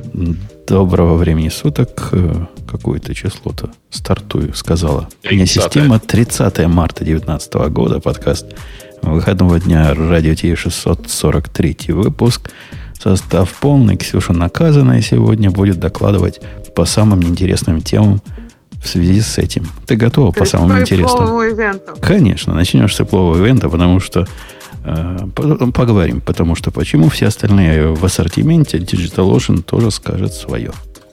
Доброго времени суток. Какое-то число-то стартую, сказала мне система. 30 марта 2019 года. Подкаст выходного дня Радио Ти 643 выпуск. Состав полный. Ксюша наказанная сегодня будет докладывать по самым интересным темам в связи с этим. Ты готова по самым интересным? Конечно. Начнешь с Apple ивента, потому что поговорим, потому что почему все остальные в ассортименте, DigitalOcean тоже скажет свое.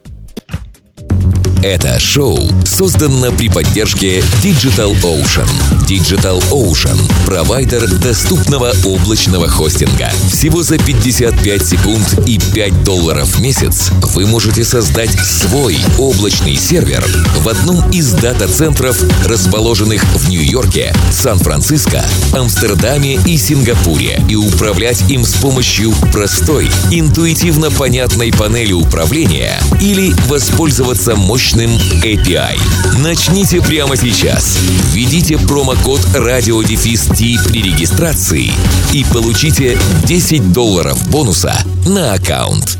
Это шоу создано при поддержке DigitalOcean. DigitalOcean – провайдер доступного облачного хостинга. Всего за 55 секунд и $5 в месяц вы можете создать свой облачный сервер в одном из дата-центров, расположенных в Нью-Йорке, Сан-Франциско, Амстердаме и Сингапуре, и управлять им с помощью простой, интуитивно понятной панели управления или воспользоваться мощным API. Начните прямо сейчас. Введите промокод RadioDefist при регистрации и получите $10 бонуса на аккаунт.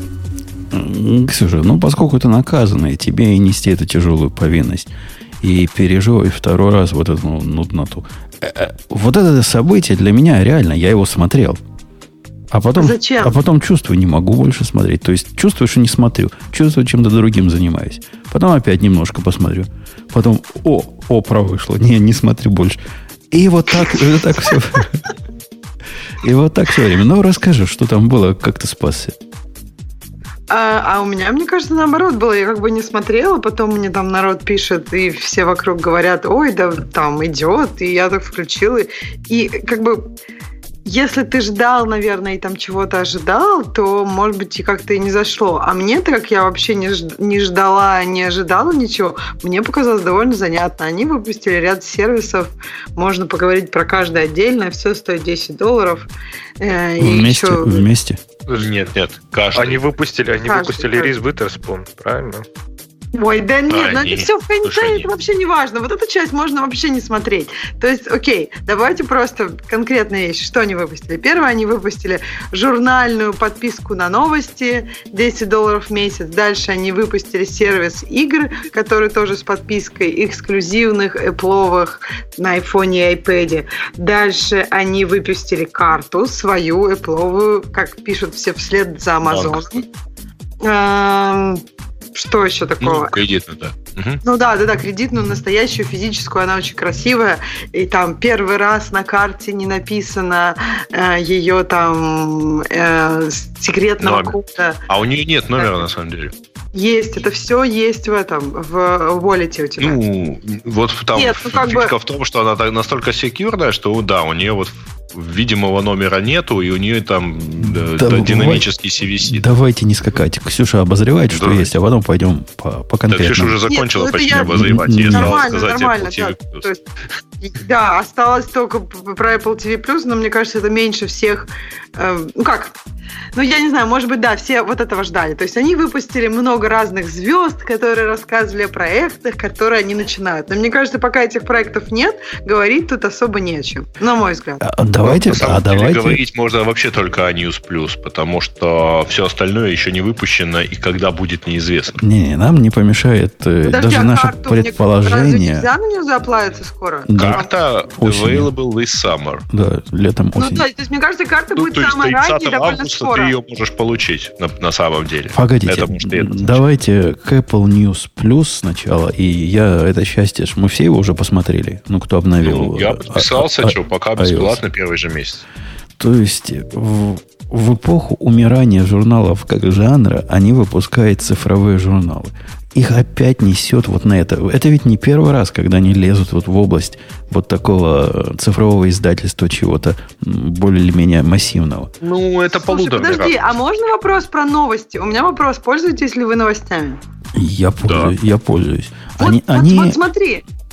Ксюша, поскольку ты наказанная, тебе и нести эту тяжелую повинность. И переживай второй раз вот эту нудноту. Вот это событие для меня реально, я его смотрел. А потом чувствую, не могу больше смотреть. То есть чувствую, что не смотрю. Чувствую, чем-то другим занимаюсь. Потом опять немножко посмотрю. Потом, вышло. Не смотрю больше. И вот так все. И вот так все время. Расскажи, что там было, как ты спасся. А у меня, мне кажется, наоборот было. Я как бы не смотрела, потом мне там народ пишет, и все вокруг говорят, ой, да там идет. И я так включила. И как бы... Если ты ждал, наверное, и там чего-то ожидал, то, может быть, и как-то и не зашло. А мне-то, как я вообще не ждала, не ожидала ничего, мне показалось довольно занятно. Они выпустили ряд сервисов, можно поговорить про каждый отдельно, все стоит $10. Вместе? Нет, каждый. Они выпустили Риз Уитерспун, правильно? Ой, да нет, это все в конце, это вообще не важно. Вот эту часть можно вообще не смотреть. То есть, окей, давайте просто конкретные вещи. Что они выпустили? Первое, они выпустили журнальную подписку на новости, $10 в месяц. Дальше они выпустили сервис игр, который тоже с подпиской, эксклюзивных, эпловых на iPhone и iPad. Дальше они выпустили карту свою, эпловую, как пишут все вслед за Amazon. Что еще такого? Кредитную, да. Да, кредитную, настоящую, физическую, она очень красивая. И там первый раз на карте не написано ее там секретного кода. А у нее нет номера, на самом деле. Есть, это все есть в этом, в Wallet у тебя. Вот там фишка в том, что она настолько секьюрная, что да, у нее вот видимого номера нету, и у нее там динамический CVC. Давайте не скакать. Ксюша обозревает, что есть, а потом пойдем по конкретному. Ксюша уже закончила почти обозревать. Нормально. Да, осталось только про Apple TV+, но мне кажется, это меньше всех... я не знаю, может быть, да, все вот этого ждали. То есть они выпустили много разных звезд, которые рассказывали о проектах, которые они начинают. Но мне кажется, пока этих проектов нет, говорить тут особо не о чем, на мой взгляд. Давайте. Говорить можно вообще только о News Plus, потому что все остальное еще не выпущено, и когда будет, неизвестно. Не, нам не помешает даже наше предположение. Разве нельзя на нее заплавиться скоро? Карта available this summer. Да, летом, осенью. То есть, мне кажется, карта будет самая ранняя довольно скоро. Ты ее можешь получить на самом деле. Погодите, давайте к Apple News Plus сначала. И это счастье, мы все его уже посмотрели. Кто обновил. Я подписался, пока бесплатно первый же месяц. То есть в эпоху умирания журналов как жанра они выпускают цифровые журналы. Их опять несет вот на это. Это ведь не первый раз, когда они лезут вот в область вот такого цифрового издательства чего-то более или менее массивного. Это полуторный раз. Подожди, а можно вопрос про новости? У меня вопрос, пользуетесь ли вы новостями? Я пользуюсь. Вот смотри.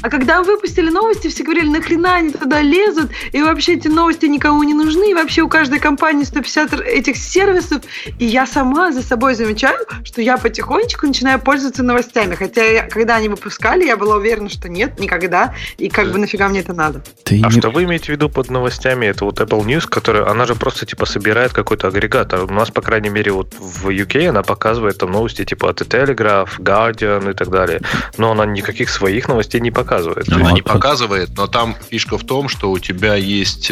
А когда выпустили новости, все говорили, нахрена они туда лезут, и вообще эти новости никому не нужны, и вообще у каждой компании 150 этих сервисов. И я сама за собой замечаю, что я потихонечку начинаю пользоваться новостями. Хотя, когда они выпускали, я была уверена, что нет, никогда, и как бы нафига мне это надо. Что вы имеете в виду под новостями? Это вот Apple News, которая, она же просто типа собирает какой-то агрегатор. У нас, по крайней мере, вот в UK она показывает там новости типа от Telegraph, Guardian и так далее. Но она никаких своих новостей не показывает. Она не показывает, но там фишка в том, что у тебя есть,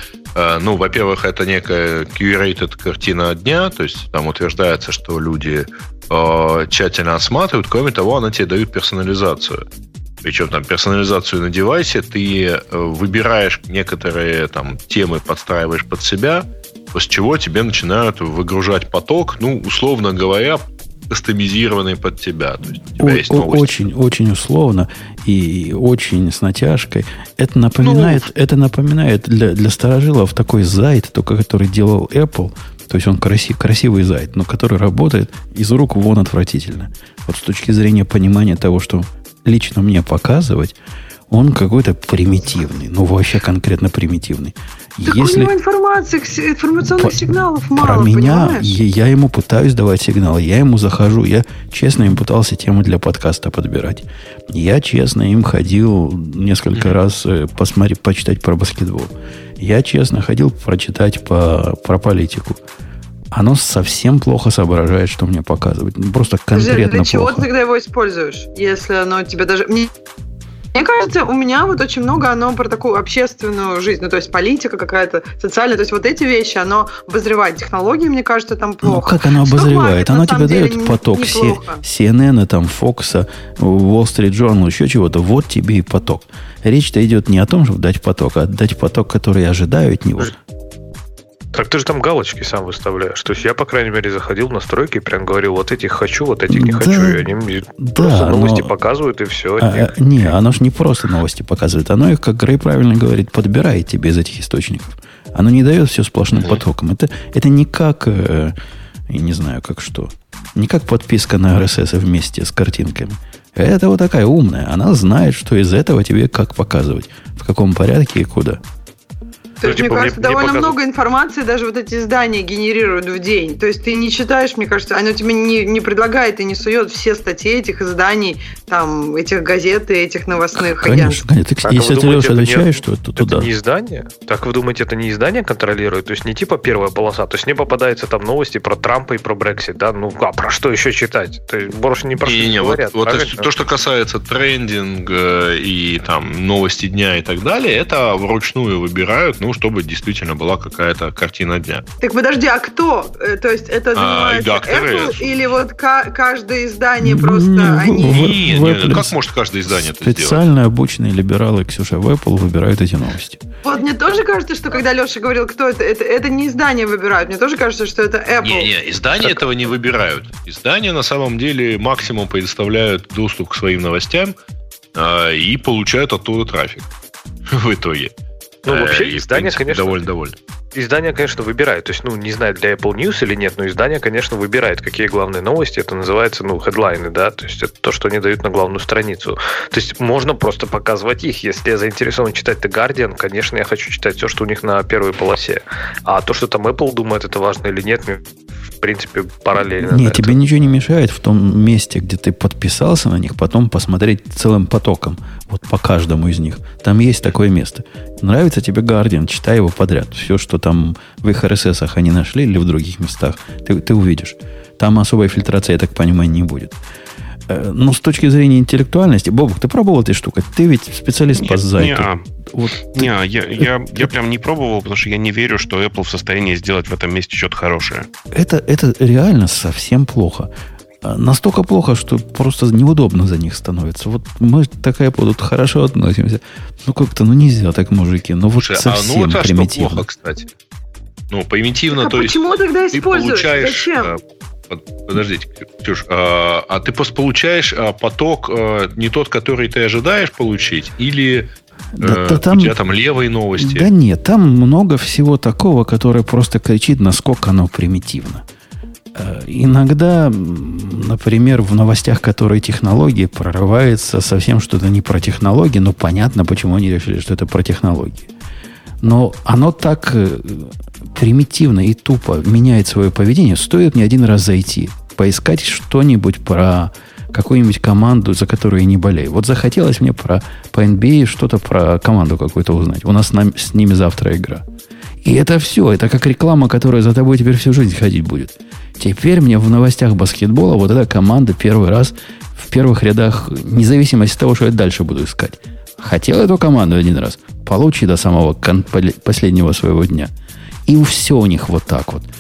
во-первых, это некая curated картина дня, то есть там утверждается, что люди тщательно осматривают, кроме того, она тебе дает персонализацию. Причем там персонализацию на девайсе, ты выбираешь некоторые там темы, подстраиваешь под себя, после чего тебе начинают выгружать поток, условно говоря, кастомизированный под тебя. То есть у тебя есть новости. Очень условно и очень с натяжкой. Это напоминает для старожилов такой зайт, только который делал Apple. То есть он красивый зайт, но который работает из рук вон отвратительно. Вот с точки зрения понимания того, что лично мне показывать, он какой-то примитивный. Вообще конкретно примитивный. Так у него информационных сигналов мало, про меня, понимаешь? Я ему пытаюсь давать сигналы. Я ему захожу. Я честно им пытался тему для подкаста подбирать. Я честно им ходил несколько раз почитать про баскетбол. Я честно ходил прочитать про политику. Оно совсем плохо соображает, что мне показывать. Просто конкретно для чего плохо. ты тогда его используешь? Если оно тебе даже... Мне кажется, у меня вот очень много оно про такую общественную жизнь, то есть политика какая-то, социальная, то есть вот эти вещи, оно обозревает. Технологии, мне кажется, там плохо. Как оно обозревает? Оно тебе дает поток CNN, там, Fox, Wall Street Journal, еще чего-то. Вот тебе и поток. Речь-то идет не о том, чтобы дать поток, а дать поток, который я ожидаю от него. Так ты же там галочки сам выставляешь. То есть я, по крайней мере, заходил в настройки и прям говорил, вот этих хочу, вот этих не хочу. И они мне просто новости показывают, и все. Оно ж не просто новости показывает. Оно их, как Грей правильно говорит, подбирает тебе из этих источников. Оно не дает все сплошным потоком. Это не как, я не знаю, как что. Не как подписка на RSS вместе с картинками. Это вот такая умная. Она знает, что из этого тебе как показывать. В каком порядке и куда. То есть, мне кажется, довольно много информации даже вот эти издания генерируют в день. То есть ты не читаешь, мне кажется, оно тебе не предлагает и не сует все статьи этих изданий, там, этих газет и этих новостных агентств. Конечно. Если ты, Леша, отвечаешь, что это туда. Это не издание? Так вы думаете, это не издание контролирует? То есть не типа первая полоса? То есть не попадаются там новости про Трампа и про Брексит, да? Про что еще читать? То есть больше не про что не говорят. Вот то, что касается трендинга и там новости дня и так далее, это вручную выбирают, чтобы действительно была какая-то картина дня. Так подожди, а кто? То есть это занимается Apple или вот каждое издание просто они... Как может каждое издание это сделать? Специально обученные либералы, Ксюша, в Apple выбирают эти новости. Вот мне тоже кажется, что когда Леша говорил, кто это не издание выбирают. Мне тоже кажется, что это Apple. Не, издания этого не выбирают. Издания на самом деле максимум предоставляют доступ к своим новостям и получают оттуда трафик в итоге. Вообще, издание, конечно, довольно. Издание, конечно, выбирает. То есть, не знаю, для Apple News или нет, но издание, конечно, выбирает, какие главные новости. Это называется, хедлайны, да. То есть, это то, что они дают на главную страницу. То есть, можно просто показывать их. Если я заинтересован читать The Guardian, конечно, я хочу читать все, что у них на первой полосе. А то, что там Apple думает, это важно или нет, в принципе, параллельно. Нет, тебе ничего не мешает в том месте, где ты подписался на них, потом посмотреть целым потоком. Вот по каждому из них. Там есть такое место. Нравится тебе Guardian, читай его подряд. Все, что там в их RSS-ах они нашли или в других местах, ты увидишь. Там особой фильтрации, я так понимаю, не будет. Но с точки зрения интеллектуальности, Бобок, ты пробовал эти штуки? Ты ведь специалист по зайту. Я прям не пробовал, потому что я не верю, что Apple в состоянии сделать в этом месте что-то хорошее. Это реально совсем плохо. Настолько плохо, что просто неудобно за них становится. Вот мы такая тут хорошо относимся. Как-то, нельзя так, мужики. Слушай, совсем это примитивно. Что плохо, кстати? Примитивно, то есть... Почему тогда ты используешь? получаешь... Зачем? Подождите, Ксюш, а ты просто получаешь поток не тот, который ты ожидаешь получить, или у тебя там левые новости? Да нет, там много всего такого, которое просто кричит, насколько оно примитивно. Иногда например, в новостях, которые технологии, прорывается совсем что-то не про технологии, но понятно, почему они решили, что это про технологии. Но оно так примитивно и тупо меняет свое поведение. Стоит мне один раз зайти, поискать что-нибудь про какую-нибудь команду, за которую я не болею. Вот захотелось мне по NBA что-то про команду какую-то узнать. У нас с ними завтра игра. И это все. Это как реклама, которая за тобой теперь всю жизнь ходить будет. Теперь мне в новостях баскетбола вот эта команда первый раз в первых рядах, вне зависимости от того, что я дальше буду искать. Хотел эту команду один раз, получи до самого последнего своего дня. И все у них вот так вот.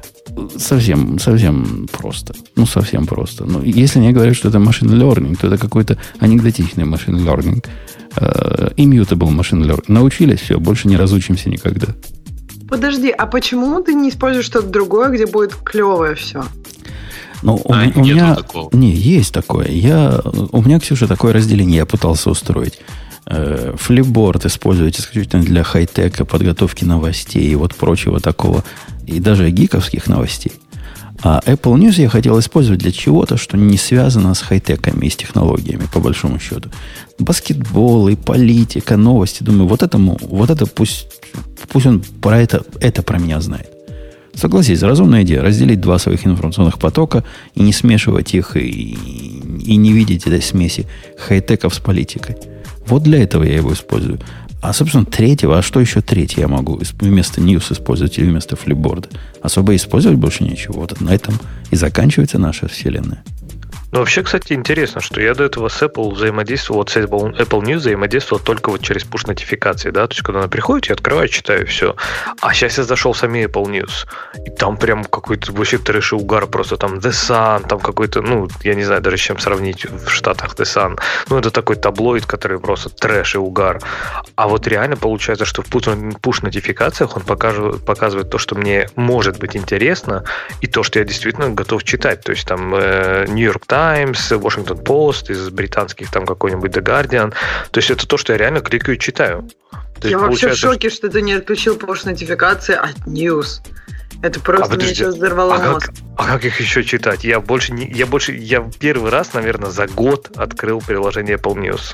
Совсем просто. Совсем просто. Если мне говорят, что это machine learning, то это какой-то анекдотичный machine learning. Immutable machine learning. Научились, все, больше не разучимся никогда. Подожди, а почему ты не используешь что-то другое, где будет клевое все? У меня такого. Не, есть такое. У меня, Ксюша, такое разделение я пытался устроить. Flipboard использовать исключительно для хай-тека, подготовки новостей и вот прочего такого, и даже гиковских новостей. А Apple News я хотел использовать для чего-то, что не связано с хай-теками и с технологиями, по большому счету. Баскетбол и политика, новости. Думаю, вот это пусть он про это про меня знает. Согласись, разумная идея. Разделить два своих информационных потока и не смешивать их, и не видеть этой смеси хай-теков с политикой. Вот для этого я его использую. А, собственно, третьего, что еще третье я могу вместо News использовать или вместо флипборда? Особо использовать больше ничего. Вот на этом и заканчивается наша вселенная. Вообще, кстати, интересно, что я до этого с Apple взаимодействовал, с Apple News взаимодействовал только вот через push-нотификации, да, то есть, когда она приходит, я открываю, читаю, все. А сейчас я зашел в сами Apple News, и там прям какой-то вообще трэш и угар, просто там The Sun, там какой-то, я не знаю даже с чем сравнить в Штатах The Sun, это такой таблоид, который просто трэш и угар. А вот реально получается, что в push-нотификациях он показывает то, что мне может быть интересно, и то, что я действительно готов читать, то есть там New York Times, Washington Post, из британских там какой-нибудь The Guardian. То есть это то, что я реально кликаю и читаю. Я вообще в шоке, что ты не отключил push-нотификации от News. Это просто мне сейчас взорвало мозг. А как их еще читать? Я первый раз, наверное, за год открыл приложение Apple News.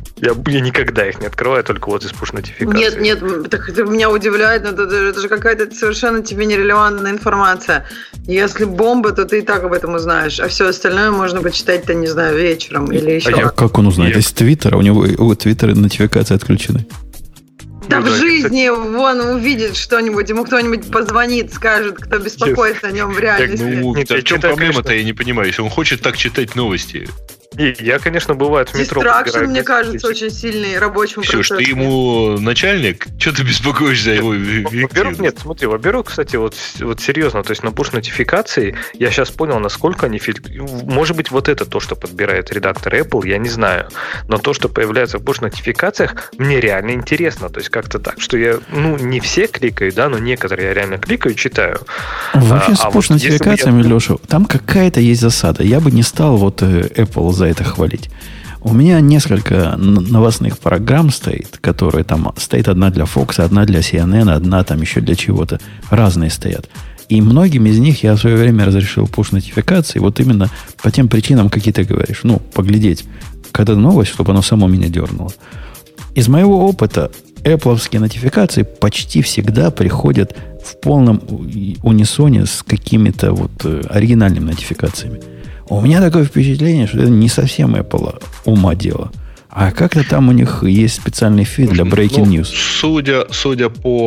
Я никогда их не открываю, только вот из push-нотификации. Нет, так это меня удивляет, но это же какая-то совершенно тебе нерелевантная информация. Если бомба, то ты и так об этом узнаешь, а все остальное можно почитать-то, не знаю, вечером или еще. Как он узнает? Из Твиттера? У него Твиттера нотификации отключены. Да, в жизни вон увидит что-нибудь, ему кто-нибудь позвонит, скажет, кто беспокоится о нем в реальности. В чем проблема-то, я не понимаю, если он хочет так читать новости. Я, конечно, бывает в метро. Дистракшн, мне кажется, очень сильный рабочим процессом. Ты ему начальник? Что ты беспокоишься за его эффективность? Во-первых, кстати, вот серьезно, то есть на push-нотификации я сейчас понял, насколько они может быть, вот это то, что подбирает редактор Apple, я не знаю. Но то, что появляется в push-нотификациях, мне реально интересно. То есть как-то так, что я, не все кликаю, да, но некоторые я реально кликаю и читаю. Вообще с push-нотификациями, Леша, там какая-то есть засада. Я бы не стал Apple за это хвалить. У меня несколько новостных программ стоит, которые там стоит одна для Fox, одна для CNN, одна там еще для чего-то. Разные стоят. И многим из них я в свое время разрешил push-нотификации, вот именно по тем причинам, какие ты говоришь. Поглядеть, когда новость, чтобы оно само меня дернуло. Из моего опыта Apple-овские нотификации почти всегда приходят в полном унисоне с какими-то оригинальными нотификациями. У меня такое впечатление, что это не совсем Apple ума дело. А как-то там у них есть специальный фид для Breaking News. Судя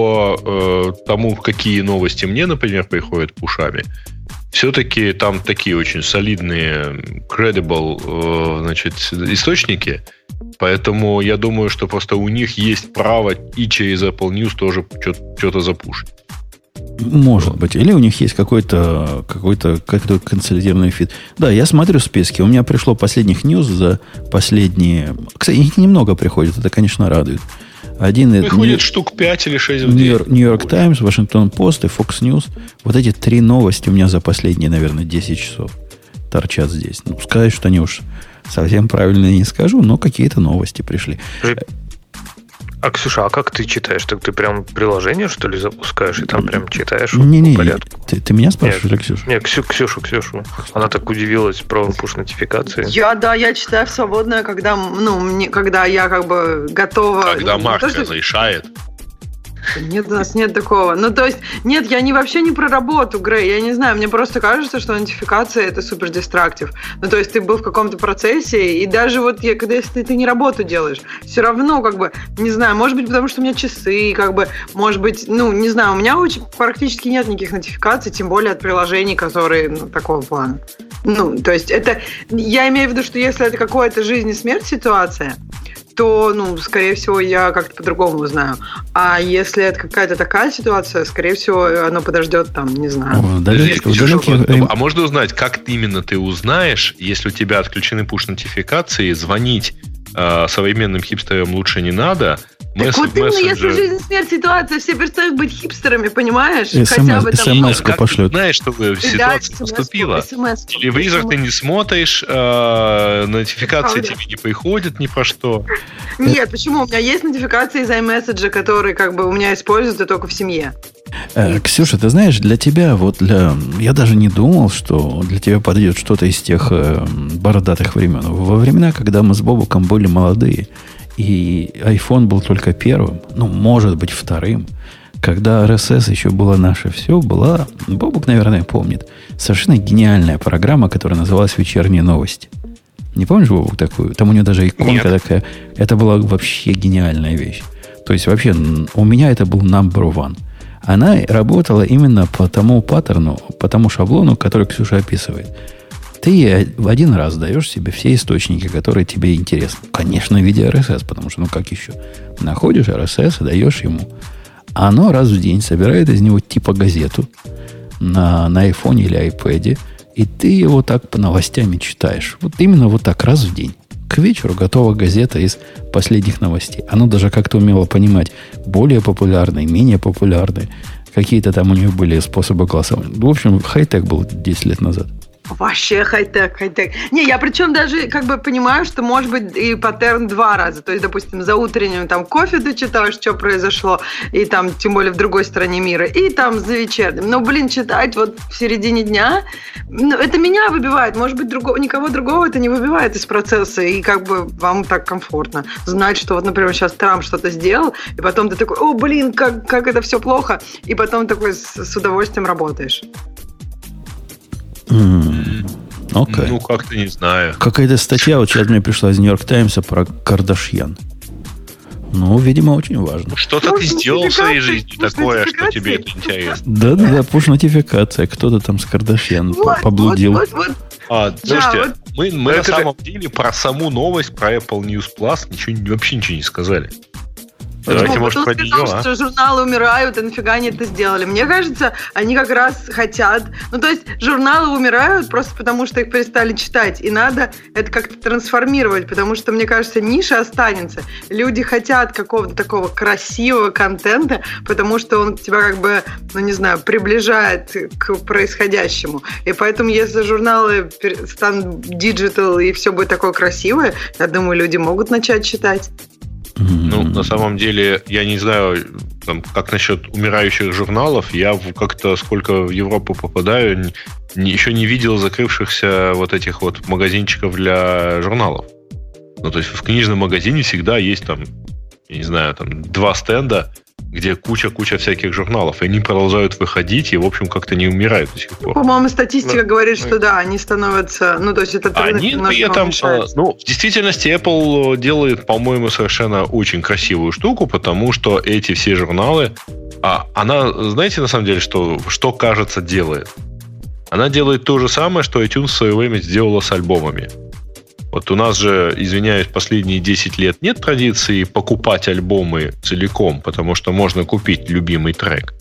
по тому, какие новости мне, например, приходят пушами, все-таки там такие очень солидные, credible, источники. Поэтому я думаю, что просто у них есть право и через Apple News тоже что-то запушить. Может быть. Или у них есть какой-то консолидированный фид. Да, я смотрю списки. У меня пришло последних news за последние... Кстати, их немного приходит. Это, конечно, радует. Приходит штук 5 или 6 в день. New York Times, Washington Post и Fox News. Вот эти 3 новости у меня за последние, наверное, 10 часов торчат здесь. Сказать, что они уж совсем правильно не скажу, но какие-то новости пришли. А, Ксюша, а как ты читаешь? Так ты прям приложение, что ли, запускаешь и там прям читаешь? Не-не, ты меня спрашиваешь или Ксюшу? Нет, Ксюшу. Она так удивилась про push-нотификации. Я читаю в свободное, когда я как бы готова... Когда Марк разрешает. Нет, у нас нет такого. То есть, нет, я вообще не про работу, Грей. Я не знаю, мне просто кажется, что нотификация – это супер дистрактив. То есть, ты был в каком-то процессе, и даже если ты не работу делаешь, все равно, не знаю, может быть, потому что у меня часы, может быть, не знаю, у меня практически нет никаких нотификаций, тем более от приложений, которые, такого плана. То есть, это, я имею в виду, что если это какая-то жизнь и смерть ситуация, то, скорее всего, я как-то по-другому узнаю. А если это какая-то такая ситуация, скорее всего, оно подождет не знаю. А можно узнать, как именно ты узнаешь, если у тебя отключены пуш-нотификации, звонить современным хипстерам лучше не надо? Так вот именно, если жизнь и смерть ситуация, все перестают быть хипстерами, понимаешь? СМС-ку пошлют. Знаешь, что ситуация наступила. Телевизор ты не смотришь, нотификации тебе не приходят ни про что. Нет, почему? У меня есть нотификации из iMessage, которые у меня используются только в семье. Ксюша, ты знаешь, для тебя, я даже не думал, что для тебя подойдет что-то из тех бородатых времен. Во времена, когда мы с Бобуком были молодые, и iPhone был только первым, может быть, вторым, когда RSS еще было наше все, была, Бобук, наверное, помнит, совершенно гениальная программа, которая называлась «Вечерние новости». Не помнишь, Бобук, такую? Там у нее даже иконка такая. Это была вообще гениальная вещь. То есть, вообще, у меня это был number one. Она работала именно по тому паттерну, по тому шаблону, который Ксюша описывает. Ты в один раз даешь себе все источники, которые тебе интересны. Конечно, в виде RSS, потому что, как еще? Находишь RSS и даешь ему. А оно раз в день собирает из него типа газету на iPhone или iPad, и ты его так по новостями читаешь. Вот именно вот так раз в день. К вечеру готова газета из последних новостей. Оно даже как-то умело понимать более популярные, менее популярные. Какие-то там у нее были способы голосования. В общем, хай-тек был 10 лет назад. Вообще хай-тек. Не, я причем даже понимаю, что может быть и паттерн 2 раза. То есть, допустим, за утренним кофе ты читаешь, что произошло, и тем более в другой стране мира, и за вечерним. Но, читать в середине дня, это меня выбивает. Может быть, никого другого это не выбивает из процесса, и вам так комфортно знать, что например, сейчас Трамп что-то сделал, и потом ты такой, как это все плохо, и потом такой с удовольствием работаешь. Okay. Как-то не знаю. Какая-то статья сейчас мне пришла из Нью-Йорк Таймса про Кардашьян. Видимо, очень важно. Что-то ты сделал в своей жизни такое, что тебе это интересно. Да, пуш-нотификация. Кто-то там с Кардашьян поблудил. Слушайте, мы на самом деле про саму новость, про Apple News Plus вообще ничего не сказали. Давайте, может, про нее, что журналы умирают, и нафига они это сделали. Мне кажется, они как раз хотят... то есть, журналы умирают просто потому, что их перестали читать. И надо это как-то трансформировать, потому что, мне кажется, ниша останется. Люди хотят какого-то такого красивого контента, потому что он тебя приближает к происходящему. И поэтому, если журналы станут диджитал и все будет такое красивое, я думаю, люди могут начать читать. На самом деле, я не знаю, как насчет умирающих журналов. Я как-то, сколько в Европу попадаю, еще не видел закрывшихся этих магазинчиков для журналов. То есть в книжном магазине всегда есть я не знаю, 2 стенда, где куча всяких журналов. И они продолжают выходить и, в общем, как-то не умирают до сих пор. По-моему, статистика говорит, что да, они становятся... то есть это они при этом... в действительности Apple делает, по-моему, совершенно очень красивую штуку, потому что эти все журналы... она, знаете, на самом деле, что кажется, делает? Она делает то же самое, что iTunes в свое время сделала с альбомами. У нас же, извиняюсь, последние 10 лет нет традиции покупать альбомы целиком, потому что можно купить любимый трек.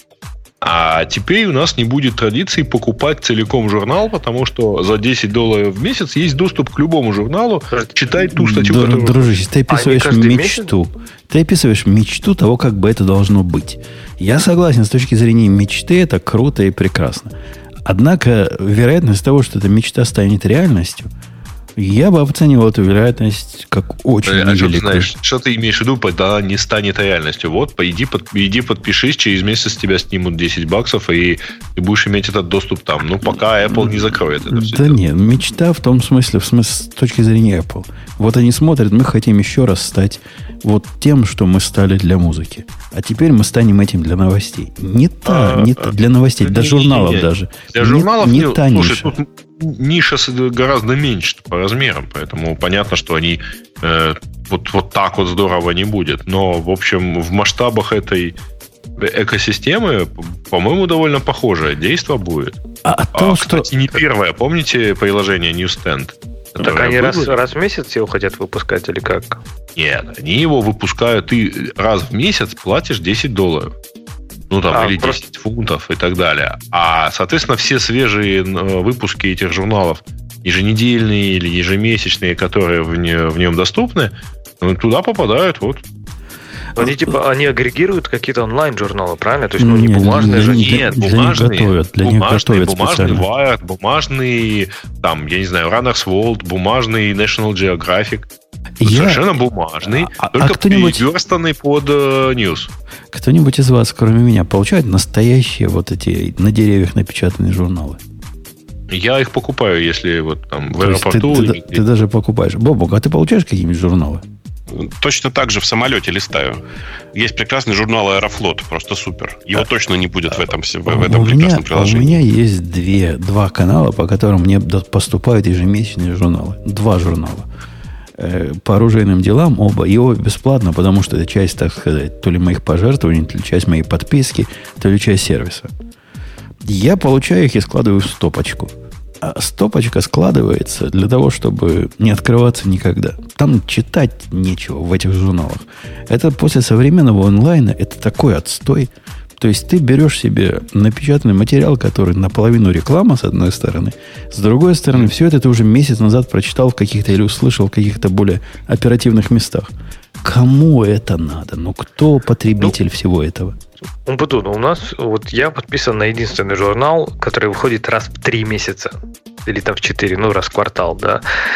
А теперь у нас не будет традиции покупать целиком журнал, потому что за $10 в месяц есть доступ к любому журналу, читать ту статью, которую... Дружище, ты описываешь мечту. Ты описываешь мечту того, как бы это должно быть. Я согласен, с точки зрения мечты это круто и прекрасно. Однако вероятность того, что эта мечта станет реальностью, Я бы оценивал эту вероятность как очень невеликую. Знаешь, что ты имеешь в виду, когда не станет реальностью? Вот, иди подпишись, через месяц тебя снимут $10, и ты будешь иметь этот доступ там. Ну, пока Apple не закроет это все. Да нет, мечта в том смысле, с точки зрения Apple. Вот они смотрят, мы хотим еще раз стать вот тем, что мы стали для музыки. А теперь мы станем этим для новостей. Не для новостей, для журналов даже. Для журналов не та ниша. Слушай, тут ниша гораздо меньше по размерам, поэтому понятно, что они вот так вот здорово не будет. Но, в общем, в масштабах этой экосистемы, по-моему, довольно похожее действие будет. Кстати, не первое. Помните приложение Newsstand? Так они раз в месяц его хотят выпускать или как? Нет, они его выпускают, ты раз в месяц платишь $10. Ну, там, или 10 фунтов и так далее. А, соответственно, все свежие выпуски этих журналов, еженедельные или ежемесячные, которые в нем доступны, туда попадают вот. Они агрегируют какие-то онлайн-журналы, правильно? То есть, не бумажные же. Нет, бумажные Wired, бумажный, там, я не знаю, Runner's World, бумажный National Geographic. Совершенно бумажный, только переверстанный под News. Кто-нибудь из вас, кроме меня, получает настоящие вот эти на деревьях напечатанные журналы? Я их покупаю, если вот там в аэропорту. Ты даже покупаешь. Бобок, а ты получаешь какие-нибудь журналы? Точно так же в самолете листаю. Есть прекрасный журнал «Аэрофлот», просто супер. Его точно не будет в этом прекрасном приложении. У меня есть два канала, по которым мне поступают ежемесячные журналы. 2 журнала. По оружейным делам оба. И оба бесплатно, потому что это часть, так сказать, то ли моих пожертвований, то ли часть моей подписки, то ли часть сервиса. Я получаю их и складываю в стопочку. А стопочка складывается для того, чтобы не открываться никогда. Там читать нечего в этих журналах. Это после современного онлайна, это такой отстой. То есть ты берешь себе напечатанный материал, который наполовину реклама, с одной стороны. С другой стороны, все это ты уже месяц назад прочитал в каких-то или услышал в каких-то более оперативных местах. Кому это надо? Кто потребитель всего этого? Умпутун, у нас, я подписан на единственный журнал, который выходит раз в 3 месяца. Или там в 4, раз в квартал, да.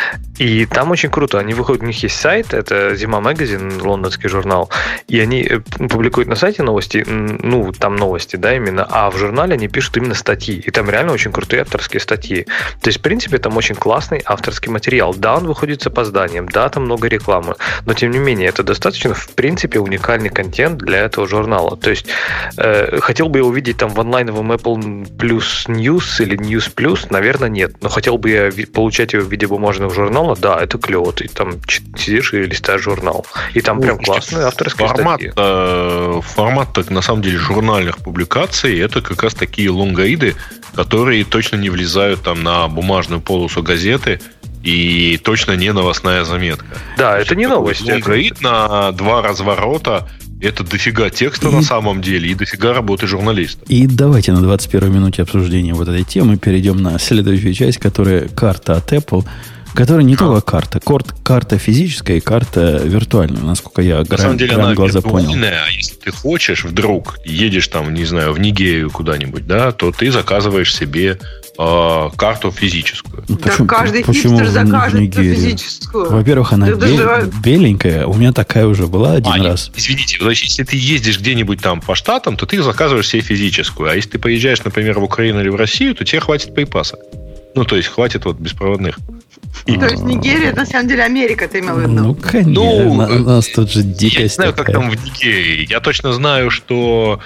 И там очень круто. Они выходят, у них есть сайт, это Зима Магазин, лондонский журнал, и они публикуют на сайте новости, там новости, да, именно, а в журнале они пишут именно статьи. И там реально очень крутые авторские статьи. То есть, в принципе, там очень классный авторский материал. Да, он выходит с опозданием, да, там много рекламы, но, тем не менее, это достаточно, в принципе, уникальный контент для этого журнала. То есть, хотел бы я увидеть там в онлайновом Apple Plus News или News Plus, наверное, нет. Но хотел бы я получать его в виде бумажного журнала, да, это клево. Ты там сидишь и листаешь журнал. И там прям классные авторские статьи. Формат, так, на самом деле, журнальных публикаций, это как раз такие лонгриды, которые точно не влезают там на бумажную полосу газеты и точно не новостная заметка. Да, это не новость. Лонгрид на 2 разворота. Это дофига текста на самом деле и дофига работы журналиста. И давайте на 21-й минуте обсуждения вот этой темы перейдем на следующую часть, которая карта от Apple, которая не только карта физическая и карта виртуальная, насколько я на самом деле она виртуальная, а если ты хочешь, вдруг едешь там, не знаю, в Нигерию куда-нибудь, да, то ты заказываешь себе карту физическую. Каждый хипстер закажет физическую. Во-первых, она беленькая. У меня такая уже была один раз. Извините, если ты ездишь где-нибудь там по штатам, то ты заказываешь себе физическую. А если ты поезжаешь, например, в Украину или в Россию, то тебе хватит PayPass. То есть хватит беспроводных. То есть Нигерия, на самом деле, Америка, ты имел в виду? Конечно. У нас тут же дикость. Я не знаю, как там в Нигерии. Я точно знаю, что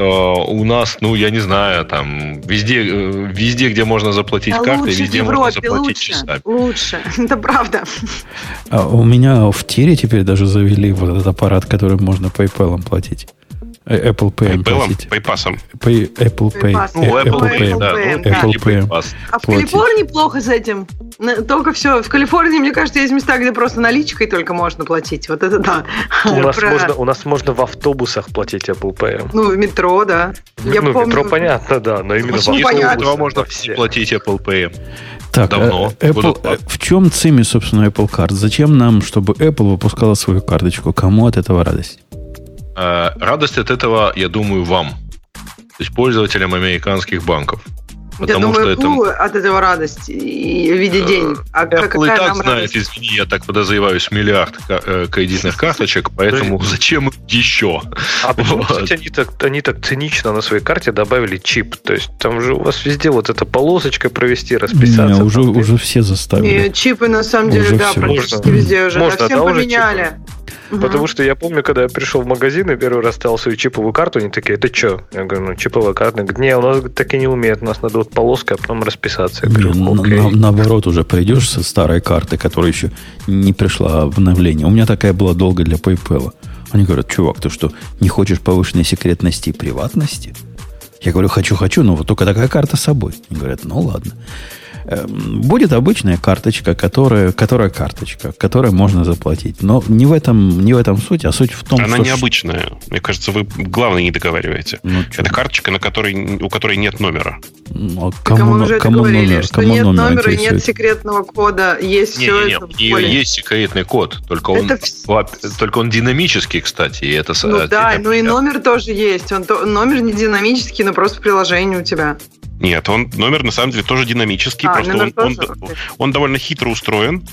у нас, я не знаю, там везде, где можно заплатить картой, везде можно заплатить часами. Лучше, это правда. У меня в тире теперь даже завели вот этот аппарат, который можно PayPal платить. Apple Pay платить. PayPass. Apple Pay. Apple Pay. А в Калифорнии плохо с этим. Только все. В Калифорнии, мне кажется, есть места, где просто наличкой только можно платить. Вот это да. У нас можно в автобусах платить Apple Pay. В метро, да. Метро понятно, да. Но именно в метро можно платить Apple Pay. Так, давно. В чем цимис, собственно, Apple Card? Зачем нам, чтобы Apple выпускала свою карточку? Кому от этого радость? Радость от этого, я думаю, вам. То есть пользователям американских банков. Потому что это... от этого радость и в виде денег. А Apple и так знает, извини, я так подозреваюсь, миллиард кредитных карточек, поэтому зачем еще? А почему, кстати, они так цинично на своей карте добавили чип? То есть там же у вас везде вот эта полосочка провести, расписаться. Уже все заставили. И чипы, на самом деле, уже да, все. практически везде уже. Можно, всем да, поменяли. Потому что я помню, когда я пришел в магазин и первый раз ставил свою чиповую карту, они такие, это что? Я говорю, чиповая карта. Они говорят, не, у нас так и не умеет, у нас надо вот полоска, а потом расписаться. Я говорю, наоборот, уже придешь со старой карты, которая еще не пришла обновление. У меня такая была долго для PayPal. Они говорят, чувак, ты что, не хочешь повышенной секретности и приватности? Я говорю, хочу, но вот только такая карта с собой. Они говорят, ну ладно. Будет обычная карточка, которая карточка, которой можно заплатить. Но не в этом суть, а суть в том, она что... необычная. Мне кажется, вы главное не договариваете. Это карточка, у которой нет номера. Кому номер? Что нет номера и нет секретного кода. Есть все это. У нее есть секретный код, только он динамический, кстати. И это, да, но и номер тоже есть. Номер не динамический, но просто в приложении у тебя. Нет, номер на самом деле тоже динамический, просто он довольно хитро устроен.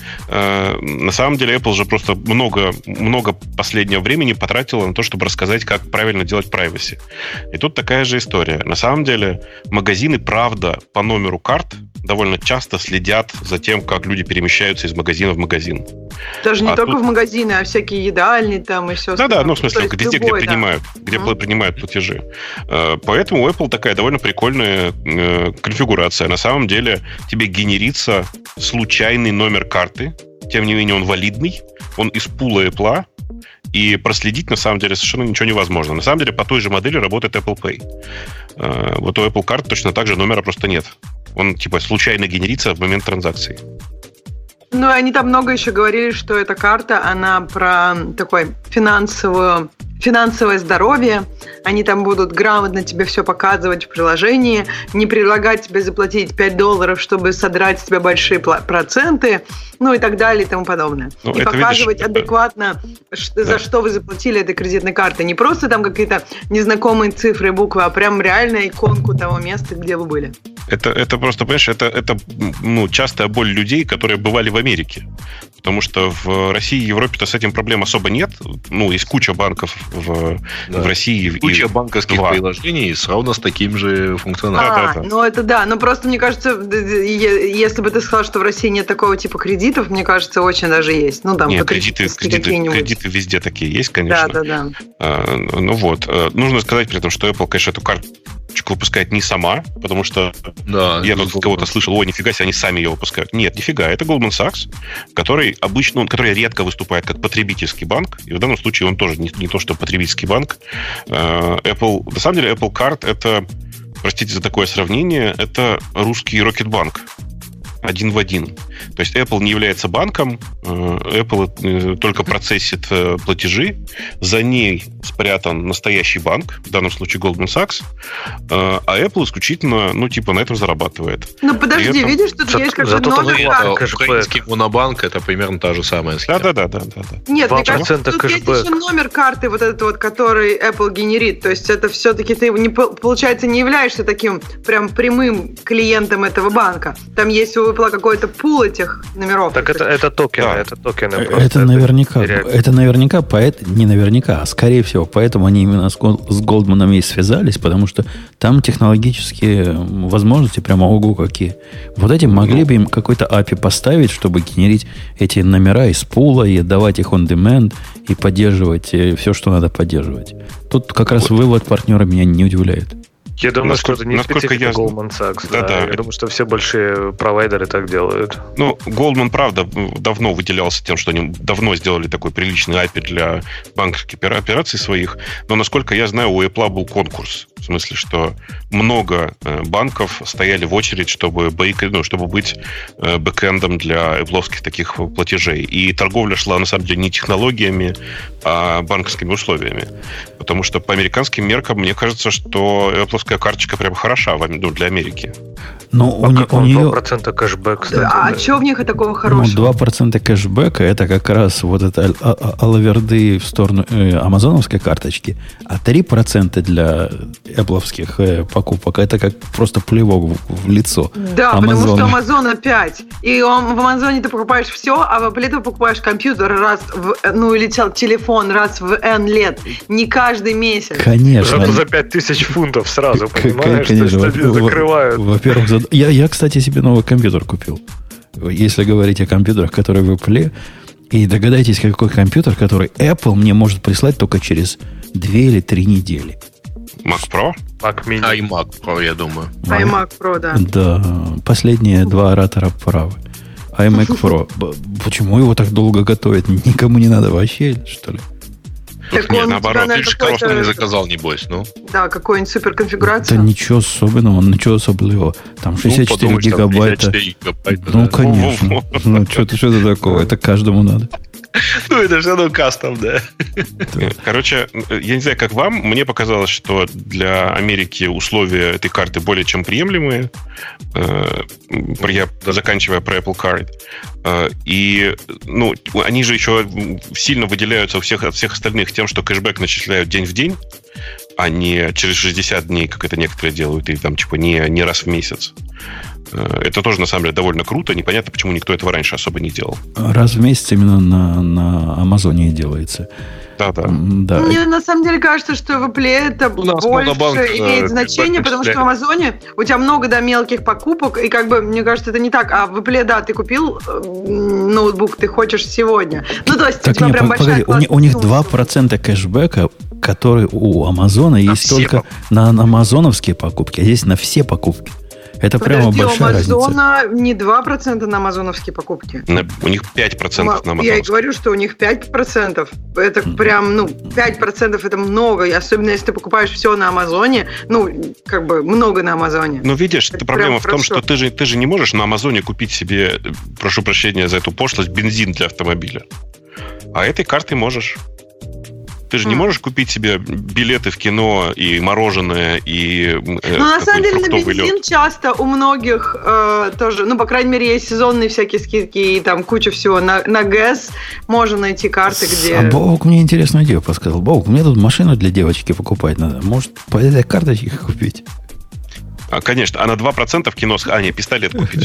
На самом деле Apple же просто много последнего времени потратила на то, чтобы рассказать, как правильно делать privacy. И тут такая же история. На самом деле магазины, правда, по номеру карт довольно часто следят за тем, как люди перемещаются из магазина в магазин. Даже не только в магазины, а всякие едальни там и все остальное. Да, ну в смысле, везде, где принимают платежи. Поэтому у Apple такая довольно прикольная конфигурация. На самом деле тебе генерится случайный номер карты, тем не менее он валидный, он из пула Apple, и проследить на самом деле совершенно ничего невозможно. На самом деле по той же модели работает Apple Pay. Вот у Apple карт точно так же номера просто нет. Он типа случайно генерится в момент транзакции. Ну, они там много еще говорили, что эта карта, она про такой финансовое здоровье. Они там будут грамотно тебе все показывать в приложении, не предлагать тебе заплатить $5, чтобы содрать с тебя большие проценты, ну и так далее и тому подобное. Ну, и показывать адекватно, за что вы заплатили этой кредитной картой. Не просто там какие-то незнакомые цифры и буквы, а прям реально иконку того места, где вы были. Это просто, понимаешь, это частая боль людей, которые бывали в Америке. Потому что в России и Европе-то с этим проблем особо нет. Ну, есть куча банков в России. Куча банковских приложений равно с таким же функционалом. Ну это да. Но просто, мне кажется, если бы ты сказал, что в России нет такого типа кредитов, мне кажется, очень даже есть. Ну, там, нет, кредиты везде такие есть, конечно. Да. Ну вот. Нужно сказать при этом, что Apple, конечно, эту карточку выпускает не сама, потому что я тут кого-то слышал, нифига себе, они сами ее выпускают. Нет, нифига. Это Goldman Sachs, который редко выступает как потребительский банк, и в данном случае он тоже не то, что потребительский банк. Apple, на самом деле, Apple Card это, простите за такое сравнение, это русский Рокетбанк. Один в один. То есть Apple не является банком, Apple только процессит платежи, за ней спрятан настоящий банк, в данном случае Goldman Sachs, а Apple исключительно, на этом зарабатывает. Ну, подожди, видишь, тут есть какой-то номер карты. Украинский монобанк — это примерно та же самая схема. Да. Нет, мне кажется, тут есть еще номер карты, вот этот вот, который Apple генерит. То есть это все-таки ты, получается, не являешься таким прям прямым клиентом этого банка. Там есть у Apple какой-то пул этих номеров. Так это токены. Да. Это токены. Это наверняка, не наверняка, а скорее всего, поэтому они именно с Голдманом и связались, потому что там технологические возможности прямо ого какие. Вот эти могли бы им какой-то API поставить, чтобы генерить эти номера из пула и отдавать их on demand и поддерживать все, что надо поддерживать. Тут как раз вывод партнера меня не удивляет. Я думаю, что это не специфика Goldman Sachs. Да. Я думаю, что все большие провайдеры так делают. Ну, Goldman, правда, давно выделялся тем, что они давно сделали такой приличный API для банковских операций своих. Но, насколько я знаю, у Apple был конкурс. В смысле, что много банков стояли в очередь, чтобы быть бэкэндом для Apple'овских таких платежей. И торговля шла, на самом деле, не технологиями, а банковскими условиями. Потому что по американским меркам, мне кажется, что Apple'овская амазоновская карточка прям хороша для Америки. Ну, у нее 2% кэшбэк, кстати. А что в них такого хорошего? 2% кэшбэка это как раз вот это алаверды в сторону амазоновской карточки, а 3% для Apple-овских покупок это как просто плевок в лицо. Да, Amazon. Потому что Амазона 5. И в Амазоне ты покупаешь все, а в Apple ты покупаешь компьютер или телефон раз в N лет. Не каждый месяц. Конечно. Зато за 5000 фунтов сразу, понимаешь? Конечно. То есть закрывают. Во-первых, я, кстати, себе новый компьютер купил. Если говорить о компьютерах, которые в Apple, и догадайтесь, какой компьютер, который Apple мне может прислать только через 2 или 3 недели. Mac Pro? Mac Mini. iMac Pro, я думаю. iMac Pro, да. Да, последние 2 оратора правы. iMac Pro. Почему его так долго готовят? Никому не надо вообще, что ли? Так нет, наоборот, ты же коробку не заказал, небось, ну. Да, какую-нибудь суперконфигурацию. Да ничего особенного. Там 64 гигабайта. 64 гигабайта. Ну, конечно. Ну, что-то такого. Это каждому надо. Ну, это же равно кастом, да. Короче, я не знаю, как вам. Мне показалось, что для Америки условия этой карты более чем приемлемые. Я заканчивая про Apple Card. И, они же еще сильно выделяются от всех остальных тем, что кэшбэк начисляют день в день, а не через 60 дней, как это некоторые делают, или там, не раз в месяц. Это тоже, на самом деле, довольно круто. Непонятно, почему никто этого раньше особо не делал. Раз в месяц именно на Амазоне и делается. Да. Мне на самом деле кажется, что в Apple это больше имеет значение, потому что в Амазоне у тебя много мелких покупок, и мне кажется, это не так. А в Apple, да, ты купил ноутбук, ты хочешь сегодня. Ну, то есть так, у тебя прям большая у них 2% кэшбэка, который у Амазона есть только на амазоновские покупки, а здесь на все покупки. Это прямо большая разница. У Амазона не 2% на амазоновские покупки. У них 5% на амазоновские. Я и говорю, что у них 5%. Это прям, 5% это много. И особенно, если ты покупаешь все на Амазоне, много на Амазоне. Ну, видишь, проблема в том, что ты же не можешь на Амазоне купить себе, прошу прощения за эту пошлость, бензин для автомобиля. А этой картой можешь. Ты же не можешь купить себе билеты в кино и мороженое, и на самом деле на бензин часто у многих тоже, по крайней мере, есть сезонные всякие скидки и там куча всего. На ГЭС можно найти карты, где... А Бог мне интересную идею подсказал. Бог, мне тут машину для девочки покупать надо. Может, по этой карточке купить? Конечно, а на 2% в кино... пистолет купить.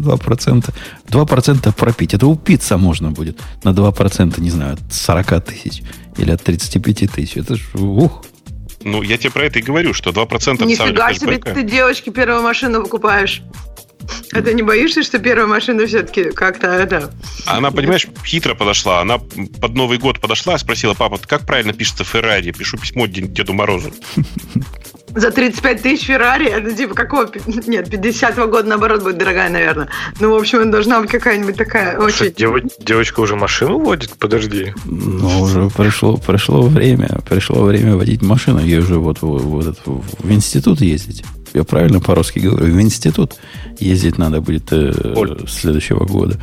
2% пропить. Это у пицца можно будет. На 2%, не знаю, от 40 тысяч или от 35 тысяч. Это ж ух. Ну, я тебе про это и говорю, что 2% Нифига себе, ты девочке первую машину покупаешь. А ты не боишься, что первая машина все-таки как-то это... Она, понимаешь, хитро подошла. Она под Новый год подошла, спросила: папа, как правильно пишется Феррари? Пишу письмо Деду Морозу. За 35 тысяч Феррари? Это какого? Нет, 50-го года, наоборот, будет дорогая, наверное. В общем, должна быть какая-нибудь такая... Очень... Девочка уже машину водит? Подожди. Ну, уже пришло время водить машину. Ей уже в институт ездить. Я правильно по-русски говорю? В институт ездить надо будет с следующего года.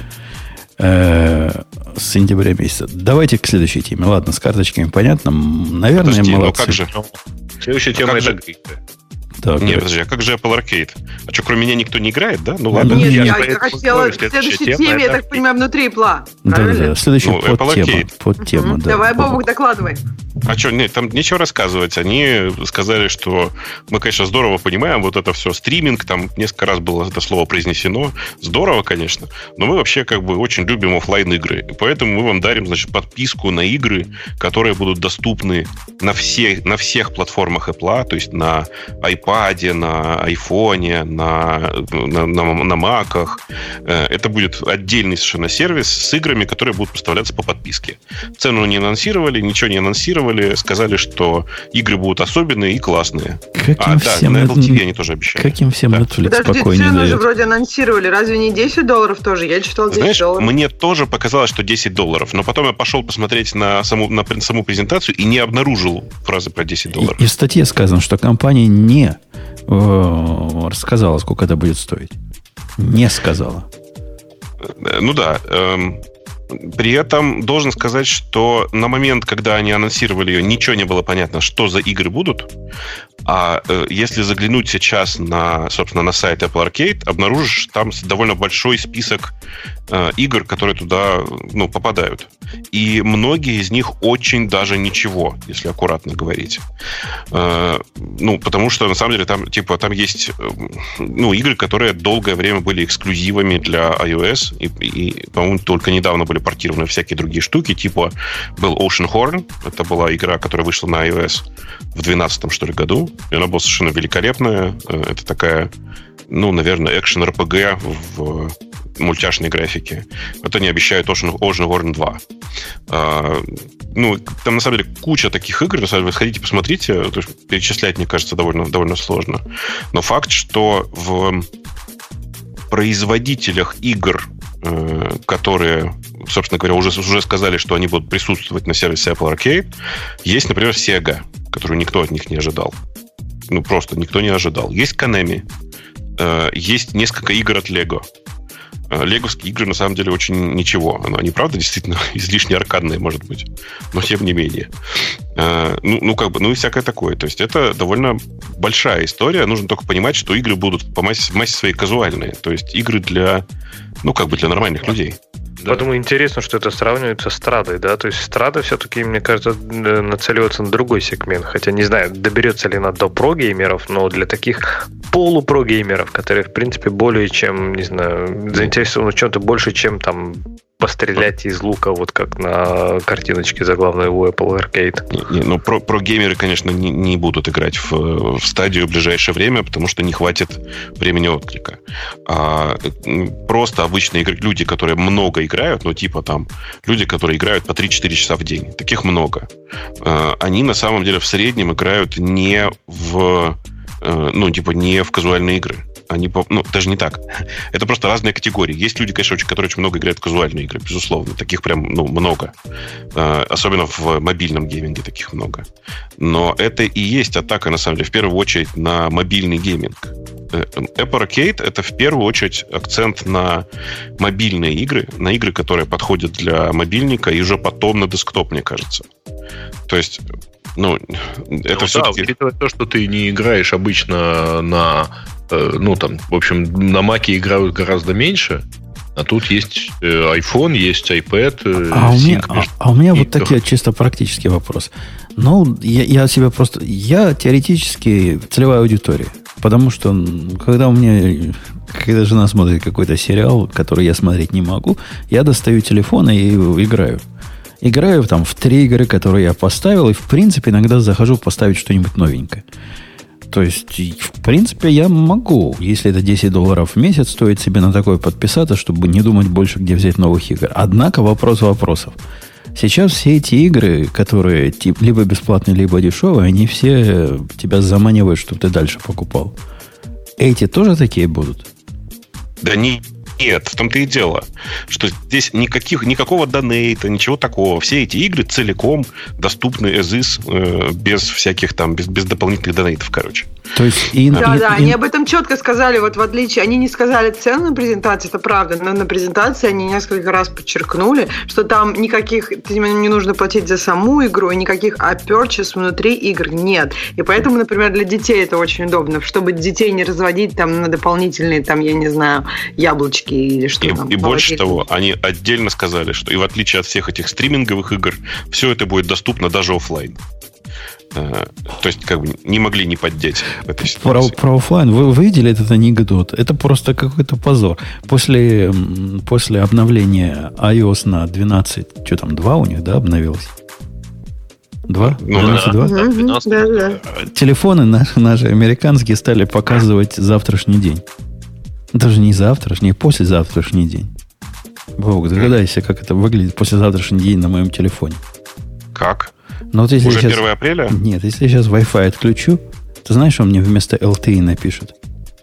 С сентября месяца. Давайте к следующей теме. Ладно, с карточками понятно. Наверное, подожди, молодцы. Ну как же? Следующая тема это... Нет, подожди, а как же Apple Arcade? А что, кроме меня никто не играет, да? Ну ладно. Нет, я хотела в следующей теме, я так понимаю, внутри Apple. Да, следующая подтема. Давай, Бобук, докладывай. А что, нет, там нечего рассказывать. Они сказали, что мы, конечно, здорово понимаем вот это все, стриминг, там несколько раз было это слово произнесено. Здорово, конечно, но мы вообще очень любим офлайн игры. И поэтому мы вам дарим, подписку на игры, которые будут доступны на всех платформах Apple, то есть на iPad, на iPhone, на Mac'ах. Это будет отдельный совершенно сервис с играми, которые будут поставляться по подписке. Цену не анонсировали, ничего не анонсировали, сказали, что игры будут особенные и классные. На Apple TV они тоже обещали. Каким всем Netflix спокойнее цену дает? же вроде анонсировали. Разве не $10 тоже? Я читал $10. Знаешь, мне тоже показалось, что $10. Но потом я пошел посмотреть на саму презентацию и не обнаружил фразы про $10. И в статье сказано, что компания не рассказала, сколько это будет стоить. Не сказала. Ну да. При этом должен сказать, что на момент, когда они анонсировали ее, ничего не было понятно, что за игры будут. А если заглянуть сейчас собственно, на сайт Apple Arcade, обнаружишь там довольно большой список игр, которые туда попадают. И многие из них очень даже ничего, если аккуратно говорить. Потому что, на самом деле, там есть игры, которые долгое время были эксклюзивами для iOS, и, по-моему, только недавно были портированы всякие другие штуки, типа был Oceanhorn, это была игра, которая вышла на iOS в 2012, что ли, году, и она была совершенно великолепная. Это такая, наверное, экшен-РПГ в мультяшной графике. Вот они обещают Oceanhorn 2. Там, на самом деле, куча таких игр. На самом деле, сходите, посмотрите. Перечислять, мне кажется, довольно сложно. Но факт, что в производителях игр, которые, собственно говоря, уже сказали, что они будут присутствовать на сервисе Apple Arcade, есть, например, Sega, которую никто от них не ожидал. Просто никто не ожидал. Есть Konami. Есть несколько игр от Lego. Леговские игры, на самом деле, очень ничего. Они, правда, действительно излишне аркадные, может быть. Но тем не менее. И всякое такое. То есть это довольно большая история. Нужно только понимать, что игры будут по массе своей казуальные. То есть игры для нормальных людей. Да. Поэтому интересно, что это сравнивается с Страдой, да? То есть Страда все-таки, мне кажется, нацеливается на другой сегмент. Хотя не знаю, доберется ли она до про-геймеров, но для таких полупро-геймеров, которые, в принципе, более чем, не знаю, заинтересованы в чем-то больше, чем там пострелять из лука, вот как на картиночке заглавной у Apple Arcade. Про-геймеры, конечно, не будут играть в стадию в ближайшее время, потому что не хватит времени отклика. А просто обычные люди, которые много играют, люди, которые играют по 3-4 часа в день, таких много. Они, на самом деле, в среднем играют не в казуальные игры. Даже не так. Это просто разные категории. Есть люди, конечно, которые очень много играют в казуальные игры, безусловно. Таких прям, много. Особенно в мобильном гейминге таких много. Но это и есть атака, на самом деле, в первую очередь на мобильный гейминг. Apple Arcade — это в первую очередь акцент на мобильные игры, на игры, которые подходят для мобильника, и уже потом на десктоп, мне кажется. То есть, это все-таки... Учитывая то, что ты не играешь обычно на... в общем, на Маке играют гораздо меньше, а тут есть iPhone, есть iPad. У меня вот такие чисто практический вопрос. Я теоретически целевая аудитория. Потому что, когда жена смотрит какой-то сериал, который я смотреть не могу, я достаю телефон и играю. Играю там в 3 игры, которые я поставил, и, в принципе, иногда захожу поставить что-нибудь новенькое. То есть, в принципе, я могу, если это $10 в месяц, стоит себе на такое подписаться, чтобы не думать больше, где взять новых игр. Однако вопрос вопросов. Сейчас все эти игры, которые либо бесплатные, либо дешевые, они все тебя заманивают, чтобы ты дальше покупал. Эти тоже такие будут? Да нет, в том-то и дело, что здесь никакого донейта, ничего такого. Все эти игры целиком доступны as is, без всяких там, без дополнительных донейтов, короче. То есть они об этом четко сказали, вот в отличие, они не сказали цену на презентации, это правда, но на презентации они несколько раз подчеркнули, что там тебе не нужно платить за саму игру, и никаких purchase внутри игр нет. И поэтому, например, для детей это очень удобно, чтобы детей не разводить там на дополнительные, там, я не знаю, яблочки или что там. И больше того, они отдельно сказали, что и в отличие от всех этих стриминговых игр, все это будет доступно даже офлайн. То есть, не могли не поддеть в этой ситуации. Про офлайн вы видели этот анекдот? Это просто какой-то позор. После обновления iOS на 12, что там, 2 у них, да, обновилось? 2? 12.2? Да. Телефоны наши американские стали показывать завтрашний день. Даже не завтрашний, а послезавтрашний день. Бог, догадайся, как это выглядит послезавтрашний день на моем телефоне. Как? Вот если уже 1 апреля? Нет, если я сейчас Wi-Fi отключу, ты знаешь, что он мне вместо LTE напишет?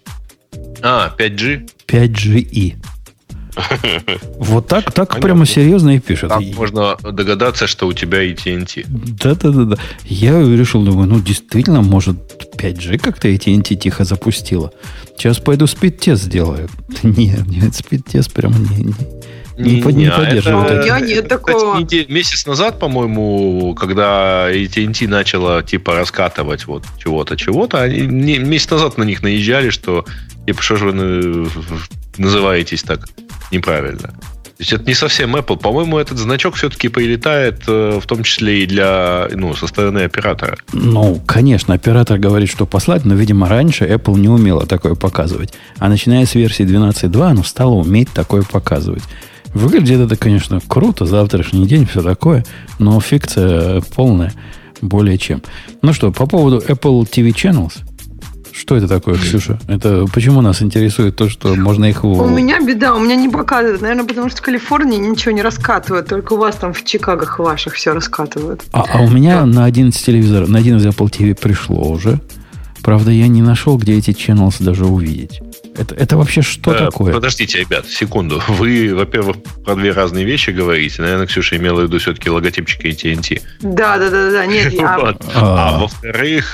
5G? 5GE. Вот так прямо серьезно и пишет. Так можно догадаться, что у тебя и TNT. Да. Я решил, думаю, действительно, может, 5G как-то AT&T тихо запустила. Сейчас пойду спид-тест сделаю. Нет, спид-тест прямо не поддерживают. У меня нет такого. Месяц назад, по-моему, когда AT&T начала типа раскатывать вот чего-то, они месяц назад на них наезжали, что типа, что же вы называетесь так неправильно. То есть это не совсем Apple. По-моему, этот значок все-таки прилетает, в том числе и со стороны оператора. Конечно, оператор говорит, что послать, но, видимо, раньше Apple не умела такое показывать. А начиная с версии 12.2, она стала уметь такое показывать. Выглядит это, конечно, круто, завтрашний день, все такое, но фикция полная более чем. Ну что, по поводу Apple TV Channels. Что это такое, Ксюша? Это почему нас интересует то, что можно их... У меня беда, у меня не показывают. Наверное, потому что в Калифорнии ничего не раскатывают. Только у вас там в Чикагах ваших все раскатывают. А у меня на один из телевизоров, на один из Apple TV пришло уже. Правда, я не нашел, где эти channels даже увидеть. Это вообще что такое? Подождите, ребят, секунду. Вы, во-первых, про две разные вещи говорите. Наверное, Ксюша имела в виду все-таки логотипчик AT&T. Да. Нет, А во-вторых,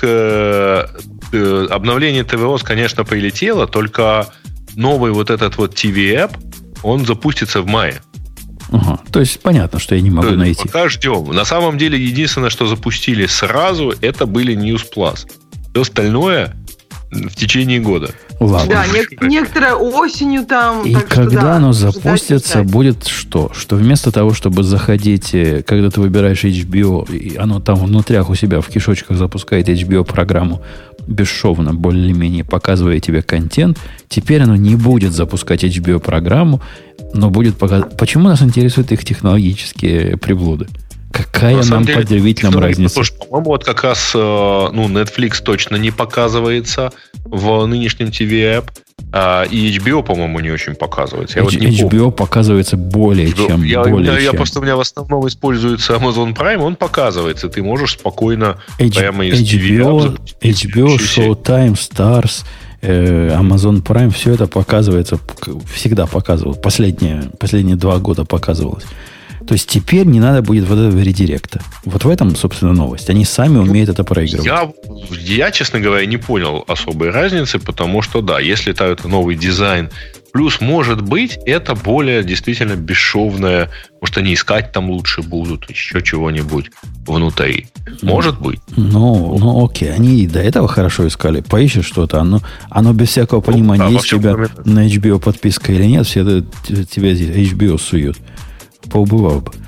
обновление tvOS, конечно, прилетело, только новый вот этот вот TV-App, он запустится в мае. Ага, то есть понятно, что я не могу найти. Пока ждем. На самом деле, единственное, что запустили сразу, это были News Plus. Все остальное в течение года. Ладно. Да, некоторые осенью там. И когда оно запустится, будет что? Что вместо того, чтобы заходить, когда ты выбираешь HBO, и оно там внутрях у себя в кишочках запускает HBO-программу бесшовно, более-менее показывая тебе контент, теперь оно не будет запускать HBO-программу, но будет показывать... Почему нас интересуют их технологические приблуды? Какая нам по потребителям разница? Слушай, по-моему, вот как раз Netflix точно не показывается в нынешнем TV-App, и HBO, по-моему, не очень показывается. HBO показывается более чем. Я просто, у меня в основном используется Amazon Prime, он показывается. Ты можешь спокойно прямо из HBO, Showtime, Stars, Amazon Prime, все это показывается, всегда показывалось. Последние 2 года показывалось. То есть теперь не надо будет вот этого редиректа. Вот в этом, собственно, новость. Они сами умеют это проигрывать. Я, честно говоря, не понял особой разницы, потому что, да, если это новый дизайн, плюс, может быть, это более действительно бесшовное, может, они искать там лучше будут, еще чего-нибудь внутри. Может быть. Ну, окей. Они и до этого хорошо искали. Поищешь что-то, оно без всякого понимания, есть у тебя на HBO подписка или нет, все это тебя здесь HBO суют. Поубывал бы.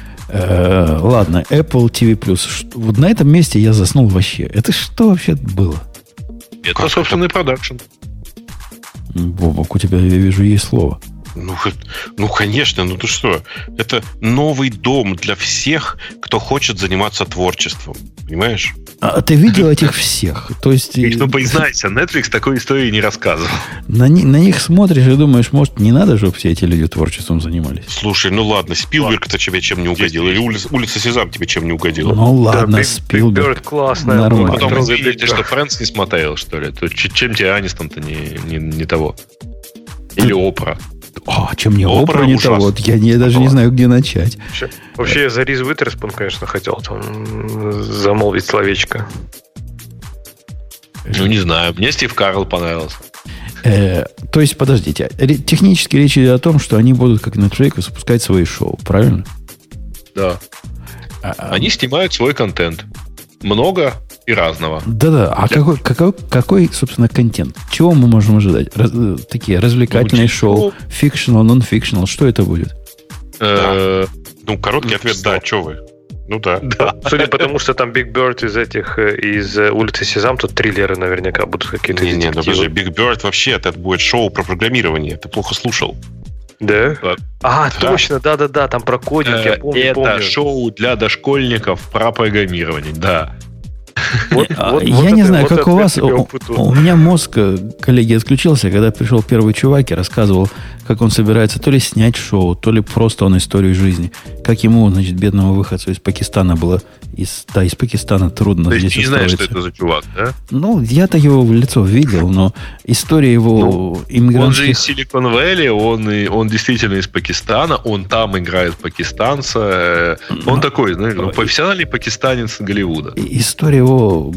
Ладно, Apple TV+. Вот на этом месте я заснул вообще. Это что вообще было? Это собственный продакшн. Бобок, у тебя, я вижу, есть слово. Ну, конечно, ну ты что? Это новый дом для всех, кто хочет заниматься творчеством. Понимаешь? А ты видел этих всех? То есть... Ну, признайся, Netflix такой истории не рассказывал. На них смотришь и думаешь, может, не надо, чтобы все эти люди творчеством занимались? Слушай, ну ладно, Спилберг-то тебе чем не угодил? Или улица Сезам тебе чем не угодила? Ну ладно, Спилберг. Классная. Нормально. Потом извините, что Фрэнс не смотрел, что ли? То чем тебе Анистон-то не того? Или Опра? Чем мне Опра не того? Вот я даже не знаю, где начать. Вообще, я за Риз Уитерспун, конечно, хотел там замолвить словечко. Ну, не знаю. Мне Стив Карл понравился. То есть, подождите. Технически речь идет о том, что они будут, как Netflix, выпускать свои шоу, правильно? Да. Они снимают свой контент. Много и разного. Да-да. А какой, собственно, контент? Чего мы можем ожидать? Такие развлекательные шоу, фикшнл, нон-фикшнл. Что это будет? Ну, короткий ответ, да. Что вы? Ну да. Судя по тому, что там Big Bird из улицы Сезам, тут триллеры наверняка будут какие-то. Не, подожди, Big Bird вообще это будет шоу про программирование. Ты плохо слушал. Да? Точно, да, там про кодинг, я помню. Это шоу для дошкольников про программирование, да. Я не знаю, как у вас. У меня мозг, коллеги, отключился, когда пришел первый чувак и рассказывал, как он собирается то ли снять шоу, то ли просто он историю жизни. Как ему, значит, бедному выходцу из Пакистана было. Из Пакистана трудно то здесь есть, не знаешь, что это за чувак, да? Ну, я-то его в лицо видел, но история его иммигрантских... Он же из Силикон Вэлли, он действительно из Пакистана, он там играет пакистанца. Он такой, знаешь, профессиональный пакистанец Голливуда. История его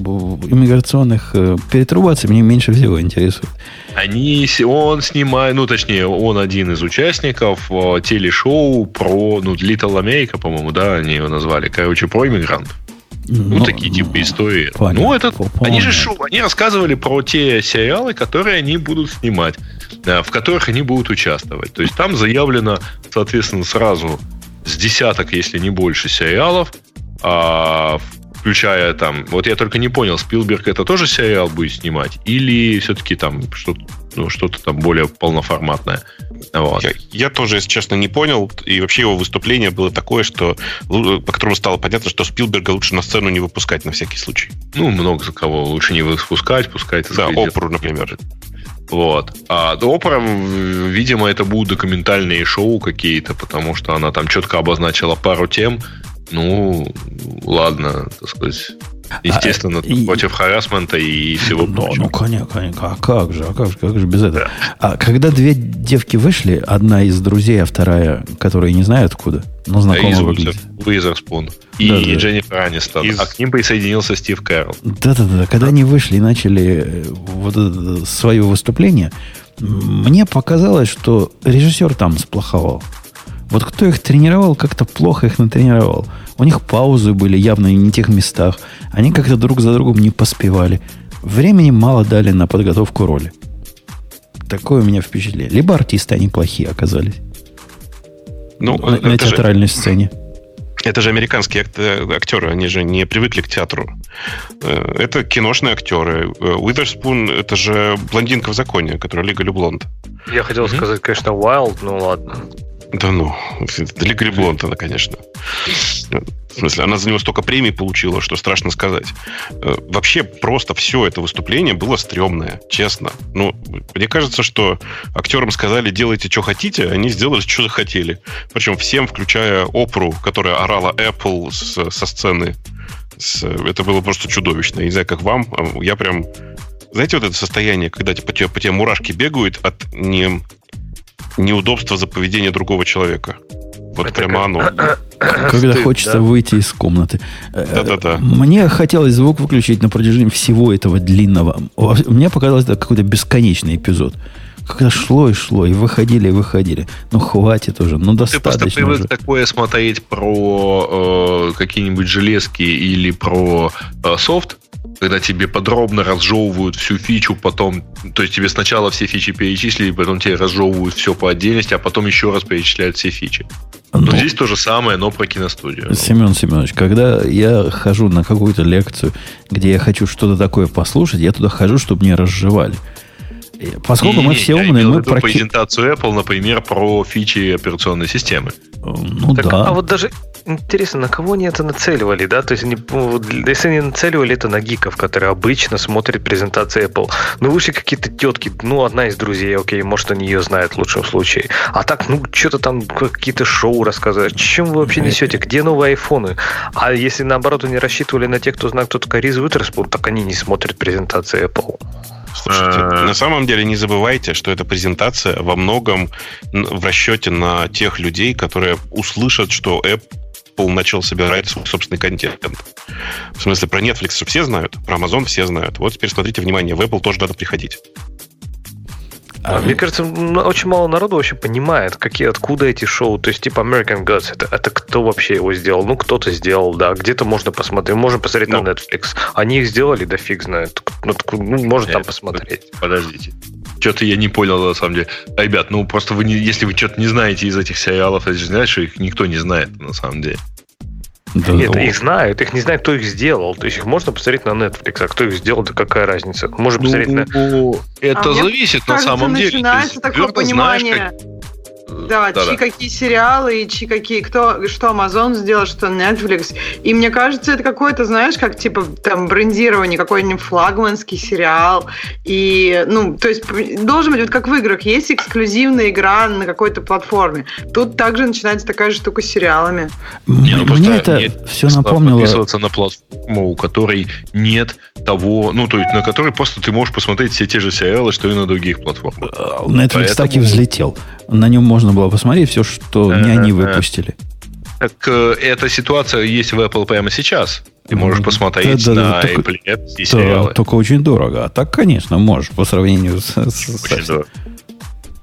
иммиграционных перетрубаций меня меньше всего интересует. Он снимает, точнее, он один из участников телешоу про, Little America, по-моему, да, они его назвали. Короче, про иммигрантов. Такие типа истории. Они же шоу, они рассказывали про те сериалы, которые они будут снимать, в которых они будут участвовать. То есть там заявлено, соответственно, сразу с десяток, если не больше, сериалов, включая там... Вот я только не понял, Спилберг это тоже сериал будет снимать? Или все-таки там что-то там более полноформатное? Вот. Я тоже, если честно, не понял. И вообще его выступление было такое, что по которому стало понятно, что Спилберга лучше на сцену не выпускать на всякий случай. Много за кого лучше не выпускать, пускай... Да, Опру, например. Вот. А Опра, видимо, это будут документальные шоу какие-то, потому что она там четко обозначила пару тем. Ладно, так сказать. Естественно, против харассмента и всего прочего. Конечно. А как же без этого? Да. А когда две девки вышли, одна из друзей, а вторая, которая не знаю откуда, но знакомая выглядит. Уизерспун и Дженнифер Анистон. А к ним присоединился Стив Кэрролл. Да. Когда они вышли и начали свое выступление, мне показалось, что режиссер там сплоховал. Вот кто их тренировал, как-то плохо их натренировал. У них паузы были явно не в тех местах. Они как-то друг за другом не поспевали. Времени мало дали на подготовку роли. Такое у меня впечатление. Либо артисты они плохие оказались. На театральной сцене. Это же американские актеры, они же не привыкли к театру. Это киношные актеры. Уизерспун — это же блондинка в законе, которая Лига Блонд. Я хотел сказать, конечно, Wild, ладно. Да Лига Блонд она, конечно. В смысле, она за него столько премий получила, что страшно сказать. Вообще, просто все это выступление было стрёмное, честно. Мне кажется, что актерам сказали, делайте, что хотите, они сделали, что захотели. Причем всем, включая Опру, которая орала Apple со сцены. Это было просто чудовищно. Я не знаю, как вам. Я прям... Знаете, вот это состояние, когда по тебе мурашки бегают от неудобства за поведение другого человека. Вот это прямо оно. Когда хочется выйти из комнаты. Да. Мне хотелось звук выключить на протяжении всего этого длинного. Мне показалось, это какой-то бесконечный эпизод. Когда шло, и выходили. Хватит уже, достаточно. Ты просто привык такое смотреть про какие-нибудь железки или про софт, когда тебе подробно разжевывают всю фичу, потом, то есть тебе сначала все фичи перечислили, потом тебе разжевывают все по отдельности, а потом еще раз перечисляют все фичи. Но здесь то же самое, но про киностудию. Семен Семенович, когда я хожу на какую-то лекцию, где я хочу что-то такое послушать, я туда хожу, чтобы не разжевали. Поскольку мы все умные, мы про презентацию Apple, например, про фичи операционной системы. А вот даже интересно, на кого они это нацеливали, да? То есть, если они нацеливали это на гиков, которые обычно смотрят презентации Apple, вышли какие-то тетки, одна из друзей, окей, может, они ее знают в лучшем случае. А так, что-то там какие-то шоу рассказывают. Чем вы вообще несете? Где новые айфоны? А если, наоборот, они рассчитывали на тех, кто знает, кто такая Риз Уитерспун, так они не смотрят презентации Apple. Слушайте, на самом деле не забывайте, что эта презентация во многом в расчете на тех людей, которые услышат, что Apple начал собирать свой собственный контент. В смысле, про Netflix все знают, про Amazon все знают. Вот теперь смотрите, внимание, в Apple тоже надо приходить. Мне кажется, очень мало народу вообще понимает, откуда эти шоу. То есть, типа American Gods, это кто вообще его сделал? Кто-то сделал, да. Где-то можно посмотреть. Можно посмотреть на Netflix. Они их сделали, да фиг знает. Можно там посмотреть. Подождите. Что-то я не понял, на самом деле. Ребят, просто если вы что-то не знаете из этих сериалов, это же значит, что их никто не знает, на самом деле. Да, нет, их знают, их не знают, кто их сделал. То есть их можно посмотреть на Netflix, а кто их сделал, да какая разница? Можно посмотреть на... Это зависит на самом деле. Начинается такое понимание. Да, чьи какие сериалы, и чьи какие, что Amazon сделал, что Netflix. И мне кажется, это какое-то, знаешь, как типа там брендирование, какой-нибудь флагманский сериал. И, то есть должен быть, вот как в играх, есть эксклюзивная игра на какой-то платформе. Тут также начинается такая же штука с сериалами. Мне это все напомнило... Подписываться на платформу, у которой нет того, то есть на которой просто ты можешь посмотреть все те же сериалы, что и на других платформах. Netflix так и взлетел. На нем можно было посмотреть все, что не они выпустили. Так эта ситуация есть в Apple прямо сейчас. Ты можешь посмотреть на Apple и сериалы. Только очень дорого. А так, конечно, можешь по сравнению с... Очень дорого.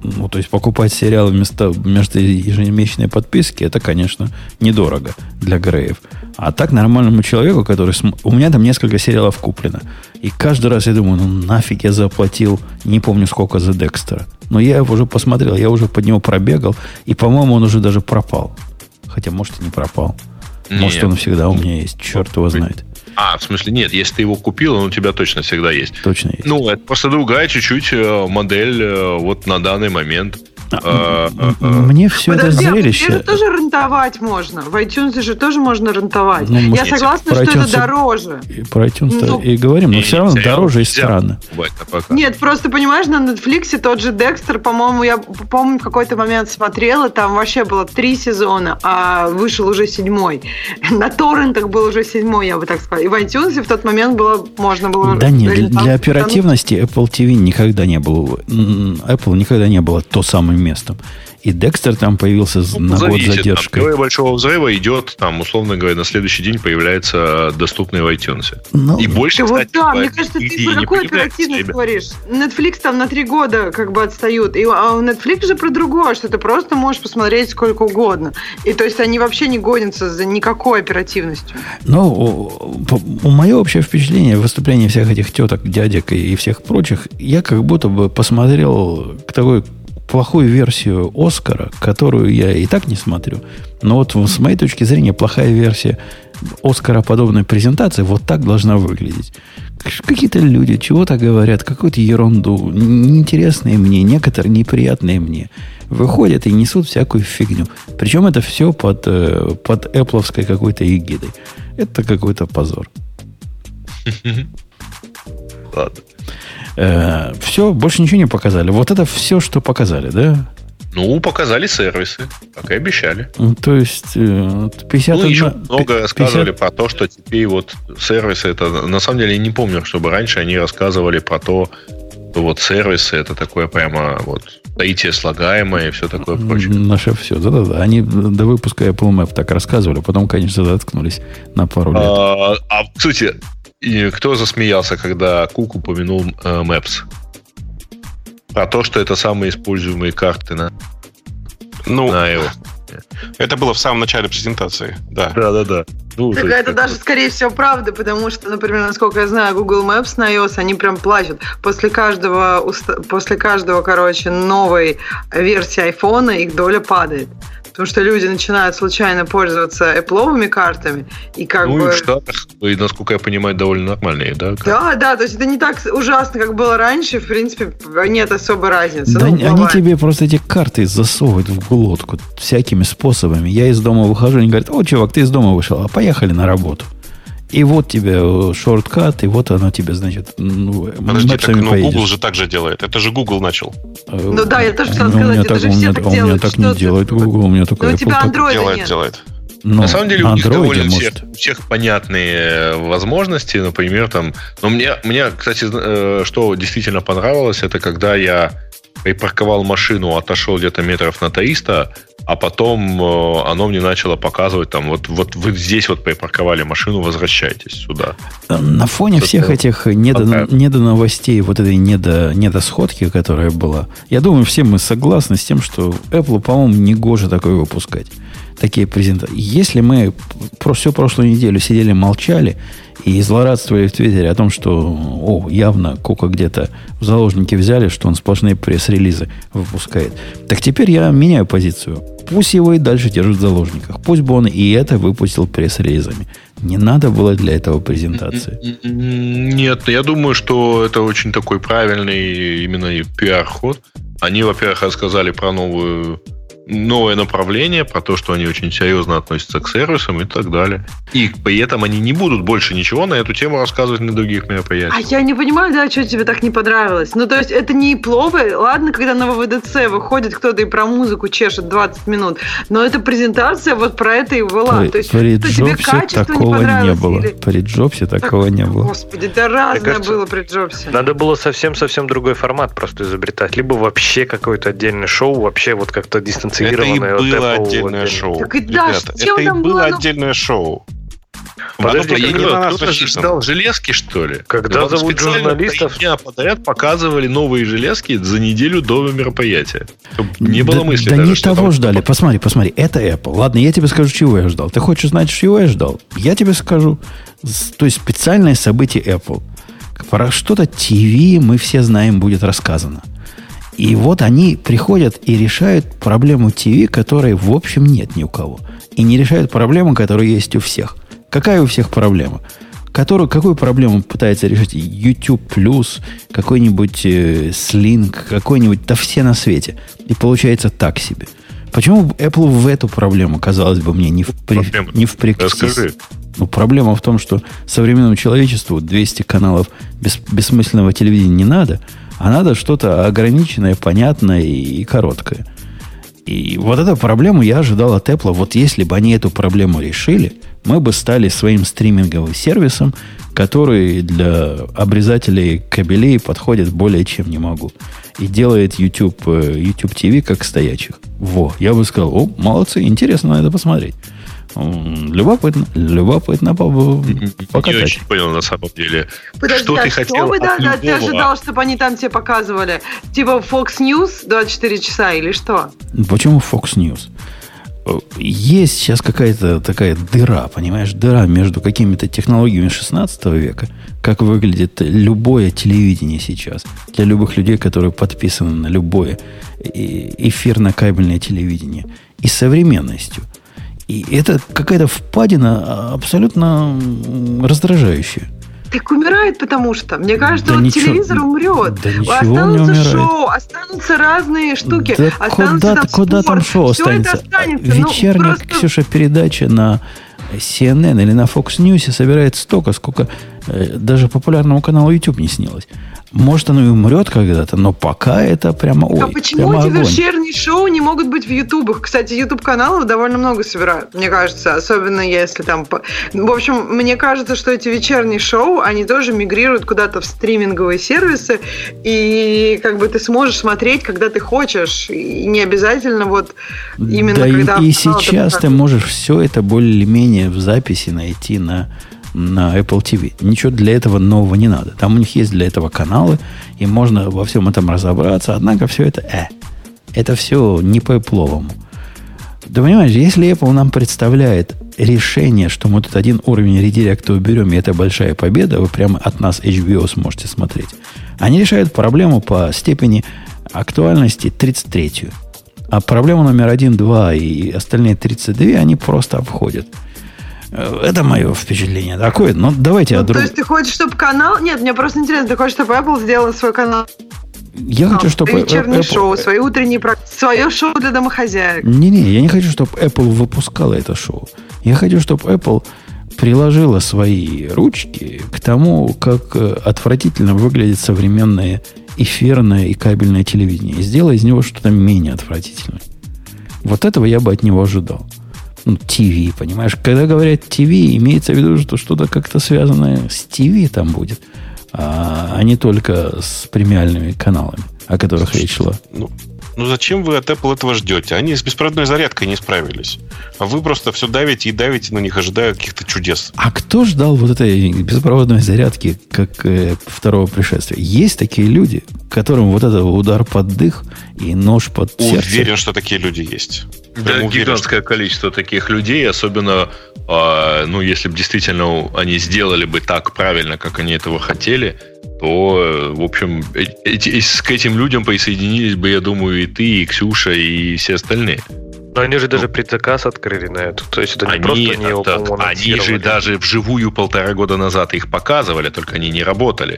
Ну, то есть покупать сериалы вместо ежемесячной подписки, это, конечно, недорого для Греев. А так нормальному человеку, который... У меня там несколько сериалов куплено. И каждый раз я думаю, ну нафиг я заплатил, не помню сколько за Декстера. Но я его уже посмотрел, я уже под него пробегал. И, по-моему, он уже даже пропал. Хотя, может, и не пропал. Может, он всегда у меня есть. Черт его знает. В смысле, нет, если ты его купил, он у тебя точно всегда есть. Точно есть. Ну, это просто другая чуть-чуть модель вот на данный момент. Мне все это зрелище... Это тоже рентовать можно. В iTunes же тоже можно рентовать. Я согласна, что это дороже. Про iTunes и говорим, но все равно дороже и странно. Нет, просто, понимаешь, на Netflix тот же Декстер, по-моему, я помню, в какой-то момент смотрела, там вообще было 3 сезона, а вышел уже 7-й. На торрентах был уже 7-й, я бы так сказала. И в iTunes в тот момент можно было... Да нет, для оперативности Apple TV никогда не был... Apple никогда не было то самое местом. И Декстер там появился на год задержкой. Теория большого взрыва идет, там, условно говоря, на следующий день появляется доступный в iTunes. И больше, кстати, да, мне кажется, ты про какую оперативность говоришь? Netflix там на 3 года как бы отстают. А у Netflix же про другое, что ты просто можешь посмотреть сколько угодно. И то есть они вообще не гонятся за никакой оперативностью. Ну, мое общее впечатление выступления всех этих теток, дядек и всех прочих, я как будто бы посмотрел такой плохую версию Оскара, которую я и так не смотрю. Но вот с моей точки зрения плохая версия Оскара подобной презентации вот так должна выглядеть. Какие-то люди чего-то говорят, какую-то ерунду, неинтересные мне, некоторые неприятные мне. Выходят и несут всякую фигню. Причем это все под Apple-овской какой-то эгидой. Это какой-то позор. Ладно. Все, больше ничего не показали. Вот это все, что показали, да? Ну, показали сервисы, как и обещали. То есть 50... Ну, еще много рассказывали про то, что теперь вот сервисы, это на самом деле я не помню, чтобы раньше они рассказывали про то, что вот сервисы это такое прямо вот таитие слагаемое и все такое прочее. Наше все, да-да-да. Они до выпуска Apple Map так рассказывали, потом, конечно, заткнулись на пару лет. Кстати, и кто засмеялся, когда Кук упомянул Maps? Про то, что это самые используемые карты на iOS. Это было в самом начале презентации, да. Да. Ну, так это даже, скорее всего, правда, потому что, например, насколько я знаю, Google Maps на iOS, они прям плачут. После каждого, короче, новой версии айфона их доля падает. Потому что люди начинают случайно пользоваться Apple-овыми картами. И как бы... и в Штатах, и, насколько я понимаю, довольно нормальные, да? Да, то есть это не так ужасно, как было раньше. В принципе, нет особой разницы. Да, они тебе просто эти карты засовывают в глотку всякими способами. Я из дома выхожу, они говорят: о, чувак, ты из дома вышел, а поехали на работу. И вот тебе шорткат, и вот оно тебе, значит, подожди, так, Google же так же делает. Это же Google начал. Ну да, я тоже хотела сказать, это же все так делают. У меня так не делает Google, у меня только Apple. У тебя Android делает. На самом деле у них довольно у всех понятные возможности, например, там... Но мне, кстати, что действительно понравилось, это когда я припарковал машину, отошел где-то метров на 300, а потом оно мне начало показывать, там, вот вы здесь вот припарковали машину, возвращайтесь сюда. На фоне всех этих недоновостей, вот этой недосходки, которая была, я думаю, все мы согласны с тем, что Apple, по-моему, не гоже такое выпускать. Такие презентации. Если мы всю прошлую неделю сидели, молчали и злорадствовали в Твиттере о том, что явно Кука где-то в заложники взяли, что он сплошные пресс-релизы выпускает. Так теперь я меняю позицию. Пусть его и дальше держат в заложниках. Пусть бы он и это выпустил пресс-релизами. Не надо было для этого презентации. Нет, я думаю, что это очень такой правильный именно пиар-ход. Они, во-первых, рассказали про новое направление, про то, что они очень серьезно относятся к сервисам и так далее. И при этом они не будут больше ничего на эту тему рассказывать на других мероприятиях. А я не понимаю, да, что тебе так не понравилось. Ну, то есть, это не плохо. Ладно, когда на ВВДЦ выходит кто-то и про музыку чешет 20 минут, но эта презентация вот про это и была. То есть, при Джобсе такого не было. При Джобсе такого не было. Господи, да разное было при Джобсе. Надо было совсем другой формат просто изобретать. Либо вообще какое-то отдельное шоу, вообще вот как-то дистанционированное. Это и было отдельное шоу. Так и да, ребята, это и было отдельное шоу. Подожди, кто-то ждал железки, что ли? Когда зовут журналистов... 3 дня подряд показывали новые железки за неделю до мероприятия. Не было мысли да даже, не того ждали. Посмотри, это Apple. Ладно, я тебе скажу, чего я ждал. Ты хочешь знать, чего я ждал? Я тебе скажу. То есть специальное событие Apple. Про что-то ТВ мы все знаем, будет рассказано. И вот они приходят и решают проблему ТВ, которой в общем нет ни у кого. И не решают проблему, которая есть у всех. Какая у всех проблема? Какую проблему пытается решить YouTube+, какой-нибудь Sling, какой-нибудь, да все на свете. И получается так себе. Почему Apple в эту проблему, казалось бы, мне не впрягтись? Ну, проблема в том, что современному человечеству 200 каналов бессмысленного телевидения не надо, а надо что-то ограниченное, понятное и короткое. И вот эту проблему я ожидал от Apple. Вот если бы они эту проблему решили, мы бы стали своим стриминговым сервисом, который для обрезателей кабелей подходит более чем не могу. И делает YouTube TV как стоячих. Я бы сказал, молодцы, интересно на это посмотреть. Любопытно покатать. Не очень понял на самом деле. Подожди, что ты хотел от любого... Ты ожидал, чтобы они там тебе показывали? Типа Fox News 24 часа или что? Почему Fox News? Есть сейчас какая-то такая дыра, понимаешь, дыра между какими-то технологиями 16 века, как выглядит любое телевидение сейчас, для любых людей, которые подписаны на любое эфирно-кабельное телевидение, и современностью. И это какая-то впадина абсолютно раздражающая. Так умирает, потому что, мне кажется, телевизор умрет. Да ничего останутся шоу, останутся разные штуки. Да куда там шоу останется? Вечерняя, Ксюша, передача на CNN или на Fox News собирает столько, сколько даже популярному каналу YouTube не снилось. Может, оно и умрет когда-то, но пока это прямо А почему эти вечерние шоу не могут быть в Ютубах? Кстати, Ютуб-каналов довольно много собирают, мне кажется, особенно если там... В общем, мне кажется, что эти вечерние шоу, они тоже мигрируют куда-то в стриминговые сервисы, и как бы ты сможешь смотреть, когда ты хочешь, и не обязательно вот именно да когда... И сейчас ты можешь все это более-менее в записи найти на Apple TV. Ничего для этого нового не надо. Там у них есть для этого каналы, и можно во всем этом разобраться. Однако все это все не по Apple-овому. Ты понимаешь, если Apple нам представляет решение, что мы тут один уровень редиректа уберем, и это большая победа, вы прямо от нас HBO сможете смотреть. Они решают проблему по степени актуальности 33-ю. А проблему номер 1, 2 и остальные 32 они просто обходят. Это мое впечатление такое. Но давайте то есть ты хочешь, чтобы канал... Нет, мне просто интересно, ты хочешь, чтобы Apple сделал свой канал? Я хочу, чтобы... Вечернее шоу, свои утренние... Свое шоу для домохозяек. Не-не, я не хочу, чтобы Apple выпускала это шоу. Я хочу, чтобы Apple приложила свои ручки к тому, как отвратительно выглядит современное эфирное и кабельное телевидение. И сделала из него что-то менее отвратительное. Вот этого я бы от него ожидал. ТВ, понимаешь? Когда говорят ТВ, имеется в виду, что что-то как-то связанное с ТВ там будет, а не только с премиальными каналами, о которых речь шла. Ну, зачем вы от Apple этого ждете? Они с беспроводной зарядкой не справились. А вы просто все давите и давите на них, ожидая каких-то чудес. А кто ждал вот этой беспроводной зарядки, как второго пришествия? Есть такие люди, которым вот это удар под дых и нож под сердце? Уверен, что такие люди есть. Да, гигантское количество таких людей, особенно, если бы действительно они сделали бы так правильно, как они этого хотели, то, в общем, к этим людям присоединились бы, я думаю, и ты, и Ксюша, и все остальные. Но они же даже предзаказ открыли на это. То есть это не просто не его, по-моему, они же даже вживую 1,5 года назад их показывали, только они не работали.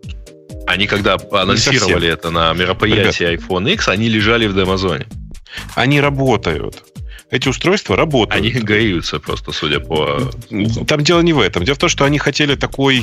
Они когда анонсировали это на мероприятии iPhone X, они лежали в демозоне. Они работают. Эти устройства работают. Они греются просто, судя по... Там дело не в этом. Дело в том, что они хотели такую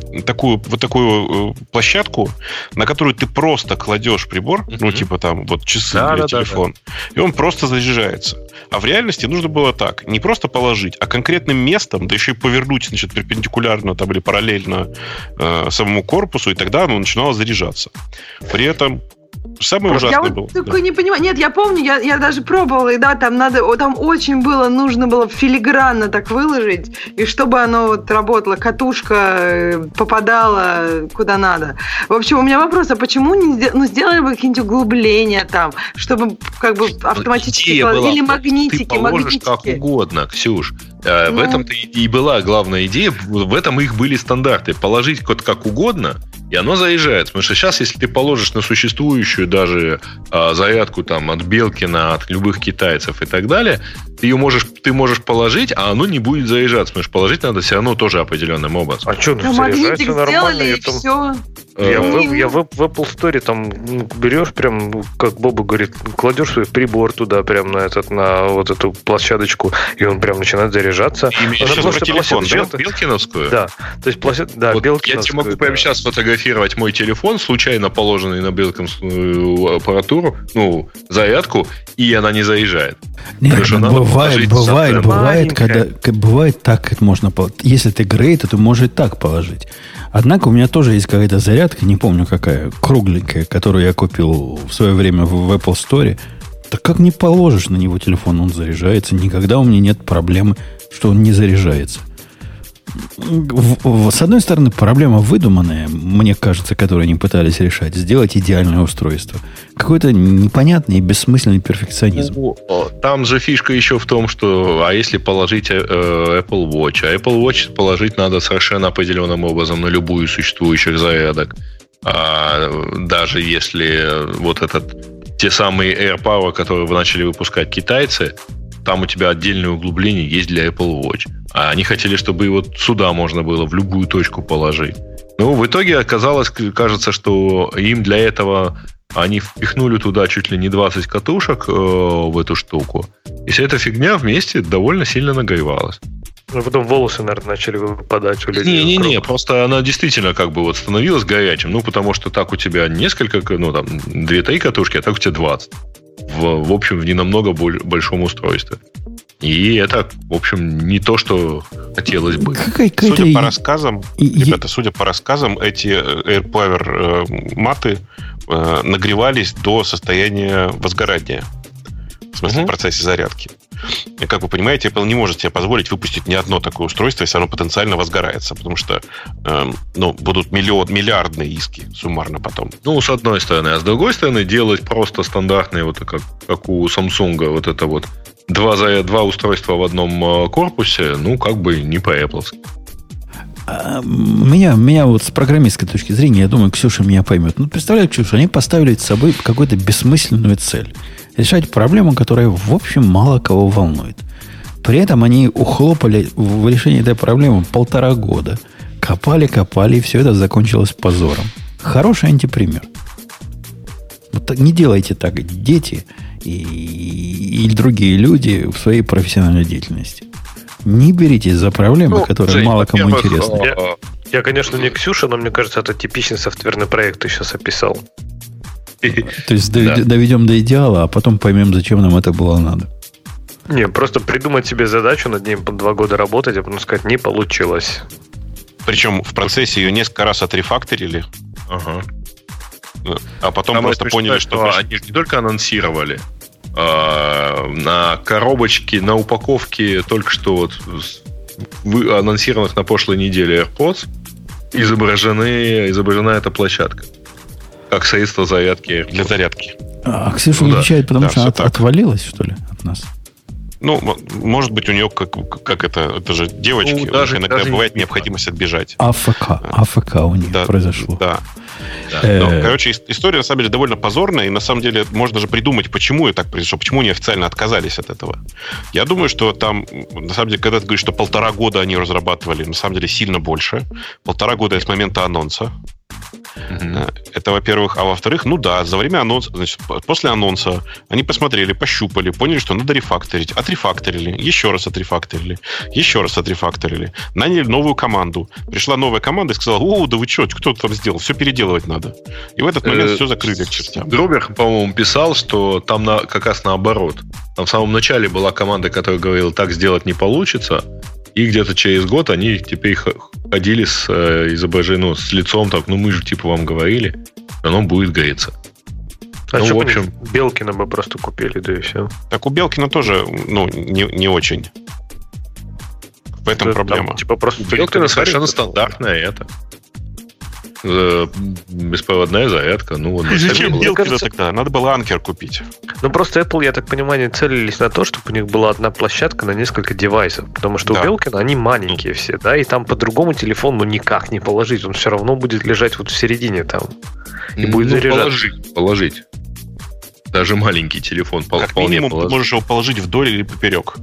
площадку, на которую ты просто кладешь прибор, типа там вот часы или телефон, и он просто заряжается. А в реальности нужно было так. Не просто положить, а конкретным местом, да еще и повернуть, перпендикулярно там, или параллельно самому корпусу, и тогда оно начинало заряжаться. При этом Самое ужасное было. Я такой не понимаю. Нет, я помню, я даже пробовала, и да, там очень нужно было филигранно так выложить, и чтобы оно вот работало, катушка попадала куда надо. В общем, у меня вопрос, а почему не сделали бы какие-нибудь углубления там, чтобы как бы автоматически или магнитики. Ты положишь как угодно, Ксюш. В этом-то и была главная идея. В этом их были стандарты. Положить код как угодно, и оно заезжает. Потому что сейчас, если ты положишь на существующую даже зарядку там, от Белкина, от любых китайцев и так далее, ты можешь положить, а оно не будет заезжаться. Потому что положить надо все равно тоже определенным образом. А что, заряжается нормально? И все. Я в Apple Store там берешь прям, как Боба говорит, кладешь свой прибор туда, прям на вот эту площадочку, и он прям начинает заряжаться. Имеешь про телефон, Белкиновскую? Да. То есть Белкиновскую. Я тебе могу прямо сейчас сфотографировать мой телефон, случайно положенный на Белкиновскую аппаратуру, зарядку, и она не заезжает. Нет, бывает так, как можно положить. Если ты грейд, то можно и так положить. Однако у меня тоже есть какая-то зарядка, не помню какая, кругленькая, которую я купил в свое время в Apple Store. Так как не положишь на него телефон, он заряжается. Никогда у меня нет проблемы, что он не заряжается. С одной стороны, проблема выдуманная, мне кажется, которую они пытались решать, сделать идеальное устройство. Какой-то непонятный и бессмысленный перфекционизм. Там же фишка еще в том, что если положить Apple Watch, а Apple Watch положить надо совершенно определенным образом на любую из существующих зарядок. Даже если те самые AirPower, которые вы начали выпускать китайцы, там у тебя отдельное углубление есть для Apple Watch. А они хотели, чтобы его сюда можно было в любую точку положить. В итоге оказалось, кажется, что им для этого они впихнули туда чуть ли не 20 катушек в эту штуку. И вся эта фигня вместе довольно сильно нагревалась. Потом волосы, наверное, начали выпадать у людей. Не, просто она действительно становилась горячим. Потому что так у тебя несколько, 2-3 катушки, а так у тебя 20. В общем, в ненамного большом устройстве. И это, в общем, не то, что хотелось бы. Судя по рассказам, эти AirPower маты нагревались до состояния возгорания. В смысле, в процессе зарядки. И, как вы понимаете, Apple не может себе позволить выпустить ни одно такое устройство, если оно потенциально возгорается, потому что будут миллиардные иски суммарно потом. С одной стороны. А с другой стороны, делать просто стандартные, как у Samsung, два устройства в одном корпусе, не по-эппловски. Меня с программистской точки зрения, я думаю, Ксюша меня поймет. Представляю, Ксюша, они поставили перед собой какую-то бессмысленную цель. Решать проблему, которая, в общем, мало кого волнует. При этом они ухлопали в решении этой проблемы 1,5 года. Копали, и все это закончилось позором. Хороший антипример. Не делайте так, дети и другие люди в своей профессиональной деятельности. Не беритесь за проблемы, которые Жень, мало кому интересны. Я, конечно, не Ксюша, но мне кажется, это типичный софтверный проект ты сейчас описал. То есть доведем до идеала, а потом поймем, зачем нам это было надо. Не, просто придумать себе задачу, над ней 2 года работать, а потом сказать, не получилось. Причем в процессе ее несколько раз отрефакторили. Ага. А потом просто поняли, что... Они же не только анонсировали, на коробочке, на упаковке только что анонсированных на прошлой неделе AirPods изображена эта площадка. Как средство зарядки. Для зарядки. А Ксюша не отвечает, потому что она отвалилась, что ли, от нас? Может быть, у нее это же девочки, даже иногда бывает необходимость отбежать. АФК у нее произошло. Да. История, на самом деле, довольно позорная, и, на самом деле, можно же придумать, почему это так произошло, почему они официально отказались от этого. Я думаю, что там, на самом деле, когда ты говоришь, что 1,5 года они разрабатывали, на самом деле, сильно больше. 1,5 года с момента анонса. Это, во-первых. А во-вторых, за время анонса, после анонса они посмотрели, пощупали, поняли, что надо рефакторить. Отрефакторили, еще раз отрефакторили, наняли новую команду. Пришла новая команда и сказала, да вы что, кто там сделал? Все переделывать надо. И в этот момент все закрыли к чертям. Грубер, по-моему, писал, что там как раз наоборот. Там в самом начале была команда, которая говорила, так сделать не получится. И где-то через год они теперь ходили с изображением, с лицом так, мы же вам говорили, оно будет гореться. А что, в общем, Белкина мы просто купили, да и все. Так у Белкина тоже, не очень. В этом это проблема. Там, типа просто Белкина совершенно стандартная это. Беспроводная зарядка. Зачем Белкина тогда? Надо было Anker купить. Просто Apple, я так понимаю, не целились на то, чтобы у них была одна площадка на несколько девайсов. Потому что у Белкина они маленькие все, да, и там по-другому телефон никак не положить. Он все равно будет лежать вот в середине там. И будет заряжаться. Положить. Даже маленький телефон как минимум ты можешь его положить вдоль или поперек.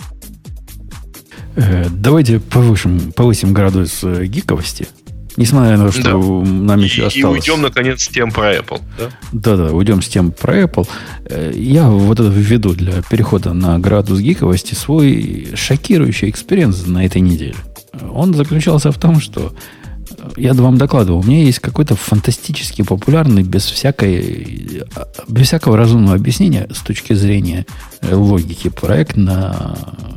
Давайте повысим градус гиковости. Несмотря на то, что нам еще осталось. И уйдем, наконец, с тем про Apple. Да, уйдем с тем про Apple. Я вот это введу для перехода на градус гиковости свой шокирующий экспириенс на этой неделе. Он заключался в том, что я вам докладывал, у меня есть какой-то фантастически популярный, без всякого разумного объяснения с точки зрения логики проект на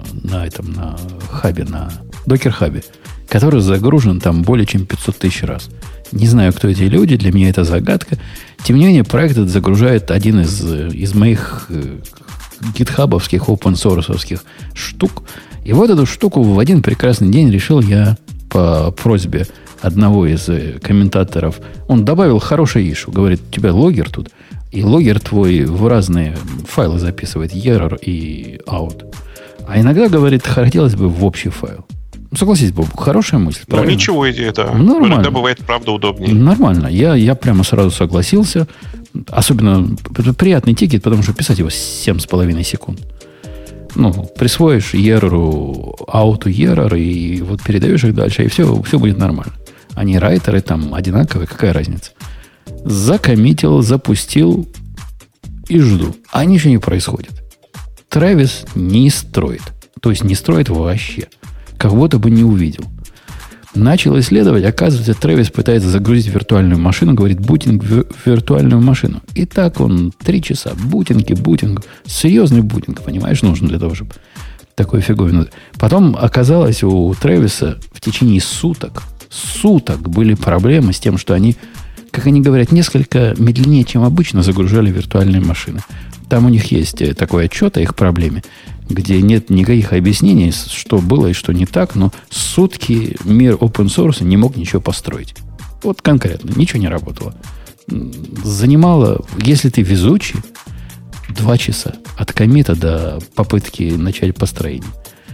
хабе, на докер-хабе, который загружен там более чем 500 тысяч раз. Не знаю, кто эти люди, для меня это загадка. Тем не менее, проект этот загружает один из моих гитхабовских, open-source'овских штук. И вот эту штуку в один прекрасный день решил я по просьбе одного из комментаторов. Он добавил хороший ишу. Говорит, у тебя логер тут. И логер твой в разные файлы записывает. Error и out. А иногда, говорит, хотелось бы в общий файл. Согласись, Боб, хорошая мысль. Ничего, это нормально. Иногда бывает, правда, удобнее. Нормально. Я прямо сразу согласился. Особенно приятный тикет, потому что писать его 7,5 секунд. Присвоишь error, ауту error, и вот передаешь их дальше, и все будет нормально. Они райтеры там одинаковые, какая разница? Закоммитил, запустил и жду. А ничего не происходит. Трэвис не строит. То есть не строит вообще. Как будто бы не увидел. Начал исследовать. Оказывается, Трэвис пытается загрузить виртуальную машину. Говорит, бутинг в виртуальную машину. И так он 3 часа. Бутинг. Серьезный бутинг, понимаешь, нужен для того, чтобы такой фиговину. Потом оказалось у Трэвиса в течение суток были проблемы с тем, что они, как они говорят, несколько медленнее, чем обычно загружали виртуальные машины. Там у них есть такой отчет о их проблеме, где нет никаких объяснений, что было и что не так, но сутки мир open source не мог ничего построить. Вот конкретно, ничего не работало. Занимало, если ты везучий, 2 часа от коммита до попытки начать построение.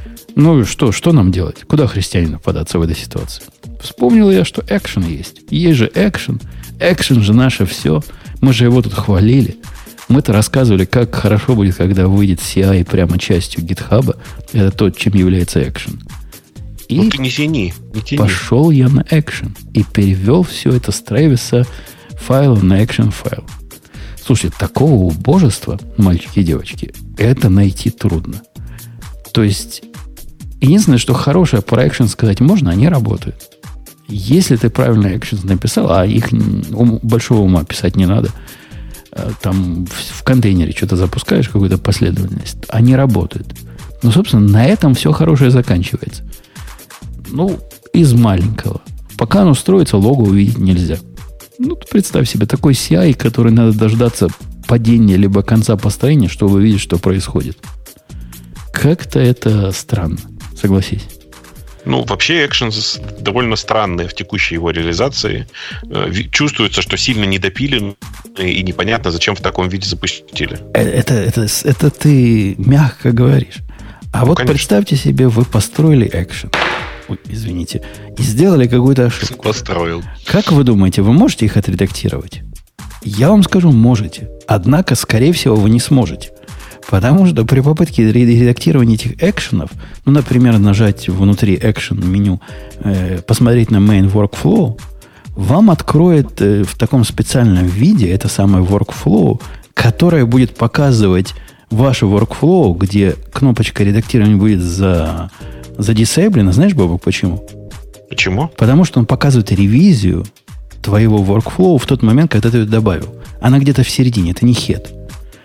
Что нам делать? Куда христианину податься в этой ситуации? Вспомнил я, что экшен есть. Есть же экшен. Экшен же наше все. Мы же его тут хвалили. Мы-то рассказывали, как хорошо будет, когда выйдет CI прямо частью GitHub. Это то, чем является экшен. И ты не тяни. Пошел я на экшен. И перевел все это с Трэвиса файла на экшен файл. Слушайте, такого убожества, мальчики и девочки, это найти трудно. То есть, единственное, что хорошее про экшен сказать можно, они работают. Если ты правильно экшен написал, а их большого ума писать не надо, там в контейнере что-то запускаешь, какую-то последовательность, они работают. Собственно, на этом все хорошее заканчивается. Из маленького. Пока оно строится, логу увидеть нельзя. Представь себе, такой CI, который надо дождаться падения либо конца построения, чтобы увидеть, что происходит. Как-то это странно, согласись. Вообще, экшен довольно странный в текущей его реализации. Чувствуется, что сильно недопилен, и непонятно, зачем в таком виде запустили. Это ты мягко говоришь. А вот конечно. Представьте себе, вы построили экшен. Ой, извините. И сделали какую-то ошибку. Построил. Как вы думаете, вы можете их отредактировать? Я вам скажу, можете. Однако, скорее всего, вы не сможете. Потому что при попытке редактирования этих экшенов, например, нажать внутри экшен меню, посмотреть на main workflow, вам откроет в таком специальном виде это самое workflow, которое будет показывать ваше workflow, где кнопочка редактирования будет задисейблена. Знаешь, Бобок, почему? Почему? Потому что он показывает ревизию твоего workflow в тот момент, когда ты ее добавил. Она где-то в середине, это не head.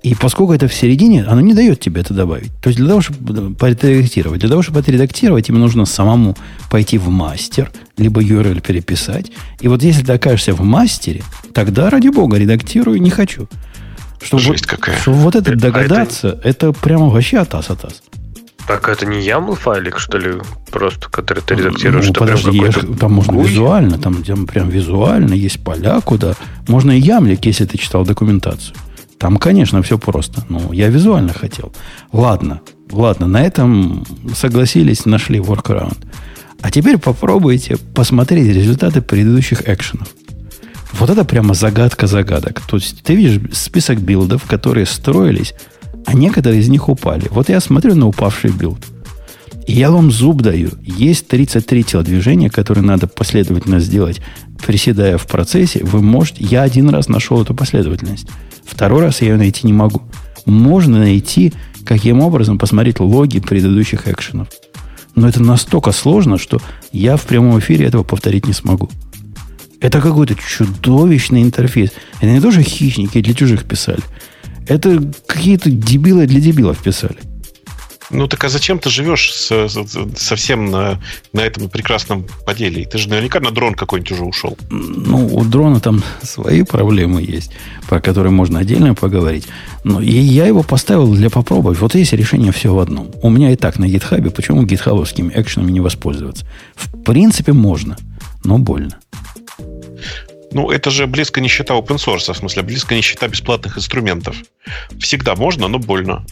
И поскольку это в середине, оно не дает тебе это добавить. То есть для того, чтобы отредактировать, тебе нужно самому пойти в мастер, либо URL переписать. И вот если ты окажешься в мастере, тогда, ради бога, редактирую, не хочу. Жесть какая. Чтобы вот это догадаться, это прямо вообще атас. Так это не YAML файлик, что ли, просто, который ты редактируешь? Ну, подожди, там можно визуально, там прям визуально есть поля, куда можно и ямлик, если ты читал документацию. Там, конечно, все просто. Ну, я визуально хотел. Ладно, на этом согласились, нашли workaround. А теперь попробуйте посмотреть результаты предыдущих экшенов. Вот это прямо загадка загадок. То есть ты видишь список билдов, которые строились, а некоторые из них упали. Вот я смотрю на упавший билд. И я вам зуб даю. Есть 33 телодвижения, которые надо последовательно сделать, приседая в процессе. Вы можете... Я один раз нашел эту последовательность. Второй раз я ее найти не могу. Можно найти, каким образом посмотреть логи предыдущих экшенов. Но это настолько сложно, что я в прямом эфире этого повторить не смогу. Это какой-то чудовищный интерфейс. Это не тоже хищники для чужих писали. Это какие-то дебилы для дебилов писали. Ну так а зачем ты живешь совсем на этом прекрасном поделе? Ты же наверняка на дрон какой-нибудь уже ушел. Ну, у дрона там свои проблемы есть, про которые можно отдельно поговорить. Но я его поставил для попробовать. Вот есть решение все в одном. У меня и так на гитхабе, почему гитхабовскими экшенами не воспользоваться? В принципе, можно, но больно. Ну, это же близко нищета open source, в смысле, близко нищета бесплатных инструментов. Всегда можно, но больно.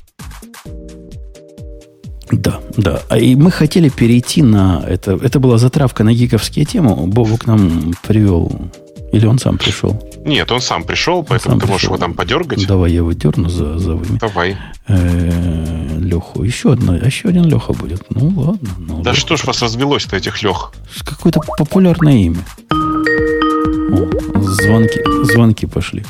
Да. И мы хотели перейти на это. Это была затравка на гиковские темы. Бобу к нам привел. Или он сам пришел? Нет, он сам пришел, поэтому ты можешь его там подергать. Давай я его дерну за вами. Давай. Леху. Еще один Леха будет. Ну, ладно. Ну, да что ж вас развелось-то, этих Лех? Какое-то популярное имя. О, звонки пошли.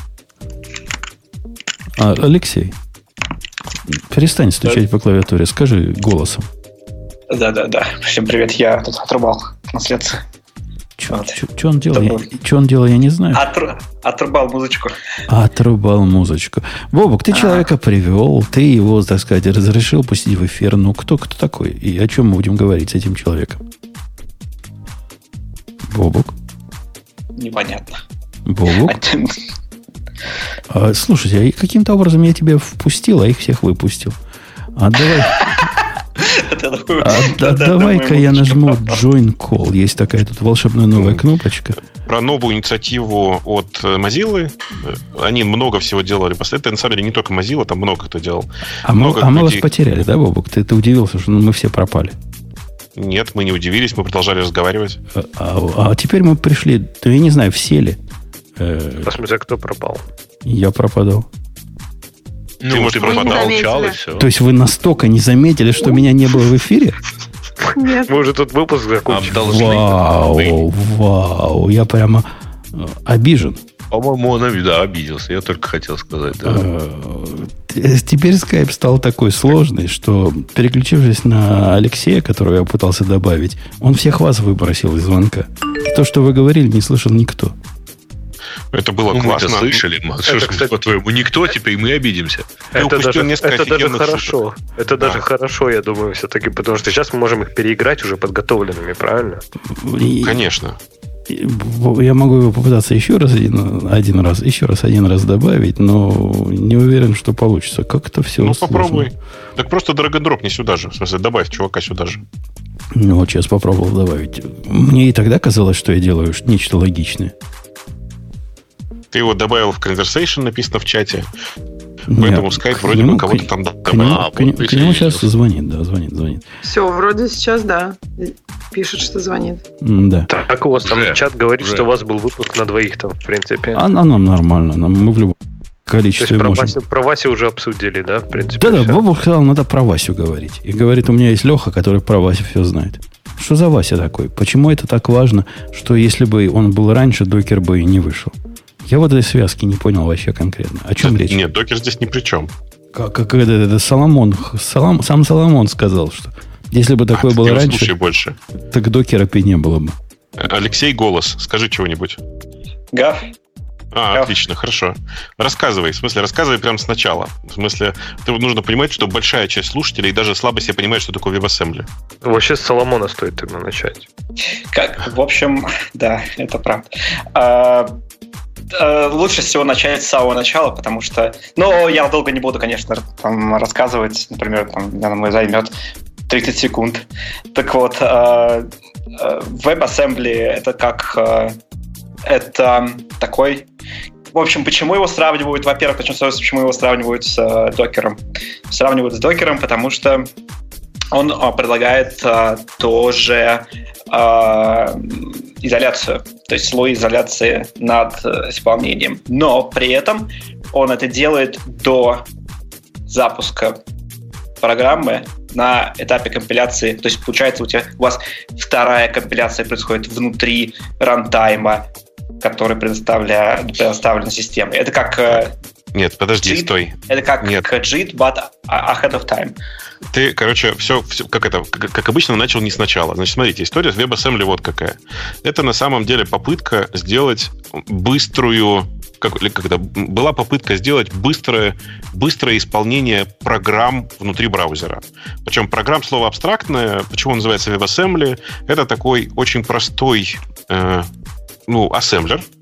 Алексей, перестань стучать по клавиатуре, скажи голосом. Да. Всем привет, я тут отрубал наследство. Что он делал? Что он делал, я не знаю. Отрубал музычку. Отрубал музычку. Бобок, ты человека привел, ты его, так сказать, разрешил пустить в эфир. Ну, кто такой? И о чем мы будем говорить с этим человеком? Бобок? Непонятно. Бобок? Слушайте, а каким-то образом я тебя впустил, а их всех выпустил. Давай-ка я нажму Join Call. Есть такая тут волшебная новая кнопочка. Про новую инициативу от Mozilla. Они много всего делали. Это, на самом деле, не только Mozilla, там много кто делал. Мы вас потеряли, да, Бобок? Ты удивился, что мы все пропали? Нет, мы не удивились, мы продолжали разговаривать. А теперь мы пришли, я не знаю, все ли. Посмотри, кто пропал. Я пропадал. Ты, может, пропадал, молчал, и все. То есть вы настолько не заметили, что меня не было в эфире? Нет. Мы уже тут выпуск закончили. Вау, я прямо обижен. По-моему, он обиделся. Я только хотел сказать. Да. Теперь скайп стал такой сложный, что, переключившись на Алексея, которого я пытался добавить, он всех вас выбросил из звонка. И то, что вы говорили, не слышал никто. Это было классно. Мы-то слышали. По-твоему, никто, теперь мы обидимся. Это даже хорошо. Это даже хорошо, я думаю, все-таки, потому что сейчас мы можем их переиграть уже подготовленными, правильно? Конечно. Я могу его попытаться еще раз один раз добавить, но не уверен, что получится. Как это все сложно. Попробуй. Так просто драг-н-дроп не сюда же. В смысле, добавь чувака сюда же. Ну, вот сейчас попробовал добавить. Мне и тогда казалось, что я делаю нечто логичное. Ты его добавил в conversation, написано в чате. Поэтому Skype вроде бы кого-то там добавил. К нему сейчас звонит, да, звонит. Все, вроде сейчас, да. Пишет, что звонит. Да. Так у вас там чат говорит, что у вас был выпуск на двоих там, в принципе. А нам нормально. Мы в любом количестве можем. Про Васю уже обсудили, да, в принципе? Да, Бобок сказал, надо про Васю говорить. И говорит, у меня есть Леха, который про Васю все знает. Что за Вася такой? Почему это так важно, что если бы он был раньше, докер бы и не вышел? Я вот этой связки не понял вообще конкретно. О чем речь? Нет, докер здесь ни при чем. Как это Соломон, сам Соломон сказал, что если бы такое было раньше, больше. Так докера бы не было бы. Алексей, голос, скажи чего-нибудь. Гав. Отлично, хорошо. Рассказывай прямо сначала. В смысле, нужно понимать, что большая часть слушателей даже слабо себе понимает, что такое WebAssembly. Вообще с Соломона стоит тогда начать. В общем, да, это правда. Лучше всего начать с самого начала, потому что... я долго не буду, конечно, рассказывать. Например, мой займет 30 секунд. Так вот, WebAssembly это как... Это такой... В общем, почему его сравнивают? Во-первых, начнем с того, почему его сравнивают с докером. Сравнивают с докером, потому что он предлагает тоже изоляцию, то есть слой изоляции над исполнением. Но при этом он это делает до запуска программы на этапе компиляции. То есть, получается, у вас вторая компиляция происходит внутри рантайма, который предоставлен системой. Это как... Нет, подожди, JIT. стой. Это как JIT, but ahead of time. Ты, все как обычно, начал не сначала. Значит, смотрите, история с WebAssembly вот какая. Это на самом деле попытка сделать быструю... была попытка сделать быстрое исполнение программ внутри браузера. Причем программ слово абстрактное. Почему он называется WebAssembly? Это такой очень простой ассемблер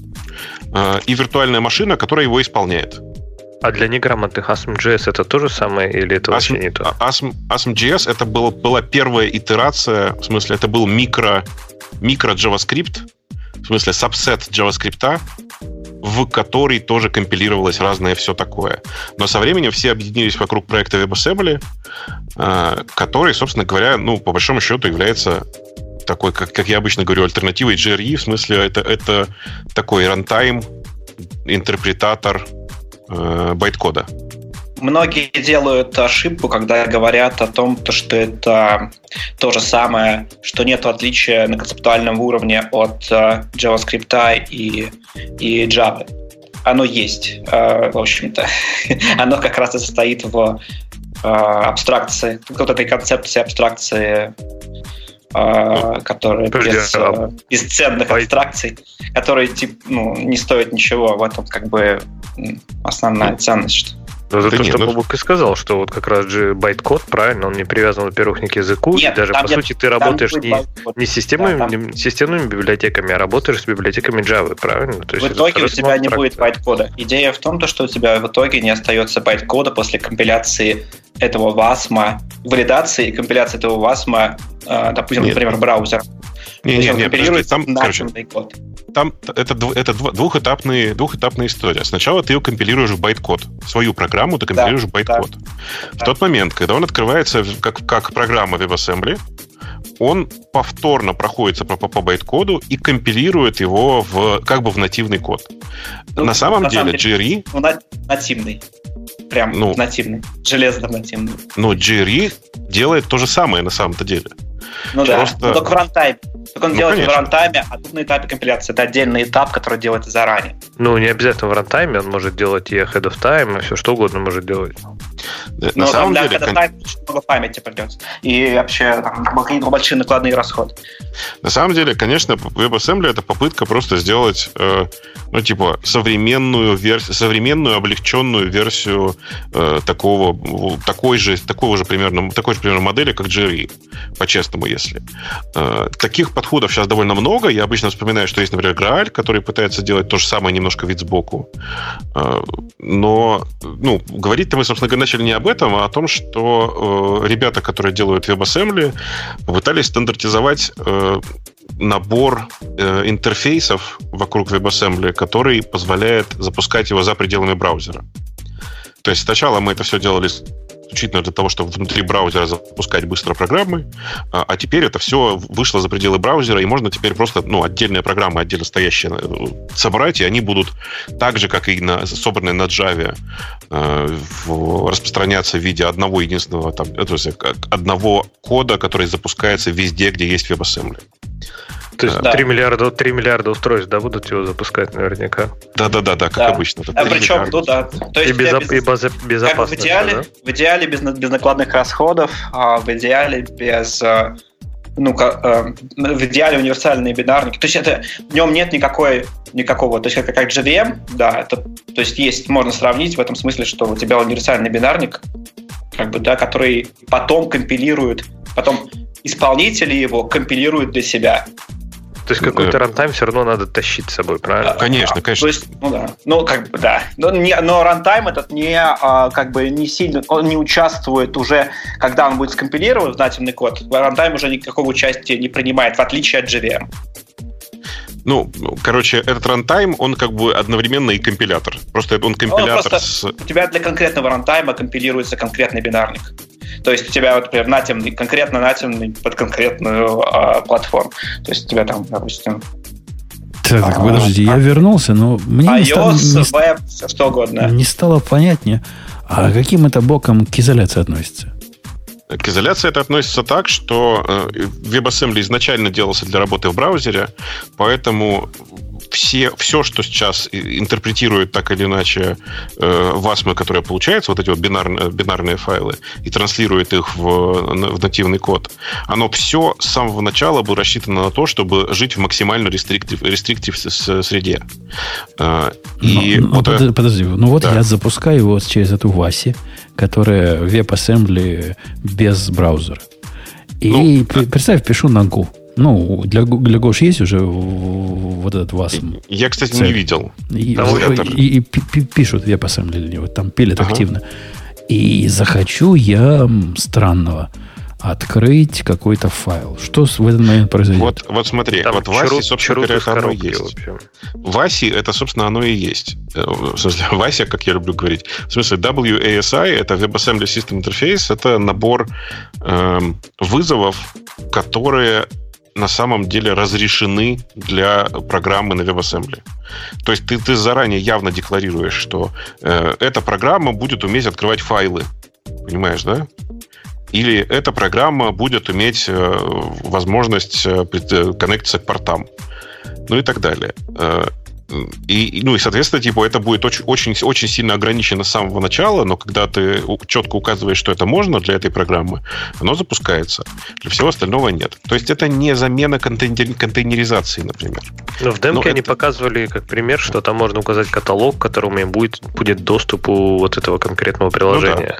и виртуальная машина, которая его исполняет. А для неграмотных ASM.js это то же самое или это вообще не то? ASM.js это была первая итерация, в смысле, это был микро JavaScript, в смысле, сабсет JavaScript, в который тоже компилировалось разное все такое. Но со временем все объединились вокруг проекта WebAssembly, который, собственно говоря, по большому счету является такой, как я обычно говорю, альтернативой JRE, в смысле, это такой рантайм, интерпретатор байткода. Многие делают ошибку, когда говорят о том, что это то же самое, что нет отличия на концептуальном уровне от JavaScript и Java. Оно есть, в общем-то. Оно как раз и состоит в абстракции, вот этой концепции абстракции, которые без ценных абстракций, которые не стоят ничего. В этом основная ценность. Это то, что Бобук и сказал, что вот как раз же байткод, правильно, он не привязан, во-первых, ни к языку, и даже, по сути, ты работаешь не с системными библиотеками, а работаешь с библиотеками Java, правильно? То есть в итоге у тебя не будет байткода. Идея в том, что у тебя в итоге не остается байткода после компиляции этого WASM, валидации и компиляции этого WASM, допустим, например, браузер. Нет, там это двухэтапная история. Сначала ты ее компилируешь в байткод. Свою программу ты компилируешь в байткод. В тот момент, когда он открывается как программа WebAssembly, он повторно проходится по байткоду и компилирует его в нативный код. На самом деле JRE... нативный. Прям нативный. Железно нативный. Но JRE делает то же самое на самом-то деле. Только в рантайме. Только он делает в рантайме, а тут на этапе компиляции. Это отдельный этап, который делается заранее. Не обязательно в рантайме, он может делать и ahead of time, и все что угодно может делать. Но там для ahead of time очень много памяти придется. И вообще большие накладные расходы. На самом деле, конечно, WebAssembly — это попытка просто сделать современную облегченную версию такой же примерно модели, как JRE, по-честному, если. Таких подходов сейчас довольно много. Я обычно вспоминаю, что есть, например, Graal, который пытается делать то же самое, немножко вид сбоку. Но говорить-то мы, собственно говоря, начали не об этом, а о том, что ребята, которые делают WebAssembly, попытались стандартизовать набор интерфейсов вокруг WebAssembly, который позволяет запускать его за пределами браузера. То есть сначала мы это все делали исключительно для того, чтобы внутри браузера запускать быстро программы, а теперь это все вышло за пределы браузера, и можно теперь просто отдельные программы, отдельно стоящие, собрать, и они будут так же, как и собранные на Java, распространяться в виде одного единственного, одного кода, который запускается везде, где есть WebAssembly. То есть 3 миллиарда устройств, будут его запускать наверняка. Да, как обычно. Причем, То есть безопасно. В идеале без накладных расходов, в идеале без в идеале универсальные бинарники. То есть в нем нет никакого, то есть как JVM, да, то есть можно сравнить в этом смысле, что у тебя универсальный бинарник, который потом исполнители его компилируют для себя. То есть какой-то рантайм все равно надо тащить с собой, правильно? Конечно. То есть, да. Но рантайм этот не сильно, он не участвует уже, когда он будет скомпилирован в нативный код, рантайм уже никакого участия не принимает, в отличие от JVM. Этот рантайм, он одновременно и компилятор. Просто он компилятор у тебя для конкретного рантайма компилируется конкретный бинарник. То есть у тебя, например, конкретно нативный под конкретную платформу. То есть у тебя там, допустим... Так, подожди, я вернулся, но мне iOS, веб, что угодно. Не стало понятнее, а каким это боком к изоляции относится? К изоляции это относится так, что WebAssembly изначально делался для работы в браузере, поэтому все, что сейчас интерпретирует так или иначе WASM, которые получаются, вот эти вот бинарные файлы, и транслирует их в нативный код, оно все с самого начала было рассчитано на то, чтобы жить в максимально рестриктив среде. Подожди, я запускаю его через эту WASI, которая WebAssembly без браузера. И представь, пишу на Go. Для Go есть уже вот этот WASM. Я, кстати, не видел. И пишут WebAssembly для него, там пилят активно. И захочу я странного открыть какой-то файл. Что в этот момент произойдет? Вот смотри, вот WASI, собственно говоря, это оно и есть. WASI, это, собственно, оно и есть. В смысле, WASI, как я люблю говорить. В смысле, WASI, это WebAssembly System Interface, это набор вызовов, которые на самом деле разрешены для программы на WebAssembly. То есть ты заранее явно декларируешь, что эта программа будет уметь открывать файлы. Понимаешь, да? Или эта программа будет иметь возможность коннектиться к портам. И так далее. И, соответственно, это будет очень сильно ограничено с самого начала, но когда ты четко указываешь, что это можно для этой программы, оно запускается. Для всего остального нет. То есть это не замена контейнеризации, например. Но в демке они показывали как пример, что там можно указать каталог, к которому будет доступ у вот этого конкретного приложения.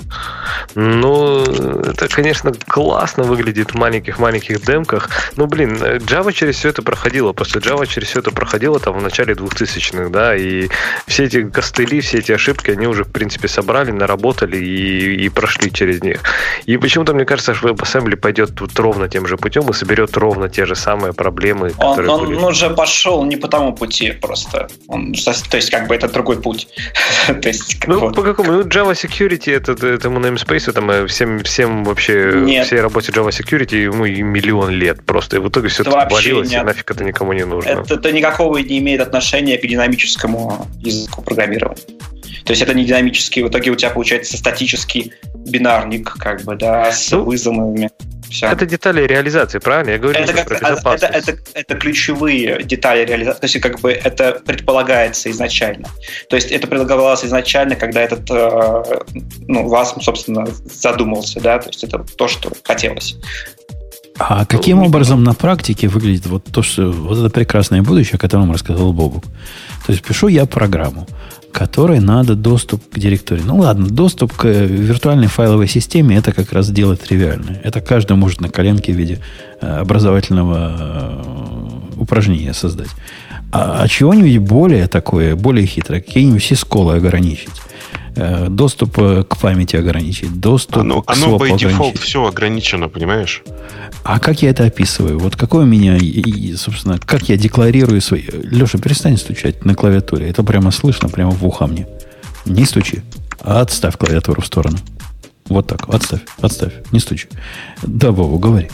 Это, конечно, классно выглядит в маленьких демках. Java через все это проходила. Просто Java через все это проходила там в начале 2000-х, да, и все эти костыли, все эти ошибки, они уже, в принципе, собрали, наработали и прошли через них. И почему-то, мне кажется, что WebAssembly пойдет тут ровно тем же путем и соберет ровно те же самые проблемы, которые были. Он уже пошел не по тому пути просто. То есть, это другой путь. По какому? Java Security, этому namespace, там всем вообще, всей работе Java Security ему и миллион лет просто. И в итоге все это отвалилось, и нафиг это никому не нужно. Это никакого не имеет отношения к динамическому языку программирования. То есть это не динамический, в итоге у тебя получается статический бинарник, с вызовами. Все. Это детали реализации, правильно? Я говорю про безопасность. Это ключевые детали реализации. То есть это предполагается изначально. То есть это предполагалось изначально, когда этот WASM, собственно, задумался, да, то есть это то, что хотелось. А каким образом на практике выглядит вот это прекрасное будущее, о котором рассказал Бобук? То есть пишу я программу, которой надо доступ к директории. Доступ к виртуальной файловой системе, это как раз дело тривиальное. Это каждый может на коленке в виде образовательного упражнения создать. А чего-нибудь более хитрое, какие-нибудь сисколы ограничить. Доступ к памяти ограничить, доступ к свопу ограничить. Оно by default все ограничено, понимаешь? А как я это описываю? Вот какой у меня, собственно, как я декларирую свои... Леша, перестань стучать на клавиатуре. Это прямо слышно, прямо в ухо мне. Не стучи, а отставь клавиатуру в сторону. Вот так, отставь, не стучи. Да, Вова, говори.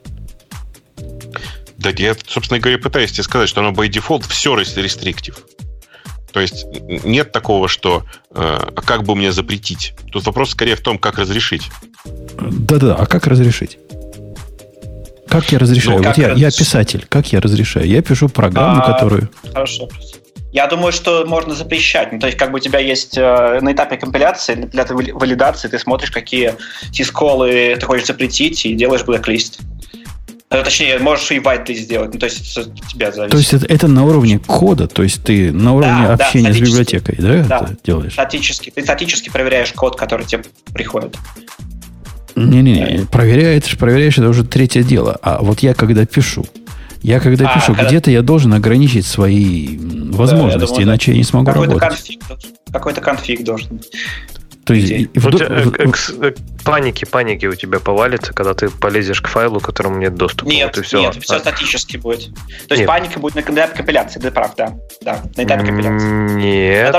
Да, я, собственно говоря, пытаюсь тебе сказать, что оно by default все рестриктив. То есть нет такого, что как бы мне запретить. Тут вопрос скорее в том, как разрешить. Да-да, а как разрешить? Как я разрешаю? Я писатель, как я разрешаю? Я пишу программу, которую... Хорошо. Я думаю, что можно запрещать. То есть, у тебя есть на этапе компиляции, для валидации, ты смотришь, какие сисколы ты хочешь запретить, и делаешь блэклист. Точнее, можешь и whitelist сделать, ну, то есть от тебя зависит. То есть это на уровне кода, то есть ты на уровне общения с библиотекой, да, это делаешь? Статически. Ты статически проверяешь код, который тебе приходит. Не-не-не, проверяешь, это уже третье дело. А вот я когда пишу, где-то я должен ограничить свои возможности, иначе я не смогу работать. Какой-то конфиг должен. То есть паники у тебя повалится, когда ты полезешь к файлу, к которому нет доступа. Нет, все статически будет. То есть паника будет на этапе компиляции, ты прав, да. На этапе компиляции. Нет,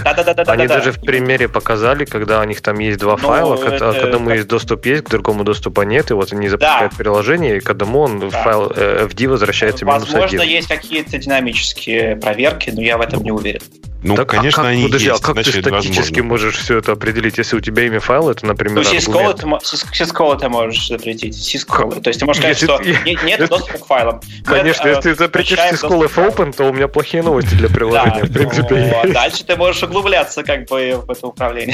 они даже в примере показали, когда у них там есть два файла, к одному есть доступ есть, к другому доступа нет, и вот они запускают приложение, и к одному файл FD возвращается минус 1. Возможно, есть какие-то динамические проверки, но я в этом не уверен. Ну, так, конечно, они есть. Подожди, как ты статически можешь все это определить? Если у тебя имя файла, это, например, syscall ты можешь запретить. Syscall. То есть ты можешь сказать, что нет доступа к файлам. Конечно, если ты запретишь syscall if open, то у меня плохие новости для приложения, в принципе. Дальше ты можешь углубляться как бы в это управление.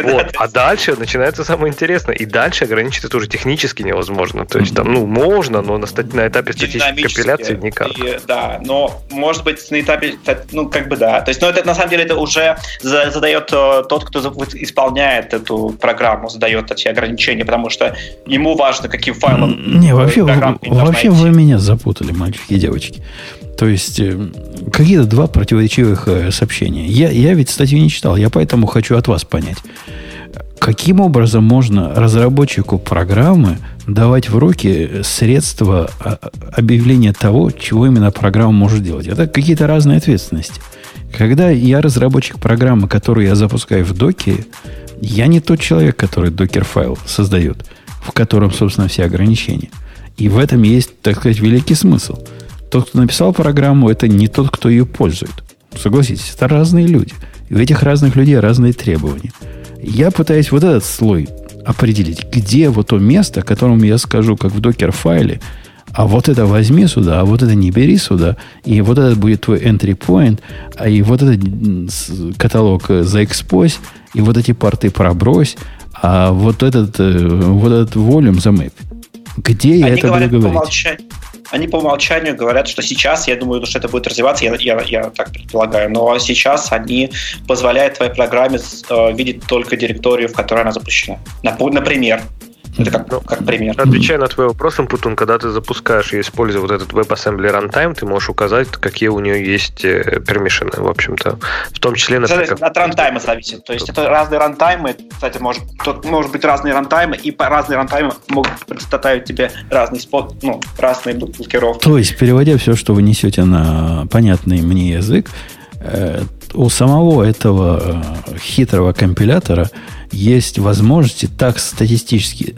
А дальше начинается самое интересное. И дальше ограничить это уже технически невозможно. То есть там, можно, но на этапе статической компиляции никак. Да, но может быть на этапе, да. То есть, это на самом деле это уже задает тот, кто исполняет эту программу, задает эти ограничения, потому что ему важно, каким файлом. Не, вообще вы меня запутали, мальчики и девочки. То есть какие-то два противоречивых сообщения. Я ведь статью не читал, я поэтому хочу от вас понять. Каким образом можно разработчику программы давать в руки средства объявления того, чего именно программа может делать? Это какие-то разные ответственности. Когда я разработчик программы, которую я запускаю в докере, я не тот человек, который докер-файл создает, в котором, собственно, все ограничения. И в этом есть, так сказать, великий смысл. Тот, кто написал программу, это не тот, кто ее пользует. Согласитесь, это разные люди. И у этих разных людей разные требования. Я пытаюсь вот этот слой определить, где вот то место, которому я скажу, как в докер-файле, а вот это возьми сюда, а вот это не бери сюда, и вот это будет твой entry point, а и вот этот каталог заэкспозь, и вот эти порты пробрось, а вот этот volume замэп. Где я это буду говорить? Они по умолчанию говорят, что сейчас, я думаю, что это будет развиваться, я так предполагаю, но сейчас они позволяют твоей программе видеть только директорию, в которой она запущена. Например. Это как пример. Отвечая на твой вопрос, Путун, когда ты запускаешь и используя вот этот WebAssembly Runtime, ты можешь указать, какие у нее есть пермишины, в общем-то. В том числе, например... От рантайма зависит. То есть это разные рантаймы. Кстати, может быть разные рантаймы, и разные рантаймы могут предоставить тебе разные блокировки. То есть, переводя все, что вы несете на понятный мне язык, у самого этого хитрого компилятора есть возможности так статически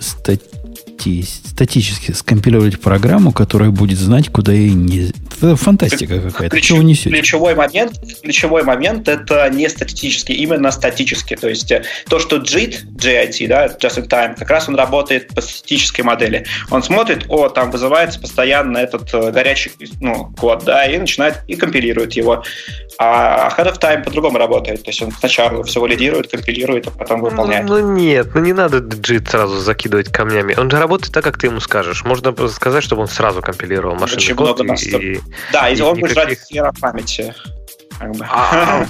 скомпилировать программу, которая будет знать, куда ей не... Это фантастика какая-то. Чего вы несете? Ключевой момент это не статический, именно статический. То есть то, что JIT, да, Just in Time, как раз он работает по статической модели. Он смотрит, там вызывается постоянно этот горячий код, да, и начинает и компилирует его. А Ahead of Time по-другому работает. То есть он сначала все валидирует, компилирует, а потом выполняет. Нет, не надо JIT сразу закидывать камнями. Он же работает так, как ты ему скажешь. Можно сказать, чтобы он сразу компилировал машинный код. Да, и он будет жрать сферу памяти. А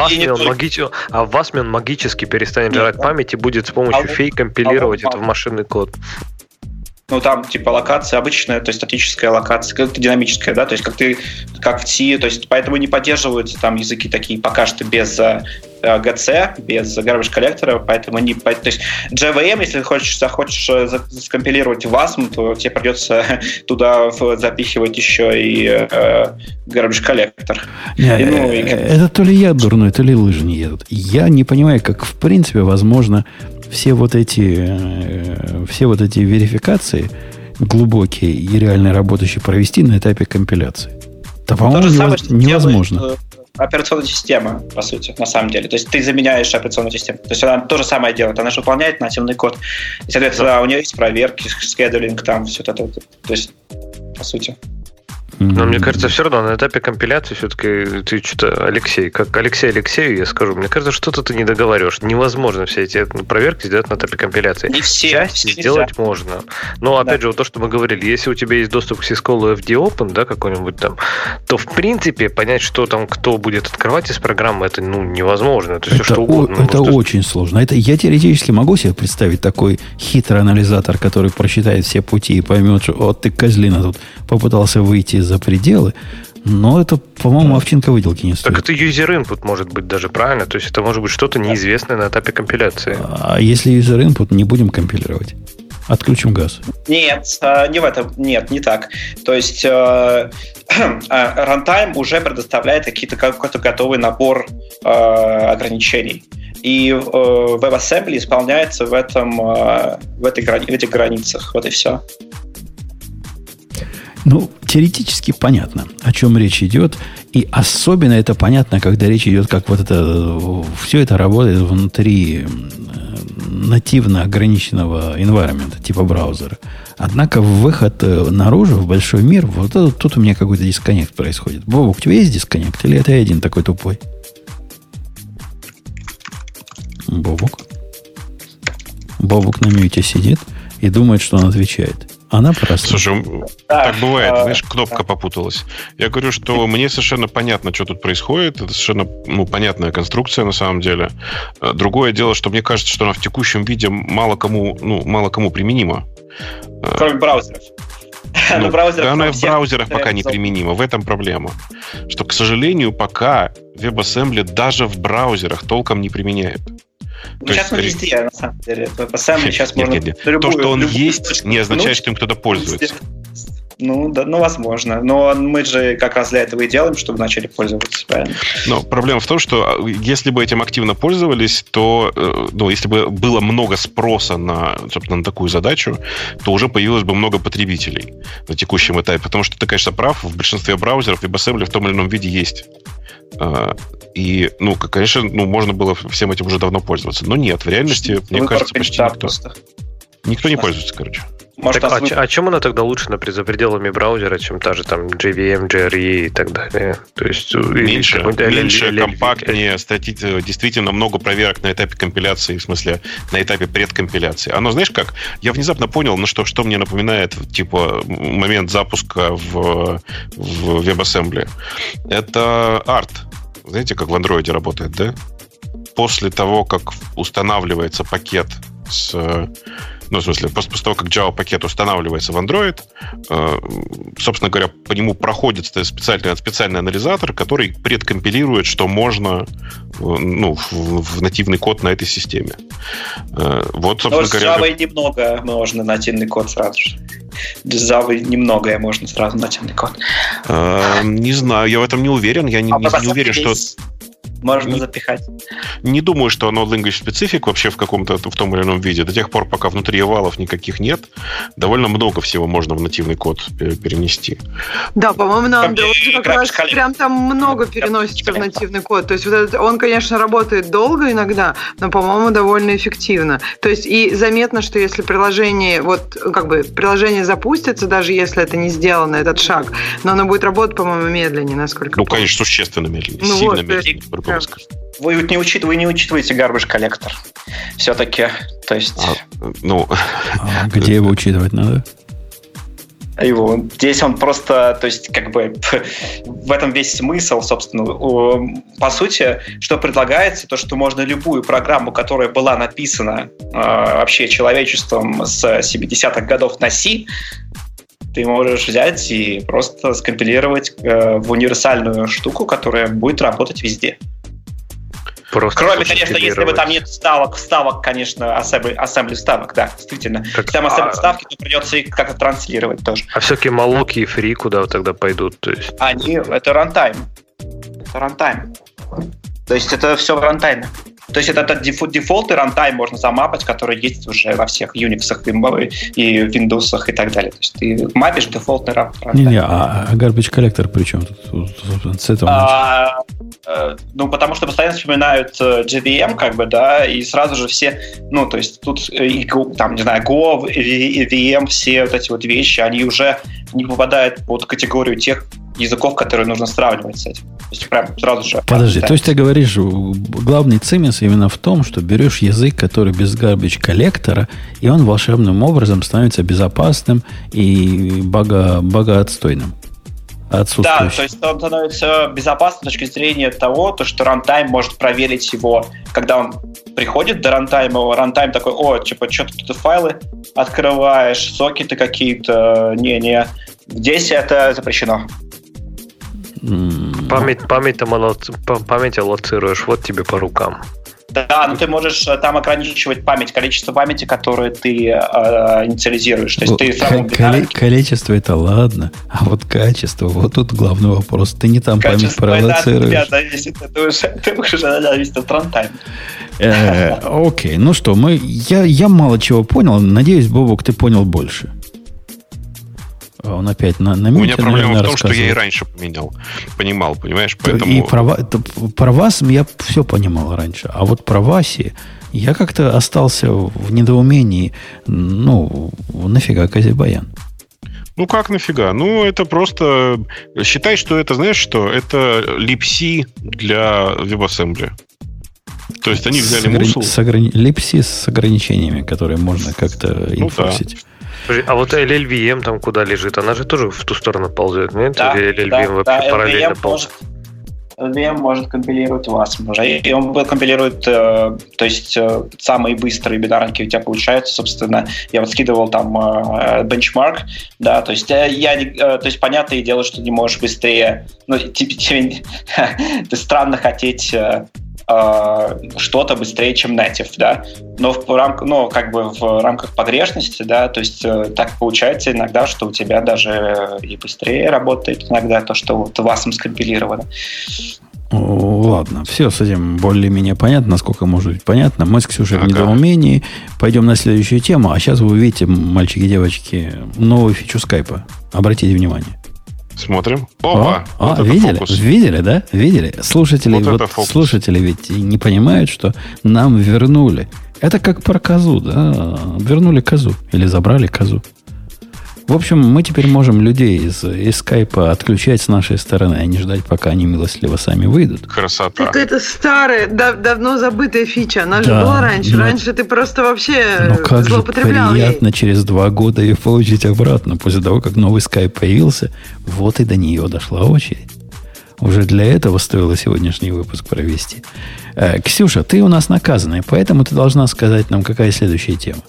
в вас он магически перестанет жрать память и будет с помощью фей компилировать это в машинный код. Там типа локация обычная, то есть статическая локация, как-то динамическая, да, то есть как в C, то есть поэтому не поддерживаются там языки такие пока что без GC, без garbage коллектора, поэтому то есть JVM, если захочешь скомпилировать WASM, то тебе придется туда запихивать еще и garbage коллектор. Это то ли я дурной, то ли лыжи не едут. Я не понимаю, как в принципе возможно все вот эти верификации глубокие и реально работающие провести на этапе компиляции. Да, по-моему, невозможно. Операционная система, по сути, на самом деле. То есть ты заменяешь операционную систему. То есть она то же самое делает. Она же выполняет нативный код. И, соответственно, у нее есть проверки, скедулинг, там все это. То есть, по сути. Но мне кажется, все равно на этапе компиляции все-таки ты что-то, Алексей, как Алексею я скажу, мне кажется, что-то ты не договариваешь. Невозможно все эти проверки сделать на этапе компиляции. Не все. Часть сделать можно. Но, опять же, вот то, что мы говорили, если у тебя есть доступ к Syscall FD Open, да, какой-нибудь там, то, в принципе, понять, что там, кто будет открывать из программы, это, невозможно. Это все что угодно. Это очень сложно. Я теоретически могу себе представить такой хитрый анализатор, который просчитает все пути и поймет, что вот ты, козлина, тут попытался выйти за пределы, но это, по-моему, овчинка выделки не стоит. Так это user input может быть даже, правильно? То есть это может быть что-то неизвестное на этапе компиляции. А если user input, не будем компилировать? Отключим газ? Нет, не в этом. Нет, не так. То есть runtime уже предоставляет какой-то готовый набор ограничений. И WebAssembly исполняется в этих границах. Вот и все. Теоретически понятно, о чем речь идет. И особенно это понятно, когда речь идет, как все это работает внутри нативно ограниченного environment, типа браузера. Однако выход наружу, в большой мир, тут у меня какой-то дисконнект происходит. Бобук, у тебя есть дисконнект? Или это я один такой тупой? Бобук на мьюте сидит и думает, что он отвечает. Она просто... Слушай, так бывает, знаешь, кнопка попуталась. Я говорю, что мне совершенно понятно, что тут происходит. Это совершенно понятная конструкция на самом деле. Другое дело, что мне кажется, что она в текущем виде мало кому применима. Кроме браузеров. Она в браузерах пока не применима. В этом проблема. Что, к сожалению, пока WebAssembly даже в браузерах толком не применяет. Сейчас он везде, на самом деле. WebAssembly сейчас можно... Нет. То, что он есть, не означает, что им кто-то пользуется. Возможно. Но мы же как раз для этого и делаем, чтобы начали пользоваться. Правильно? Но проблема в том, что если бы этим активно пользовались, то если бы было много спроса на такую задачу, то уже появилось бы много потребителей на текущем этапе. Потому что ты, конечно, прав, в большинстве браузеров WebAssembly в том или ином виде есть. И, конечно, можно было всем этим уже давно пользоваться. Но нет, в реальности, мне кажется, почти никто. Никто не пользуется, короче. А чем она тогда лучше, например, за пределами браузера, чем та же там JVM, JRE и так далее? То есть меньше, компактнее, действительно много проверок на этапе компиляции, в смысле, на этапе предкомпиляции. Оно, знаешь как? Я внезапно понял, что мне напоминает, момент запуска в WebAssembly. Это арт. Знаете, как в Android работает, да? После того, как устанавливается пакет после того, как Java-пакет устанавливается в Android, собственно говоря, по нему проходит специальный анализатор, который предкомпилирует, что можно в нативный код на этой системе. Собственно говоря... С Java немного можно нативный код сразу же. С Java немногое можно сразу нативный код. Не знаю, я в этом не уверен. Я не уверен, что... Можно запихать. Не думаю, что оно language specific вообще в том или ином виде. До тех пор, пока внутри эвалов никаких нет, довольно много всего можно в нативный код перенести. Да, по-моему, на Android как раз прям там много переносится в нативный код. То есть он, конечно, работает долго иногда, но, по-моему, довольно эффективно. То есть и заметно, что если приложение запустится, даже если это не сделано, этот шаг, но оно будет работать, по-моему, медленнее, насколько помню. Конечно, существенно медленнее. Сильно медленнее. Вы не учитываете garbage collector. Все-таки, то есть... Где его учитывать надо? Здесь он просто, то есть, в этом весь смысл, собственно. По сути, что предлагается, то, что можно любую программу, которая была написана вообще человечеством с 70-х годов на C, ты можешь взять и просто скомпилировать в универсальную штуку, которая будет работать везде. Кроме, конечно, если бы там нет вставок, конечно, ассембли вставок, да, действительно. Если там ассембли вставки, то придется их как-то транслировать тоже. А всякие молоки и фри куда тогда пойдут? То есть... Это рантайм. То есть это все в рантайме. То есть это дефолт и рантайм можно замапать, который есть уже во всех Unix и Windows и так далее. То есть ты мапишь дефолтный рантайм. Не-не, а garbage collector при чем тут? С этого потому что постоянно вспоминают JVM, и сразу же все, то есть тут Go, VM, все вот эти вот вещи, они уже не попадает под категорию тех языков, которые нужно сравнивать с этим. То есть прям сразу же... Подожди, то есть ты говоришь, главный цимис именно в том, что берешь язык, который без garbage коллектора, и он волшебным образом становится безопасным и богоотстойным. Да, то есть он становится безопасным с точки зрения того, что рантайм может проверить его, когда он приходит до рантайма, рантайм такой, что-то тут файлы открываешь, сокеты какие-то, не, здесь это запрещено. Память аллоцируешь, вот тебе по рукам. Да, но ты можешь там ограничивать количество памяти, которое ты инициализируешь. То есть ты сам количество это ладно, а вот качество, вот тут главный вопрос. Ты не там память провоцируешь. Качество зависит, ты можешь зависеть от рантайма. Окей, ну что, я мало чего понял. Надеюсь, Бобок, ты понял больше. Он опять на мите, у меня проблема в том, что я и раньше понимал, понимаешь? Поэтому... И про вас я все понимал раньше. А вот про Васи я как-то остался в недоумении. Нафига Казибаян? Ну, как нафига? Ну, это просто... Считай, что это, знаешь что? Это libc для WebAssembly. То есть они взяли мусор... libc с ограничениями, которые можно как-то инфорсить. Да. А вот LLVM там куда лежит? Она же тоже в ту сторону ползет, нет? Да, LLVM вообще параллельно ползет. LLVM может компилировать вас. И он компилирует, то есть самые быстрые бинарники у тебя получаются. Собственно, я вот скидывал там бенчмарк, да, то есть понятное дело, что не можешь быстрее, ты странно хотеть что-то быстрее, чем native, да, но в рамках погрешности, да, то есть так получается иногда, что у тебя даже и быстрее работает иногда то, что вот васом скомпилировано. Ладно, все с этим более-менее понятно, насколько может быть понятно. Мы с Ксюшей в недоумении. Пойдем на следующую тему, а сейчас вы увидите, мальчики и девочки, новую фичу скайпа. Обратите внимание. Смотрим. Опа! Видели, да? Видели? Слушатели ведь не понимают, что нам вернули. Это как про козу, да? Вернули козу. Или забрали козу. В общем, мы теперь можем людей из скайпа отключать с нашей стороны, а не ждать, пока они милостливо сами выйдут. Красота. Так это старая, давно забытая фича. Она же была раньше. Раньше ты просто вообще злоупотреблял ей. Приятно через 2 года ее получить обратно. После того, как новый скайп появился, вот и до нее дошла очередь. Уже для этого стоило сегодняшний выпуск провести. Ксюша, ты у нас наказанная, поэтому ты должна сказать нам, какая следующая тема.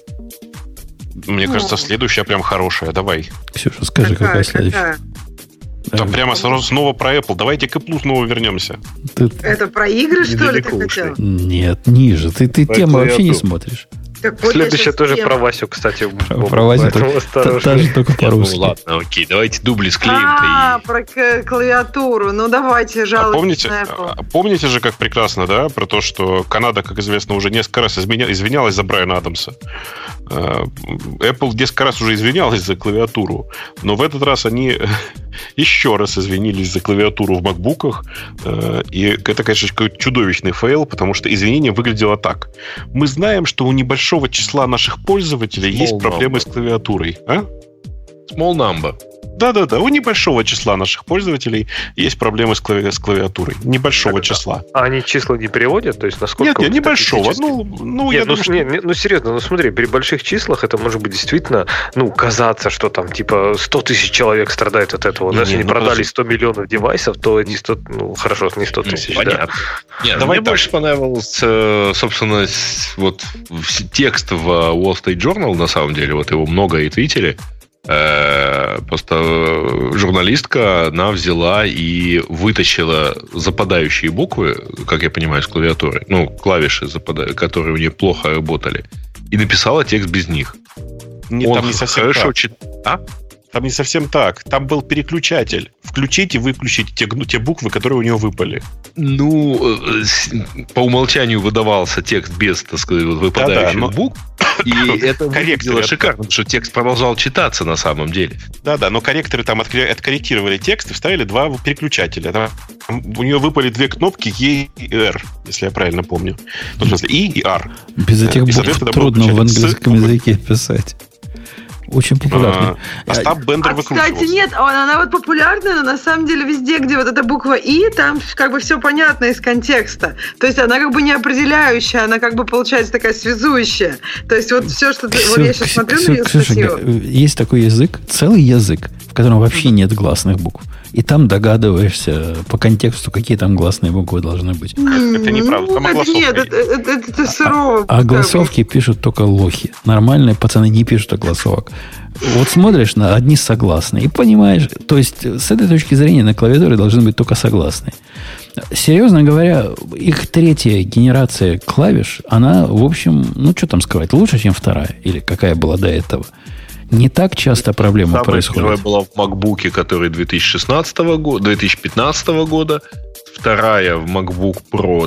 Мне кажется, следующая прям хорошая. Давай. Ксюша, скажи, какая следующая? Там прямо снова про Apple. Давайте к Apple снова вернемся. Это про игры, что ли, ты хотел? Нет, ниже. Ты тему вообще не смотришь. Следующая тоже про Васю, кстати. Про Васю тоже только по-русски. Ну ладно, окей, давайте дубли склеим. Про клавиатуру. Ну давайте, жалуйтесь на Apple. Помните же, как прекрасно, да, про то, что Канада, как известно, уже несколько раз извинялась за Брайана Адамса. Apple несколько раз уже извинялась за клавиатуру, но в этот раз они еще раз извинились за клавиатуру в макбуках. И это, конечно, какой-то чудовищный фейл, потому что извинение выглядело так. Мы знаем, что у небольшого числа наших пользователей есть проблемы с клавиатурой. Small number. Да-да-да, у небольшого числа наших пользователей есть проблемы с клавиатурой. Небольшого числа. А они числа не переводят? То есть насколько... Нет, небольшого. Серьезно, смотри, при больших числах это может быть действительно, казаться, что там типа 100 тысяч человек страдает от этого. Но если они продали 100 миллионов девайсов, то эти 100, хорошо, не 100 тысяч, да. Нет, мне больше понравился, собственно, вот текст в Wall Street Journal, на самом деле, вот его много и твитили. Просто журналистка, она взяла и вытащила западающие буквы, как я понимаю, с клавиатуры, клавиши, которые у нее плохо работали, и написала текст без них. Там не совсем так. Там не совсем так. Там был переключатель. Включить и выключить те буквы, которые у нее выпали. По умолчанию выдавался текст без, так сказать, выпадающих букв. И это выглядело шикарно, потому что текст продолжал читаться на самом деле. Да, но корректоры там откорректировали текст и вставили 2 переключателя. Там у нее выпали 2 кнопки E и R, если я правильно помню. В смысле, E и R. Без этих букв трудно в английском языке писать. Очень популярный. Остап Бендер выкручивался. Кстати, нет, она вот популярная, но на самом деле везде, где вот эта буква «и», там как бы все понятно из контекста. То есть она как бы не определяющая, она как бы получается такая связующая. То есть вот все, что ты... Вот я сейчас смотрю на ее статью. Есть такой язык, целый язык, в котором вообще нет гласных букв. И там догадываешься по контексту, какие там гласные буквы должны быть. Это неправда, там огласовка. Нет, это сырово. А огласовки пишут только лохи. Нормальные пацаны не пишут огласовок. Вот смотришь на одни согласные и понимаешь, то есть с этой точки зрения на клавиатуре должны быть только согласные. Серьезно говоря, их третья генерация клавиш, она, в общем, ну что там сказать, лучше, чем вторая, или какая была до этого. Не так часто проблема происходит. Первая была в MacBook, который 2016 года, 2015 года, вторая в MacBook Pro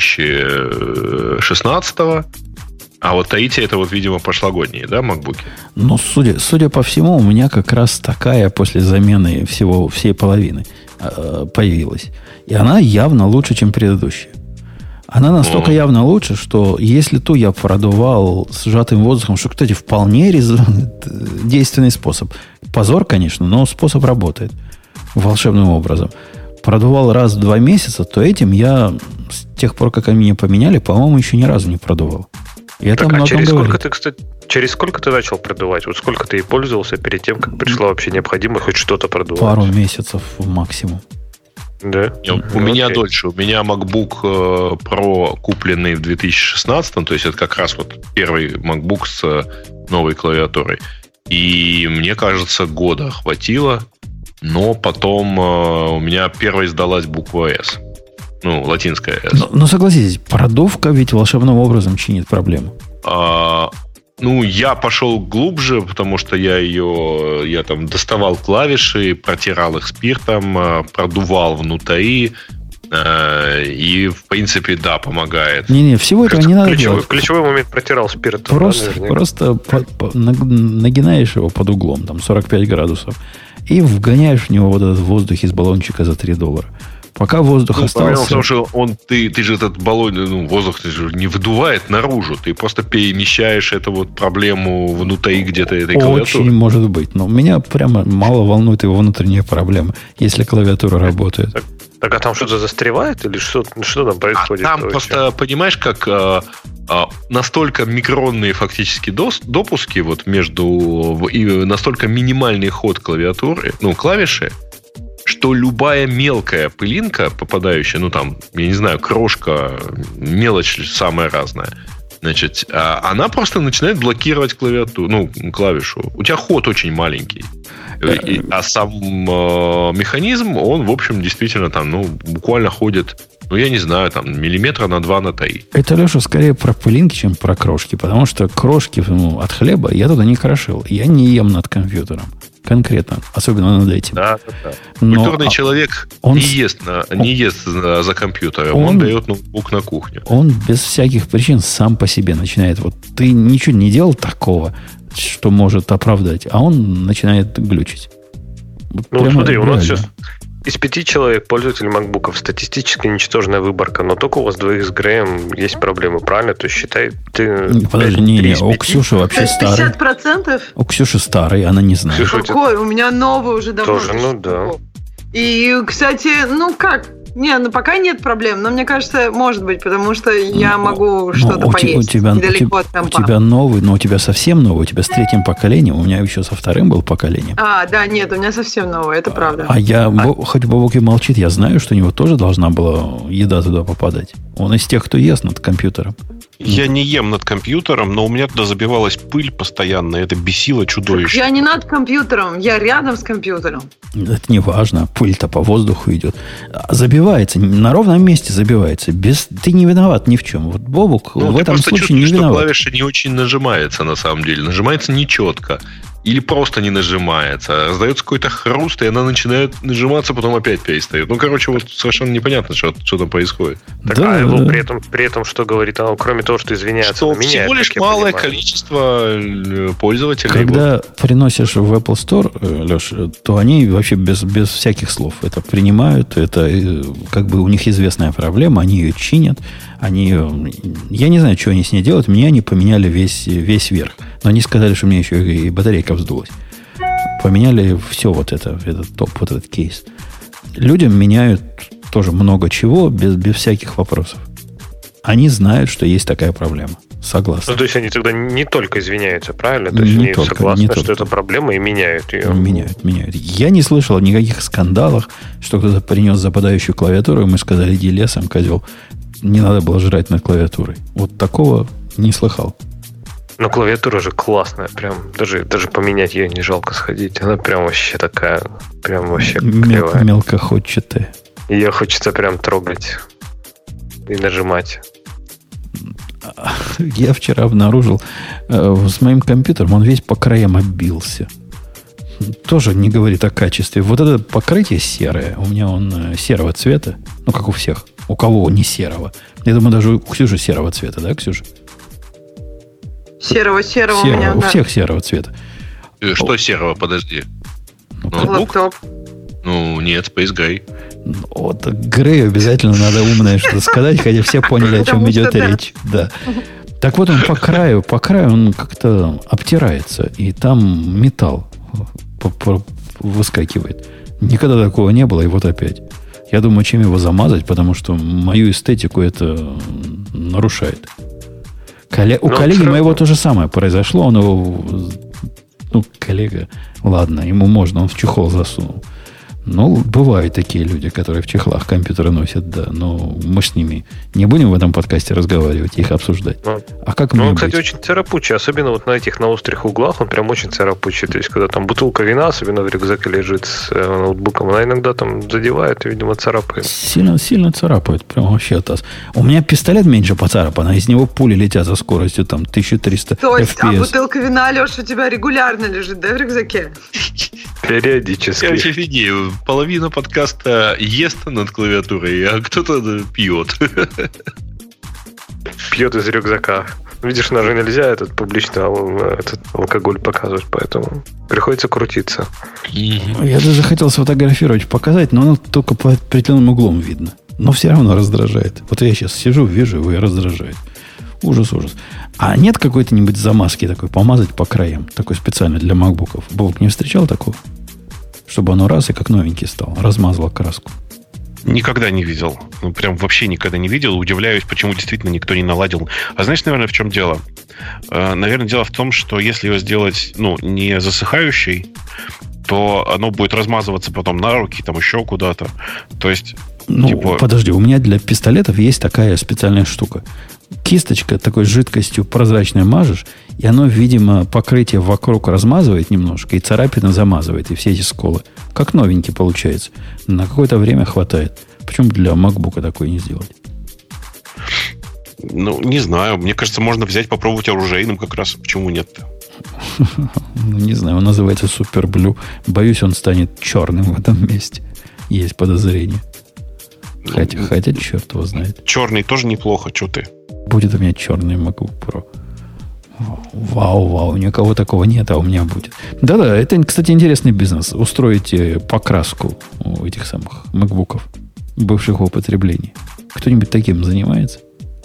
2016, а вот третья это вот, видимо, прошлогодние, да, MacBook? Ну, судя по всему, у меня как раз такая после замены всей половины появилась. И она явно лучше, чем предыдущая. Она настолько явно лучше, что если ту я продувал сжатым воздухом, что, кстати, вполне действенный способ. Позор, конечно, но способ работает волшебным образом. Продувал раз в 2 месяца, то этим я с тех пор, как они меня поменяли, по-моему, еще ни разу не продувал. И это так, а через сколько ты начал продувать? Вот сколько ты и пользовался перед тем, как пришла вообще необходимость хоть что-то продувать? Пару месяцев максимум. Да? У меня дольше. У меня MacBook Pro купленный в 2016, то есть это как раз вот первый MacBook с новой клавиатурой. И мне кажется, года хватило, но потом у меня первой сдалась буква S. Ну, латинская S. Но согласитесь, продувка ведь волшебным образом чинит проблему. Ну, я пошел глубже, потому что я там доставал клавиши, протирал их спиртом, продувал внутри, и, в принципе, да, помогает. Не, всего этого не надо делать. Ключевой момент протирал спиртом. Просто нагинаешь его под углом, там, 45 градусов, и вгоняешь в него вот этот воздух из баллончика за $3. Пока воздух остался... Потому что ты же этот баллон, воздух ты же не выдувает наружу. Ты просто перемещаешь эту вот проблему внутри где-то этой клавиатуры. Очень может быть. Но меня прямо мало волнует его внутренняя проблема, если клавиатура работает. Так, а там что-то застревает? Или что там происходит? Там просто, понимаешь, как настолько микронные фактически допуски вот между... И настолько минимальный ход клавиатуры, клавиши, что любая мелкая пылинка, попадающая, там, я не знаю, крошка, мелочь самая разная, значит, она просто начинает блокировать клавиатуру, клавишу. У тебя ход очень маленький. А сам механизм, он, в общем, действительно там, буквально ходит, я не знаю, там, миллиметра на 2, на 3. Это, Леша, скорее про пылинки, чем про крошки, потому что крошки от хлеба я туда не крошил. Я не ем над компьютером. Конкретно, особенно над этим. Да. Культурный человек не ест за компьютером, он дает ноутбук на кухню. Он без всяких причин сам по себе начинает. Вот ты ничего не делал такого, что может оправдать, а он начинает глючить. Смотри, у нас сейчас из 5 человек пользователей макбуков статистически ничтожная выборка, но только у вас двоих с Греем есть проблемы, правильно? То есть считай, ты... Подожди, у Ксюши вообще старый. 50%? У Ксюши старый, она не знает. Какой? У меня новый уже давно. Тоже, да. И, кстати, как? Пока нет проблем, но мне кажется, может быть, потому что я могу что-то поесть недалеко от компа. У тебя новый, но у тебя совсем новый, у тебя с 3-м поколением, у меня еще со 2-м был поколением. Нет, у меня совсем новый, это правда. Хоть Бобок и молчит, я знаю, что у него тоже должна была еда туда попадать. Он из тех, кто ест над компьютером. Я не ем над компьютером, но у меня туда забивалась пыль постоянно, это бесило чудовище. Я не над компьютером, я рядом с компьютером. Это не важно, пыль-то по воздуху идет. Забивается, на ровном месте забивается. Ты не виноват ни в чем. Вот Бобук в этом случае не виноват. Что клавиша не очень нажимается на самом деле. Нажимается нечетко. Или просто не нажимается. Раздается какой-то хруст, и она начинает нажиматься, потом опять перестает. Совершенно непонятно, что там происходит. При этом, что говорит она, кроме того, что извиняется, что меняет, всего лишь малое количество пользователей. Когда приносишь в Apple Store, Леш, то они вообще без всяких слов это принимают. Это как бы у них известная проблема, они ее чинят. Я не знаю, что они с ней делают. Мне они поменяли весь верх. Но они сказали, что мне еще и батарейка вздулась. Поменяли все вот это, этот топ, вот этот кейс. Людям меняют тоже много чего, без всяких вопросов. Они знают, что есть такая проблема. Согласны. Ну, то есть они тогда не только извиняются, правильно? То есть они согласны, что это проблема, и меняют ее. Меняют. Я не слышал о никаких скандалах, что кто-то принес западающую клавиатуру, и мы сказали, иди лесом, козел. Не надо было жрать над клавиатурой. Вот такого не слыхал. Но клавиатура же классная. Прям даже поменять ее не жалко сходить. Она прям вообще такая, прям вообще клевая. Мелкоходчатая. Ее хочется прям трогать и нажимать. Я вчера обнаружил с моим компьютером, он весь по краям оббился. Тоже не говорит о качестве. Вот это покрытие серое. У меня он серого цвета. Ну, как у всех. У кого не серого. Я думаю, даже у Ксюши серого цвета, да, Ксюша? Серого у меня, у всех серого цвета. Что серого, подожди? Лаптоп. Ну, нет, Space Gray. Вот Грею обязательно надо умное что-то сказать, хотя все поняли, о чем идет речь. Да. Так вот он по краю он как-то обтирается, и там металл выскакивает. Никогда такого не было, и вот опять. Я думаю, чем его замазать, потому что мою эстетику это нарушает. У коллеги моего то же самое произошло. Он его... коллега... Ладно, ему можно, он в чехол засунул. Ну, бывают такие люди, которые в чехлах компьютеры носят, да. Но мы с ними не будем в этом подкасте разговаривать, их обсуждать. А как мне он, кстати, очень царапучий. Особенно вот на этих на острых углах он прям очень царапучий. То есть, когда там бутылка вина, особенно в рюкзаке лежит с ноутбуком, она иногда там задевает и, видимо, царапает. Сильно царапает. Прям вообще таз. У меня пистолет меньше поцарапан, а из него пули летят за скоростью там 1300 То есть, FPS. А бутылка вина, Леша, у тебя регулярно лежит, да, в рюкзаке? Периодически. Я вообще офигею. Половина подкаста ест над клавиатурой, а кто-то пьет. Пьет из рюкзака. Видишь, даже нельзя публично этот алкоголь показывать, поэтому приходится крутиться. Я даже хотел сфотографировать, показать, но оно только под определенным углом видно. Но все равно раздражает. Вот я сейчас сижу, вижу его и раздражает. Ужас. А нет какой-то-нибудь замазки такой, помазать по краям, такой специально для макбуков? Бог не встречал такого? Чтобы оно раз и как новенький стал, размазало краску. Никогда не видел. Ну, прям вообще никогда не видел. Удивляюсь, почему действительно никто не наладил. А знаешь, наверное, в чем дело? Наверное, дело в том, что если ее сделать, не засыхающей, то оно будет размазываться потом на руки, там еще куда-то. То есть... Подожди, у меня для пистолетов есть такая специальная штука. Кисточка такой жидкостью прозрачной мажешь, и оно, видимо, покрытие вокруг размазывает немножко, и царапина замазывает, и все эти сколы. Как новенький получается. На какое-то время хватает. Почему для MacBook такое не сделать? Не знаю. Мне кажется, можно взять, попробовать оружейным как раз. Почему нет-то? Не знаю, он называется Super Blue. Боюсь, он станет черным в этом месте. Есть подозрение. Хотя черт его знает. Черный тоже неплохо, что ты? Будет у меня черный MacBook Pro. Вау, никого такого нет, а у меня будет. Да, это, кстати, интересный бизнес. Устроить покраску у этих самых MacBook'ов, бывших в употреблении. Кто-нибудь таким занимается?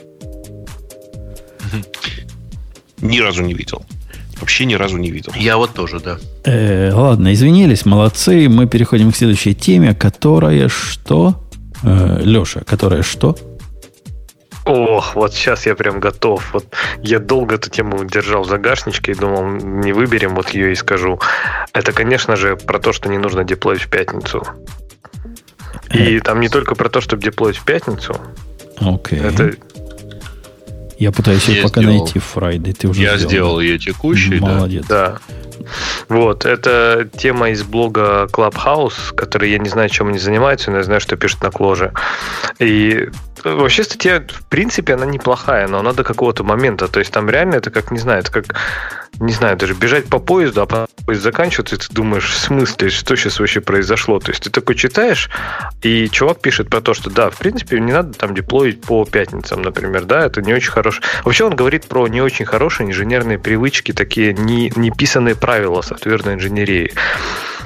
Ни разу не видел. Вообще ни разу не видел. Я вот тоже, да. Ладно, извинились, молодцы. Мы переходим к следующей теме, которая что? Леша, которая что? Ох, вот сейчас я прям готов. Вот я долго эту тему держал в загашничке и думал, не выберем вот ее и скажу. Это, конечно же, про то, что не нужно деплоить в пятницу. И там не только про то, чтобы деплоить в пятницу. Окей. Это... Я пытаюсь ее пока найти в Friday. Ты уже сделал ее текущей. Молодец. Да. Вот, это тема из блога Clubhouse, который, я не знаю, чем они занимаются, но я знаю, что пишет на Кложе. И вообще статья, в принципе, она неплохая, но она до какого-то момента. То есть там реально это как, не знаю, это как, не знаю, даже бежать по поезду, а поезд заканчивается, и ты думаешь, в смысле, что сейчас вообще произошло? То есть ты такой читаешь, и чувак пишет про то, что да, в принципе, не надо там деплоить по пятницам, например, да, это не очень хорошо. Вообще он говорит про не очень хорошие инженерные привычки, такие неписанные правила софтверной инженерии.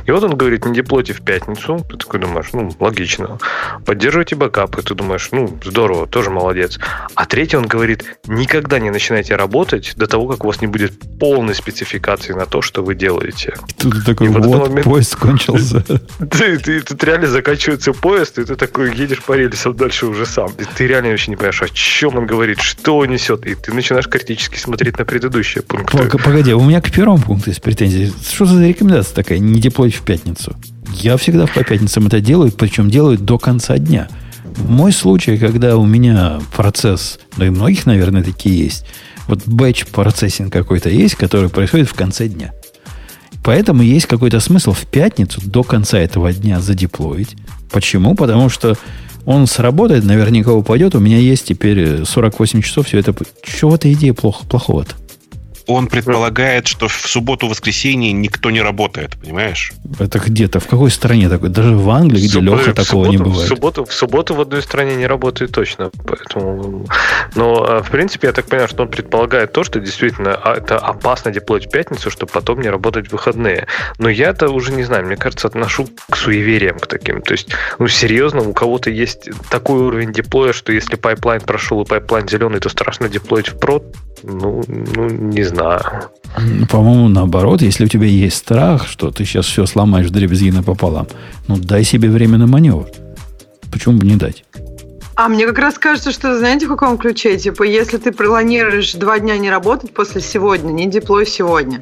И вот он говорит, не деплойте в пятницу. Ты такой думаешь, логично. Поддерживайте бэкапы. Ты думаешь, здорово, тоже молодец. А третий он говорит, никогда не начинайте работать до того, как у вас не будет полной спецификации на то, что вы делаете. Тут такой, поезд кончился. Тут реально заканчивается поезд, и ты такой едешь по рельсам дальше уже сам. И ты реально вообще не понимаешь, о чем он говорит, что он несет. И ты начинаешь критически смотреть на предыдущие пункты. Погоди, у меня к первому пункту есть претензии. Что за рекомендация такая? Не деплоить в пятницу. Я всегда по пятницам это делаю, причем делаю до конца дня. Мой случай, когда у меня процесс, и многих, наверное, такие есть, вот бэч-процессинг какой-то есть, который происходит в конце дня. Поэтому есть какой-то смысл в пятницу до конца этого дня задеплоить. Почему? Потому что он сработает, наверняка упадет. У меня есть теперь 48 часов, все это... Чего в этой идее плохого-то? Он предполагает, что в субботу-воскресенье никто не работает, понимаешь? Это где-то, в какой стране такой? Даже в Англии, где Леха, такого не бывает. В субботу в одной стране не работает точно. Поэтому... Но, в принципе, я так понимаю, что он предполагает то, что действительно это опасно деплоить в пятницу, чтобы потом не работать в выходные. Но я-то уже не знаю, мне кажется, отношу к суевериям к таким. То есть, серьезно, у кого-то есть такой уровень деплоя, что если пайплайн прошел и пайплайн зеленый, то страшно деплоить в прод. Не знаю. По-моему, наоборот, если у тебя есть страх, что ты сейчас все сломаешь вдребезги напополам, дай себе время на маневр. Почему бы не дать? А мне как раз кажется, что, знаете, в каком ключе? Типа, если ты планируешь 2 дня не работать после сегодня, не деплой сегодня.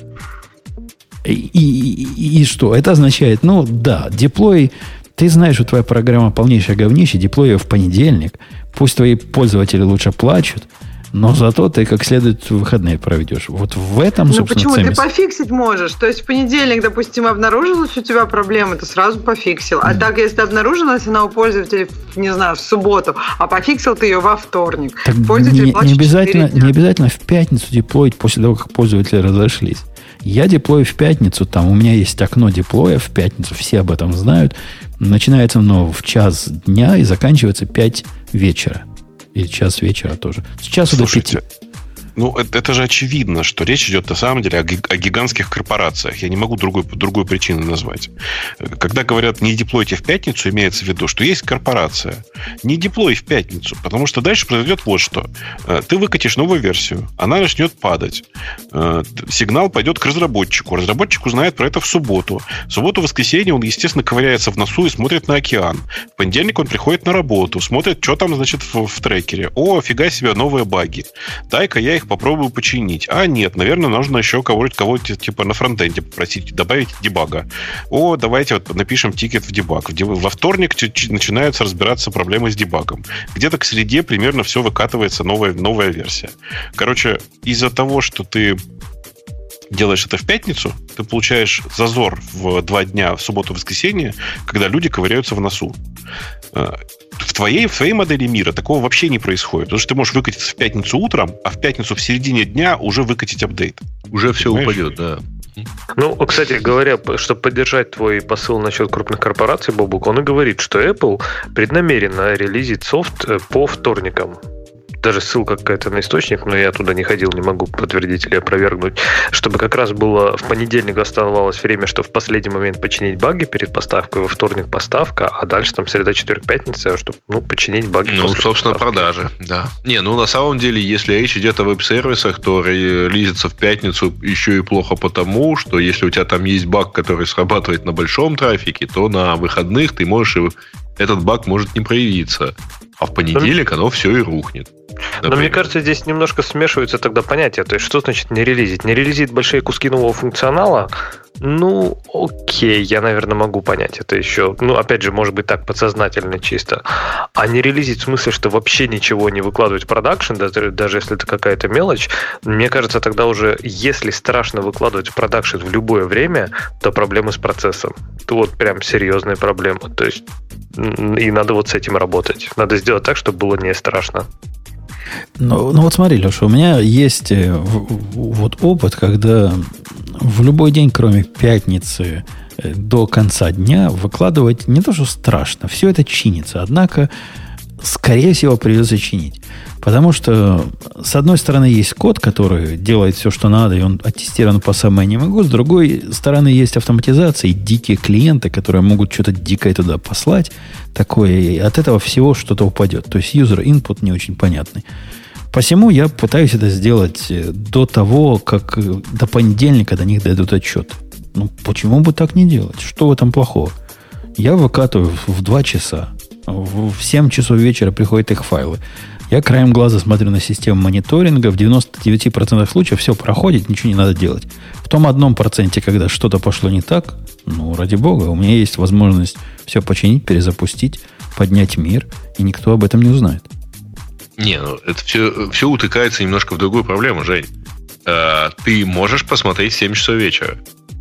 И что? Это означает, деплой... Ты знаешь, что твоя программа полнейшее говнище, деплой ее в понедельник. Пусть твои пользователи лучше плачут, но зато ты как следует выходные проведешь. Вот в этом, собственно, почему? цемис. Ты пофиксить можешь. То есть в понедельник, допустим, обнаружилась у тебя проблема, ты сразу пофиксил. А так, если обнаружилась она у пользователей, не знаю, в субботу, а пофиксил ты ее во вторник. Так пользователь не обязательно в пятницу деплоить после того, как пользователи разошлись. Я деплою в пятницу, там у меня есть окно деплоя в пятницу, все об этом знают. Начинается оно в час дня и заканчивается 5 вечера. Или час вечера тоже. С часу до 5. Это же очевидно, что речь идет на самом деле о гигантских корпорациях. Я не могу другую причину назвать. Когда говорят «не деплойте в пятницу», имеется в виду, что есть корпорация. Не деплой в пятницу, потому что дальше произойдет вот что. Ты выкатишь новую версию, она начнет падать. Сигнал пойдет к разработчику. Разработчик узнает про это в субботу. В субботу-воскресенье он, естественно, ковыряется в носу и смотрит на океан. В понедельник он приходит на работу, смотрит, что там, значит, в трекере. О, фига себе, новые баги. Дай-ка я их попробую починить. А нет, наверное, нужно еще кого-то типа на фронтенде попросить добавить дебага. О, давайте напишем тикет в дебаг. Во вторник начинаются разбираться проблемы с дебагом. Где-то к среде примерно все выкатывается новая версия. Короче, из-за того, что ты делаешь это в пятницу, ты получаешь зазор в 2 дня в субботу-воскресенье, когда люди ковыряются в носу. В твоей модели мира такого вообще не происходит. Потому что ты можешь выкатиться в пятницу утром, а в пятницу в середине дня уже выкатить апдейт. Уже все упадет, да. Кстати говоря, чтобы поддержать твой посыл насчет крупных корпораций, Бобук, он и говорит, что Apple преднамеренно релизит софт по вторникам. Даже ссылка какая-то на источник, но я туда не ходил, не могу подтвердить или опровергнуть, чтобы как раз было в понедельник оставалось время, что в последний момент починить баги перед поставкой, во вторник поставка, а дальше там среда, четверг, пятница, чтобы починить баги. Собственно, поставки. Продажи, да. На самом деле, если речь идет о веб-сервисах, то релизится в пятницу еще и плохо потому, что если у тебя там есть баг, который срабатывает на большом трафике, то на выходных ты можешь этот баг может не проявиться. А в понедельник оно все и рухнет. Например. Но мне кажется, здесь немножко смешиваются тогда понятия. То есть, что значит не релизить? Не релизить большие куски нового функционала? Окей, я, наверное, могу понять это еще. Опять же, может быть, так подсознательно чисто. А не релизить в смысле, что вообще ничего не выкладывать в продакшн, даже если это какая-то мелочь, мне кажется, тогда уже, если страшно выкладывать в продакшн в любое время, то проблемы с процессом. То вот прям серьезные проблемы. То есть, и надо вот с этим работать. Надо сделать так, чтобы было не страшно. Вот смотри, Леша, у меня есть вот опыт, когда в любой день, кроме пятницы, до конца дня выкладывать не то, что страшно, все это чинится. Однако скорее всего, придется чинить. Потому что, с одной стороны, есть код, который делает все, что надо, и он оттестирован по самой не могу. С другой стороны, есть автоматизация и дикие клиенты, которые могут что-то дикое туда послать. Такое, и от этого всего что-то упадет. То есть, user input не очень понятный. Посему я пытаюсь это сделать до того, как до понедельника до них дадут отчет. Ну, почему бы так не делать? Что в этом плохого? Я выкатываю в 2 часа. В 7 часов вечера приходят их файлы. Я краем глаза смотрю на систему мониторинга. В 99% случаев все проходит, ничего не надо делать. В том 1%, когда что-то пошло не так, ну, ради бога, у меня есть возможность все починить, перезапустить, поднять мир, и никто об этом не узнает. Не, ну это все утыкается немножко в другую проблему, Жень. Ты можешь посмотреть в 7 часов вечера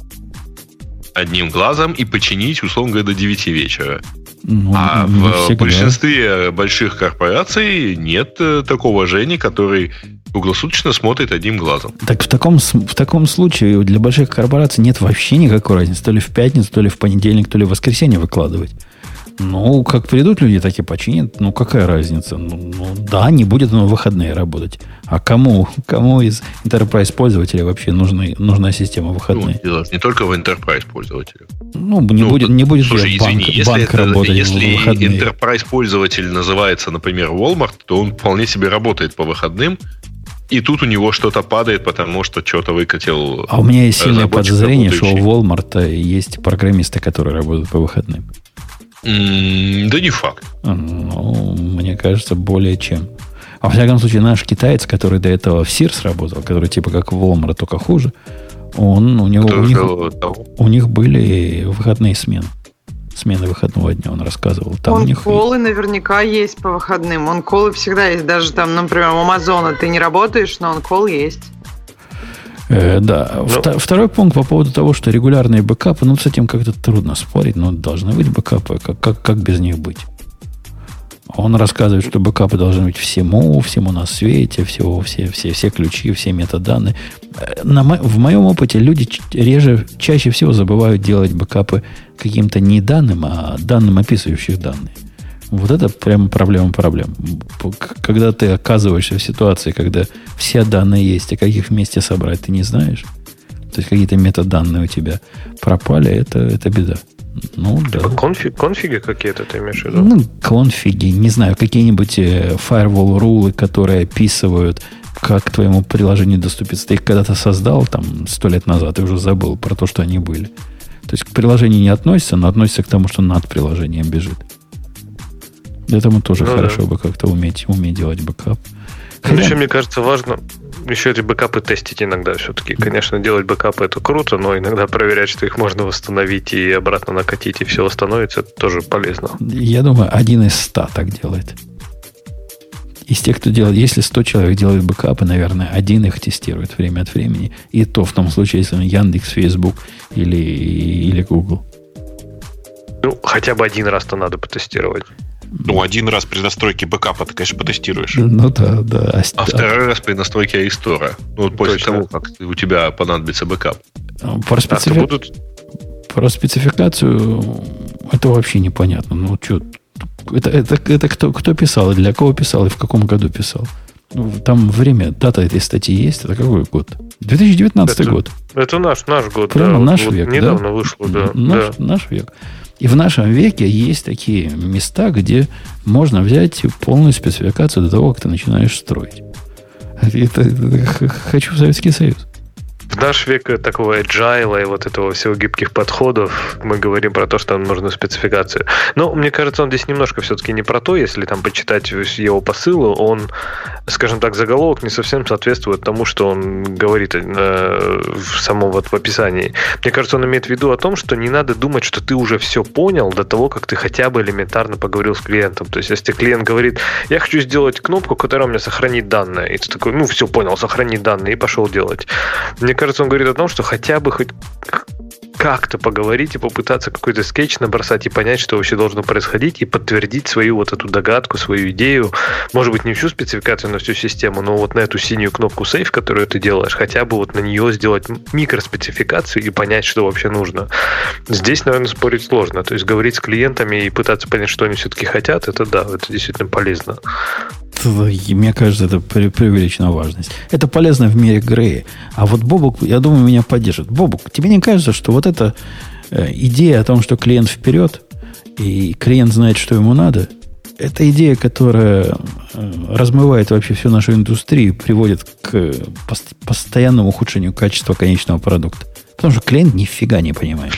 одним глазом и починить, условно говоря, до 9 вечера. Ну, а в большинстве больших корпораций нет такого Жени, который круглосуточно смотрит одним глазом. Так в таком случае для больших корпораций нет вообще никакой разницы. То ли в пятницу, то ли в понедельник, то ли в воскресенье выкладывать. Ну, как придут люди, так и починят. Ну, какая разница? Ну да, не будет оно в выходные работать. А кому из enterprise пользователей вообще нужна система в выходные? Ну, дело не только в enterprise пользователях. Ну, не будет слушай, банк работать в выходные. Если enterprise пользователь называется, например, Walmart, то он вполне себе работает по выходным. И тут у него что-то падает, потому что что-то выкатил. А у меня есть сильное подозрение, что у Walmart есть программисты, которые работают по выходным. Да не факт. Ну, мне кажется, более чем. А во всяком случае, наш китаец, который до этого в Sears работал, который типа как в Walmart, только хуже, у них были выходные смены. Смены выходного дня, он рассказывал. Он-колы наверняка есть по выходным. Он-колы всегда есть. Даже там, например, у Амазона ты не работаешь, но он-кол есть. Да. Второй пункт по поводу того, что регулярные бэкапы, ну, с этим как-то трудно спорить, но должны быть бэкапы. Как без них быть? Он рассказывает, что бэкапы должны быть всему на свете, все ключи, все метаданные. В моем опыте люди чаще всего забывают делать бэкапы каким-то не данным, а данным, описывающих данные. Вот это прямо проблема. Когда ты оказываешься в ситуации, когда все данные есть, а как их вместе собрать, ты не знаешь. То есть какие-то метаданные у тебя пропали, это беда. Ну, да. Конфиги какие-то ты имеешь в виду? Ну, конфиги, не знаю, какие-нибудь firewall рулы, которые описывают, как к твоему приложению доступиться. Ты их когда-то создал, там, 100 лет назад, и уже забыл про то, что они были. То есть к приложению не относится, но относится к тому, что над приложением бежит. Этому тоже хорошо бы как-то уметь делать бэкап. Еще, мне кажется, важно еще эти бэкапы тестить иногда все-таки. Конечно, делать бэкапы это круто, но иногда проверять, что их можно восстановить и обратно накатить, и все восстановится, это тоже полезно. Я думаю, 1 из 100 так делает. Из тех, кто делает, если 100 человек делает бэкапы, наверное, 1 их тестирует время от времени. И то в том случае, если он Яндекс, Facebook или Google. Ну, хотя бы 1 раз-то надо потестировать. Ну, 1 раз при настройке бэкапа ты, конечно, потестируешь. Ну, да. А 2 раз при настройке iStore. Ну, вот после того, как у тебя понадобится бэкап. Про спецификацию это вообще непонятно. Ну, что... Это кто писал, и для кого писал, и в каком году писал? Там время, дата этой статьи есть. Это какой год? 2019 год. Это наш год. Прямо наш век, недавно вышло, да. Наш век. И в нашем веке есть такие места, где можно взять полную спецификацию до того, как ты начинаешь строить. Хочу в Советский Союз. В наш век такого agile и вот этого всего гибких подходов мы говорим про то, что нам нужна спецификация. Но мне кажется, он здесь немножко все-таки не про то, если там почитать его посылы, он, скажем так, заголовок не совсем соответствует тому, что он говорит в самом вот в описании. Мне кажется, он имеет в виду о том, что не надо думать, что ты уже все понял до того, как ты хотя бы элементарно поговорил с клиентом. То есть, если клиент говорит, я хочу сделать кнопку, которая у меня сохранит данные, и ты такой, все понял, сохранить данные, и пошел делать. Мне кажется, он говорит о том, что хотя бы хоть как-то поговорить и попытаться какой-то скетч набросать и понять, что вообще должно происходить, и подтвердить свою вот эту догадку, свою идею. Может быть, не всю спецификацию, но всю систему, но вот на эту синюю кнопку Save, которую ты делаешь, хотя бы вот на нее сделать микроспецификацию и понять, что вообще нужно. Здесь, наверное, спорить сложно. То есть говорить с клиентами и пытаться понять, что они все-таки хотят, это да, это действительно полезно. Мне кажется, это преувеличенная важность. Это полезно в мире Грея. А вот Бобук, я думаю, меня поддержит. Бобук, тебе не кажется, что вот эта идея о том, что клиент вперед, и клиент знает, что ему надо, это идея, которая размывает вообще всю нашу индустрию, приводит к постоянному ухудшению качества конечного продукта. Потому что клиент нифига не понимает.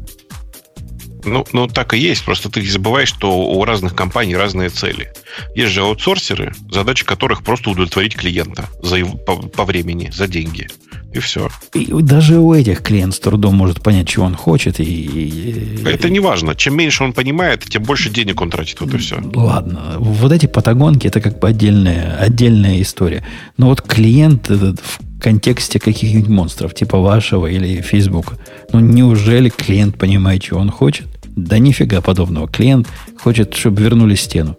Ну, так и есть. Просто ты забываешь, что у разных компаний разные цели. Есть же аутсорсеры, задача которых просто удовлетворить клиента по времени, за деньги. И все. И даже у этих клиент с трудом может понять, чего он хочет. Это не важно. Чем меньше он понимает, тем больше денег он тратит. Вот и все. Ладно. Вот эти патагонки, это как бы отдельная история. Но вот клиент этот в контексте каких-нибудь монстров, типа вашего или Фейсбука. Ну, неужели клиент понимает, чего он хочет? Да нифига подобного. Клиент хочет, чтобы вернули стену.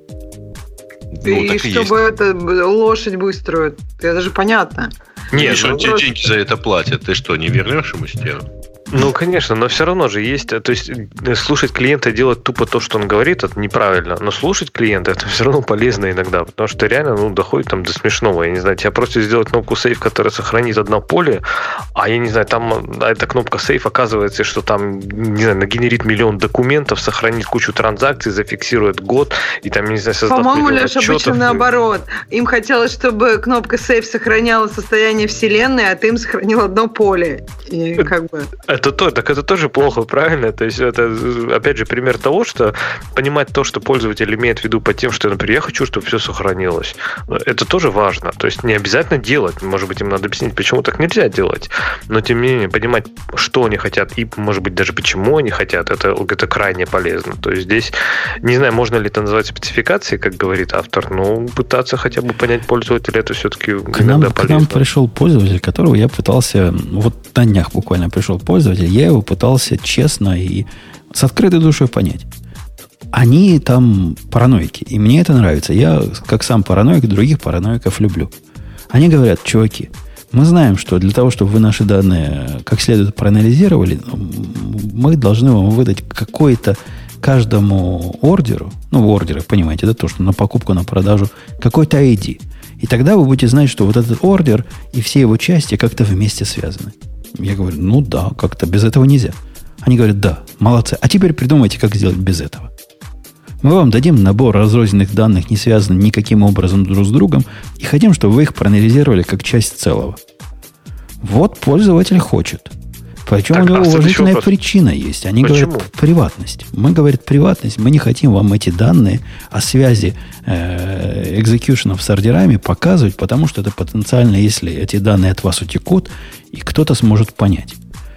И чтобы это лошадь быструю. Это же понятно. Нет, что тебе деньги за это платят. Ты что, не вернешь ему стену? Ну, конечно, но все равно же есть... То есть, слушать клиента и делать тупо то, что он говорит, это неправильно. Но слушать клиента, это все равно полезно иногда. Потому что реально, доходит там до смешного. Я не знаю, тебе просто сделать кнопку Save, которая сохранит одно поле, а я не знаю, там эта кнопка Save, оказывается, что там, не знаю, нагенерит миллион документов, сохранит кучу транзакций, зафиксирует год, и там, не знаю, создаст... По-моему, Леша, обычно наоборот. Им хотелось, чтобы кнопка Save сохраняла состояние вселенной, а ты им сохранил одно поле. И как бы... Это тоже плохо, правильно? То есть это, опять же, пример того, что понимать то, что пользователь имеет в виду под тем, что, например, я хочу, чтобы все сохранилось. Это тоже важно. То есть не обязательно делать. Может быть, им надо объяснить, почему так нельзя делать. Но, тем не менее, понимать, что они хотят и, может быть, даже почему они хотят, это крайне полезно. То есть здесь, не знаю, можно ли это называть спецификацией, как говорит автор, но пытаться хотя бы понять пользователя, это все-таки иногда полезно. К нам пришел пользователь, которого я пытался, вот на днях буквально пришел пользователь, я его пытался честно и с открытой душой понять. Они там параноики, и мне это нравится. Я, как сам параноик, других параноиков люблю. Они говорят: чуваки, мы знаем, что для того, чтобы вы наши данные как следует проанализировали, мы должны вам выдать какой-то каждому ордеру, ордеры, понимаете, это то, что на покупку, на продажу, какой-то ID. И тогда вы будете знать, что вот этот ордер и все его части как-то вместе связаны. Я говорю, да, как-то без этого нельзя. Они говорят, да, молодцы. А теперь придумайте, как сделать без этого. Мы вам дадим набор разрозненных данных, не связанных никаким образом друг с другом, и хотим, чтобы вы их проанализировали как часть целого. Вот пользователь хочет. Причем у него уважительная причина есть. Они говорят, приватность. Мы, говорят, приватность. Мы не хотим вам эти данные о связи экзекьюшенов с ордерами показывать, потому что это потенциально, если эти данные от вас утекут, и кто-то сможет понять.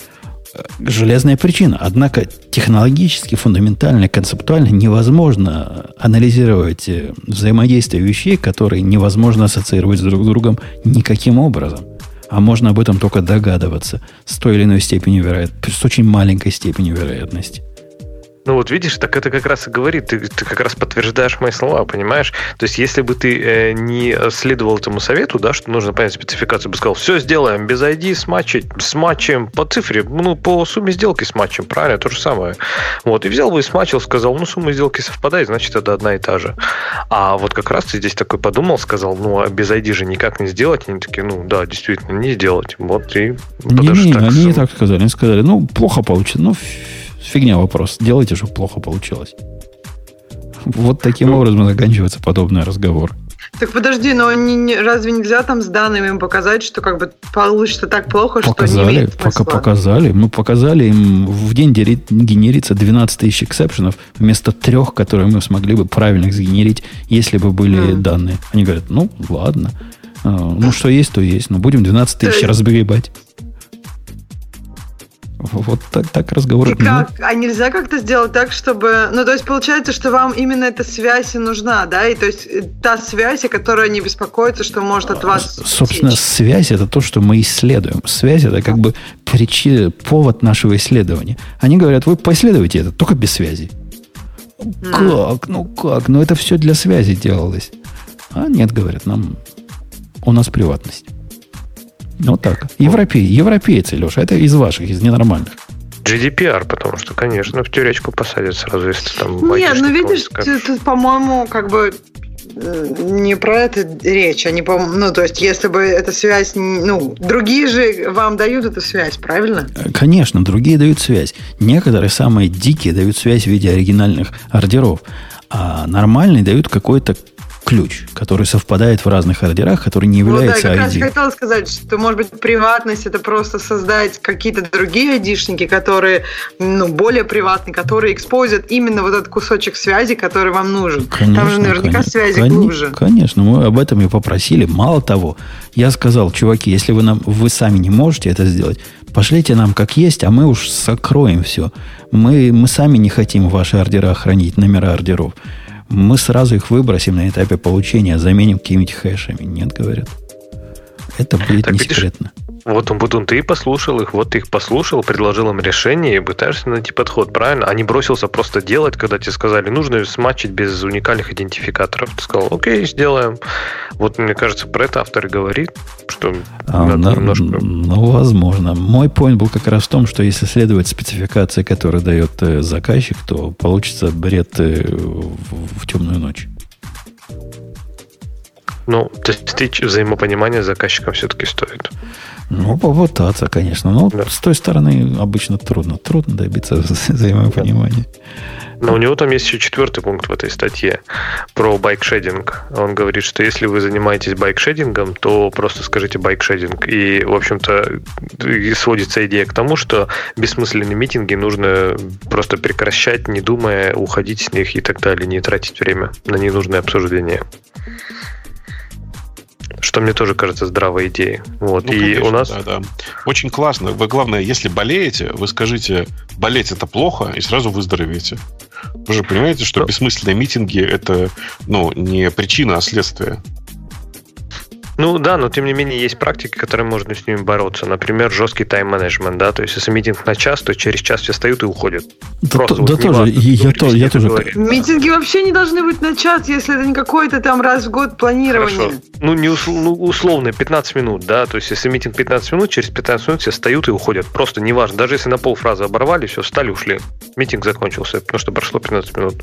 Железная причина. Однако технологически, фундаментально, концептуально невозможно анализировать взаимодействие вещей, которые невозможно ассоциировать с друг другом никаким образом. А можно об этом только догадываться с той или иной степенью вероятности, с очень маленькой степенью вероятности. Ну вот видишь, так это как раз и говорит, ты как раз подтверждаешь мои слова, понимаешь? То есть если бы ты не следовал этому совету, да, что нужно понять спецификацию, бы сказал, все сделаем без ID, с матчем по цифре, по сумме сделки с матчем, правильно, то же самое. Вот, и взял бы и сматчил, сказал, сумма сделки совпадает, значит, это одна и та же. А вот как раз ты здесь такой подумал, сказал, а без ID же никак не сделать, они такие, да, действительно, не сделать. Вот, и они не так сказали, они сказали, плохо получится, фигня вопрос. Делайте, чтобы плохо получилось. Вот таким образом заканчивается подобный разговор. Так подожди, но разве нельзя там с данными им показать, что как бы получится так плохо, что не имеет смысла? Показали. Мы показали им в день генерится 12 тысяч эксепшенов вместо 3, которые мы смогли бы правильно их сгенерить, если бы были данные. Они говорят, ладно. Что есть, то есть. Но будем 12 тысяч разгребать. Вот так разговор. И как? А нельзя как-то сделать так, чтобы... Ну, то есть, получается, что вам именно эта связь и нужна, да? И то есть, та связь, о которой они беспокоятся, что может от вас... Собственно, связь – это то, что мы исследуем. Связь – это как бы повод нашего исследования. Они говорят, вы поисследуйте это, только без связи. Как? Ну как? Ну, это все для связи делалось. А нет, говорят, у нас приватность. Вот так. Европейцы, Леша, это из ваших, из ненормальных. GDPR, потому что, конечно, в тюрячку посадят сразу, если там... Нет, ну видишь, тут, по-моему, как бы не про это речь. Они, ну, то есть, если бы эта связь... Ну, другие же вам дают эту связь, правильно? Конечно, другие дают связь. Некоторые, самые дикие, дают связь в виде оригинальных ордеров. А нормальные дают какой-то ключ, который совпадает в разных ордерах, который не является ID. Я как раз хотела сказать, что, может быть, приватность – это просто создать какие-то другие ID-шники, которые, более приватные, которые экспозят именно вот этот кусочек связи, который вам нужен. Конечно, там же наверняка связи глубже. Конечно, мы об этом и попросили. Мало того, я сказал, чуваки, если вы сами не можете это сделать, пошлите нам как есть, а мы уж сокроем все. Мы сами не хотим в ваши ордера хранить, номера ордеров. Мы сразу их выбросим на этапе получения, заменим какими-нибудь хэшами. Нет, говорят. Это будет так, не секретно. Вот ты и послушал их, вот ты их послушал, предложил им решение и пытаешься найти подход, правильно? А не бросился просто делать, когда тебе сказали, нужно сматчить без уникальных идентификаторов. Ты сказал, окей, сделаем. Вот, мне кажется, про это автор и говорит, что надо немножко... Ну, возможно. Мой point был как раз в том, что если следовать спецификации, которую дает заказчик, то получится бред в темную ночь. Ну, то есть взаимопонимание с заказчиком все-таки стоит. Ну, попытаться, конечно. Но да. С той стороны обычно трудно добиться взаимопонимания. Но у него там есть еще 4 пункт в этой статье про байкшединг. Он говорит, что если вы занимаетесь байкшедингом, то просто скажите байкшединг. И, в общем-то, сводится идея к тому, что бессмысленные митинги нужно просто прекращать, не думая, уходить с них и так далее, не тратить время на ненужное обсуждение. Что мне тоже кажется здравой идеей. Вот. Ну, и конечно, у нас... Да. Очень классно. Вы, главное, если болеете, вы скажите, болеть это плохо, и сразу выздоровеете. Вы же понимаете, что бессмысленные митинги это не причина, а следствие. Ну да, но тем не менее есть практики, которые можно с ними бороться. Например, жесткий тайм-менеджмент, да, то есть если митинг на час, то через час все встают и уходят. Я тоже. Митинги вообще не должны быть на час, если это не какое-то там раз в год планирование. Хорошо. Условно 15 минут, да, то есть если митинг 15 минут, через 15 минут все встают и уходят. Просто неважно, даже если на полфразы оборвали, все, встали, ушли. Митинг закончился, потому что прошло 15 минут.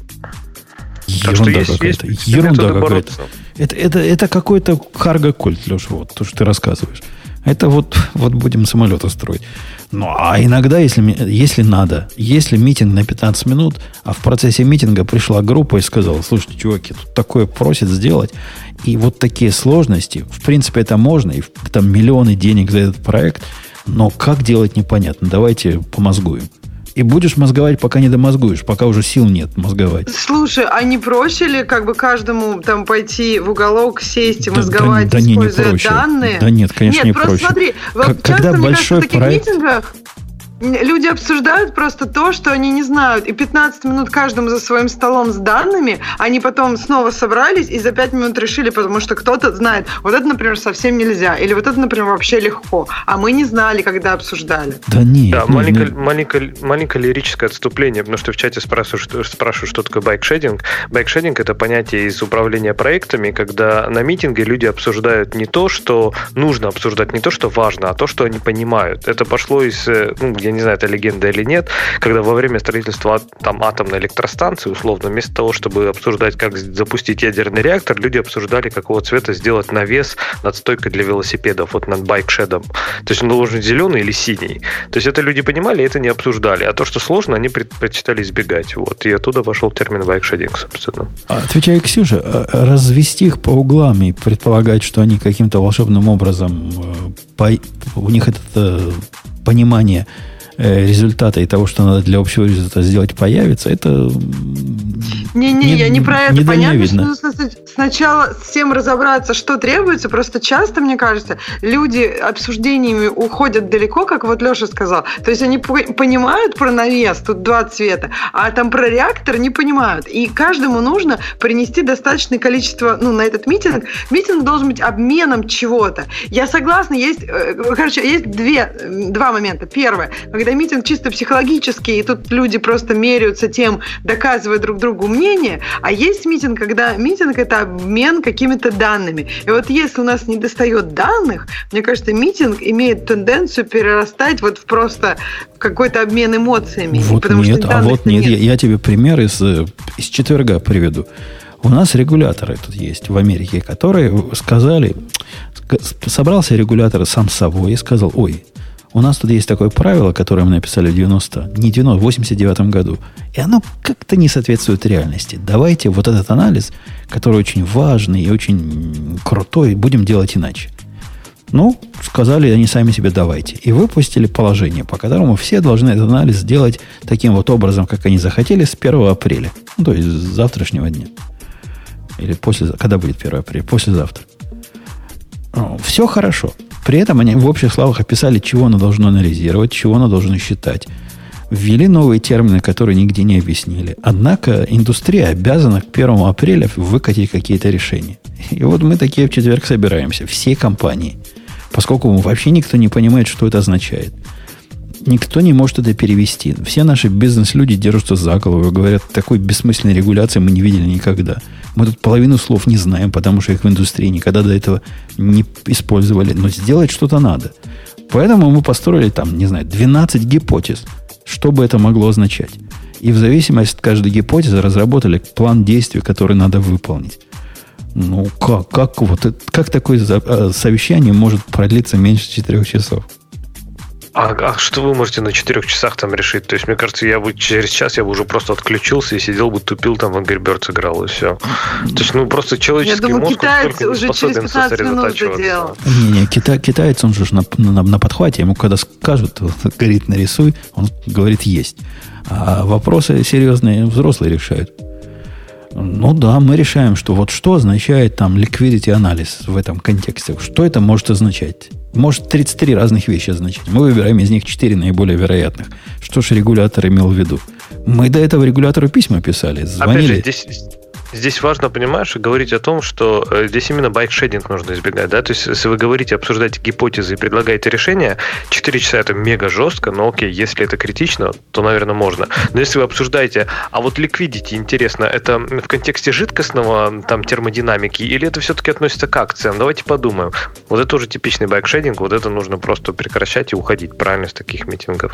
Ерунда какая-то. Ерунда какая-то. Это какой-то карго-культ, Леша, вот то, что ты рассказываешь. Это вот будем самолеты строить. Ну, а иногда, если надо, если митинг на 15 минут, а в процессе митинга пришла группа и сказала, слушайте, чуваки, тут такое просят сделать, и вот такие сложности, в принципе, это можно, и там миллионы денег за этот проект, но как делать непонятно. Давайте помозгуем. И будешь мозговать, пока не домозгуешь, пока уже сил нет мозговать. Слушай, а не проще ли как бы каждому там пойти в уголок, сесть и мозговать, используя данные? Да нет, конечно, не проще. Нет, просто смотри, когда большой в таких митингах люди обсуждают просто то, что они не знают. И 15 минут каждому за своим столом с данными, они потом снова собрались и за 5 минут решили, потому что кто-то знает, вот это, например, совсем нельзя, или вот это, например, вообще легко. А мы не знали, когда обсуждали. Да нет. Да, маленькое лирическое отступление, потому что в чате спрашивают, что такое байкшединг. Байкшединг – это понятие из управления проектами, когда на митинге люди обсуждают не то, что нужно обсуждать, не то, что важно, а то, что они понимают. Это пошло из... я не знаю, это легенда или нет, когда во время строительства там атомной электростанции, условно, вместо того, чтобы обсуждать, как запустить ядерный реактор, люди обсуждали, какого цвета сделать навес над стойкой для велосипедов, вот над байкшедом. То есть он должен быть зеленый или синий. То есть это люди понимали, это не обсуждали. А то, что сложно, они предпочитали избегать. Вот. И оттуда пошел термин байкшединг, собственно. Отвечая Ксюше, развести их по углам и предполагать, что они каким-то волшебным образом у них это понимание результата и того, что надо для общего результата сделать, появится, это я не про это. Понятно, что нужно сначала всем разобраться, что требуется. Просто часто, мне кажется, люди обсуждениями уходят далеко, как вот Леша сказал. То есть они понимают про навес, тут 2 цвета, а там про реактор не понимают. И каждому нужно принести достаточное количество, на этот митинг. Митинг должен быть обменом чего-то. Я согласна, есть 2 момента. Первое, когда митинг чисто психологический, и тут люди просто меряются тем, доказывая друг другу мнение, а есть митинг, когда митинг – это обмен какими-то данными. И вот если у нас не достает данных, мне кажется, митинг имеет тенденцию перерастать вот в просто какой-то обмен эмоциями. Вот нет, нет. Я тебе пример из четверга приведу. У нас регуляторы тут есть в Америке, которые сказали, собрался регулятор сам с собой и сказал, у нас тут есть такое правило, которое мы написали в 89 году, и оно как-то не соответствует реальности. Давайте вот этот анализ, который очень важный и очень крутой, будем делать иначе. Сказали они сами себе давайте. И выпустили положение, по которому все должны этот анализ сделать таким вот образом, как они захотели, с 1 апреля. То есть с завтрашнего дня. Или когда будет 1 апреля? Послезавтра. Все хорошо. При этом они в общих словах описали, чего оно должно анализировать, чего оно должно считать. Ввели новые термины, которые нигде не объяснили. Однако индустрия обязана к 1 апреля выкатить какие-то решения. И вот мы такие в четверг собираемся. Все компании. Поскольку вообще никто не понимает, что это означает. Никто не может это перевести. Все наши бизнес-люди держатся за голову и говорят, такой бессмысленной регуляции мы не видели никогда. Мы тут половину слов не знаем, потому что их в индустрии никогда до этого не использовали. Но сделать что-то надо. Поэтому мы построили 12 гипотез, что бы это могло означать. И в зависимости от каждой гипотезы разработали план действий, который надо выполнить. Как такое совещание может продлиться меньше 4 часов? А что вы можете на 4 часах там решить? То есть, мне кажется, через час я бы уже просто отключился и сидел бы, тупил, там в Angry Birds играл, и все. То есть, просто человеческий мозг китаец уже через 15 минут сделал. Не, китаец, он же на подхвате, ему когда скажут, говорит, нарисуй, он говорит, есть. А вопросы серьезные взрослые решают. Мы решаем, что что означает liquidity анализ в этом контексте. Что это может означать? Может 33 разных вещи означать. Мы выбираем из них 4 наиболее вероятных. Что ж регулятор имел в виду? Мы до этого регулятору письма писали, звонили. Опять же, здесь важно, понимаешь, говорить о том, что здесь именно байкшединг нужно избегать. Да? То есть, если вы говорите, обсуждаете гипотезы и предлагаете решение, 4 часа это мега жестко, но окей, если это критично, то, наверное, можно. Но если вы обсуждаете, а вот liquidity, интересно, это в контексте жидкостного термодинамики или это все-таки относится к акциям? Давайте подумаем. Вот это уже типичный байкшединг, вот это нужно просто прекращать и уходить правильно с таких митингов.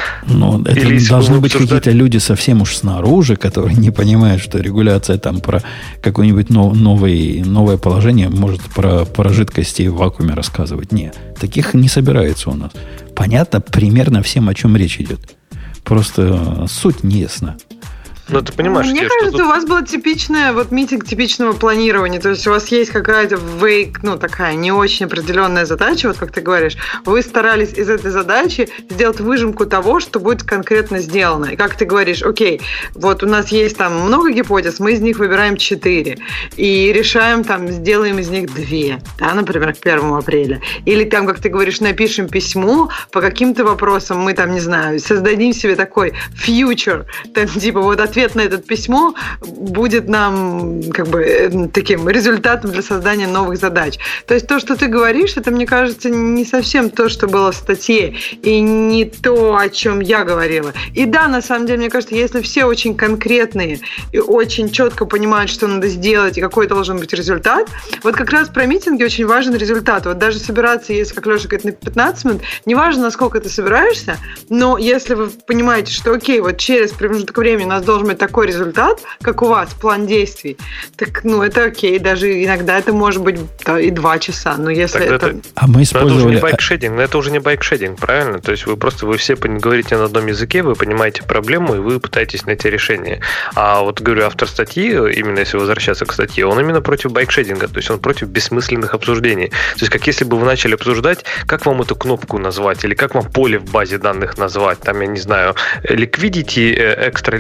Это должны быть какие-то люди совсем уж снаружи, которые не понимают, что регуляция про какое-нибудь новое положение может про жидкости в вакууме рассказывать. Нет, таких не собирается у нас. Понятно примерно всем, о чем речь идет. Просто суть не ясна. Ты понимаешь, мне кажется, у вас была типичная митинг типичного планирования. То есть у вас есть какая-то такая не очень определенная задача, вот как ты говоришь. Вы старались из этой задачи сделать выжимку того, что будет конкретно сделано. И как ты говоришь, окей, вот у нас есть много гипотез, мы из них выбираем 4 и решаем сделаем из них 2, например, к 1 апреля. Или как ты говоришь, напишем письмо по каким-то вопросам, мы создадим себе такой фьючер, ответ на это письмо будет нам таким результатом для создания новых задач. То есть то, что ты говоришь, это, мне кажется, не совсем то, что было в статье, и не то, о чем я говорила. И да, на самом деле, мне кажется, если все очень конкретные и очень четко понимают, что надо сделать и какой должен быть результат, вот как раз про митинги очень важен результат. Вот даже собираться, если, как Леша говорит, на 15 минут, неважно, насколько ты собираешься, но если вы понимаете, что окей, вот через промежуток времени у нас должен быть такой результат, как у вас, план действий, так, это окей, даже иногда это может быть и 2 часа, но если это... А мы использовали... это уже не байкшединг, это уже не байкшединг, правильно? То есть вы все говорите на одном языке, вы понимаете проблему, и вы пытаетесь найти решение. А вот, говорю, автор статьи, именно если возвращаться к статье, он именно против байкшединга, то есть он против бессмысленных обсуждений. То есть как если бы вы начали обсуждать, как вам эту кнопку назвать, или как вам поле в базе данных назвать, я не знаю, liquidity, extra liquidity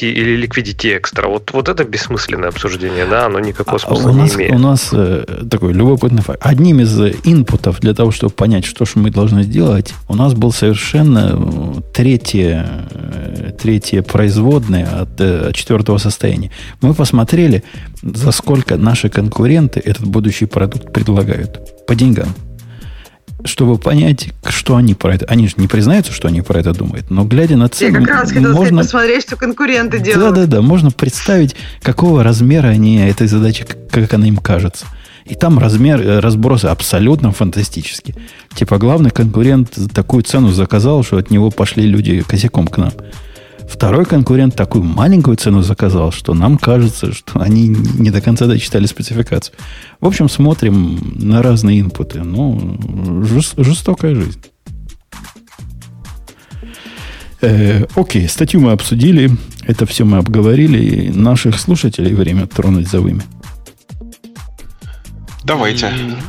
или Liquidity Extra. Вот это бессмысленное обсуждение, да, оно никакого смысла не имеет. У нас такой любопытный факт. Одним из инпутов для того, чтобы понять, что же мы должны сделать, у нас был совершенно третье производное от четвертого состояния. Мы посмотрели, за сколько наши конкуренты этот будущий продукт предлагают. По деньгам. Чтобы понять, что они про это... Они же не признаются, что они про это думают, но глядя на цену... Я как раз хотела сказать, посмотреть, что конкуренты делают. Да, можно представить, какого размера они этой задачи, как она им кажется. И там разбросы абсолютно фантастические. Типа главный конкурент такую цену заказал, что от него пошли люди косяком к нам. Второй конкурент такую маленькую цену заказал, что нам кажется, что они не до конца дочитали спецификацию. В общем, смотрим на разные инпуты. Жестокая жизнь. Окей, статью мы обсудили. Это все мы обговорили. Наших слушателей время тронуть за вымя. Давайте.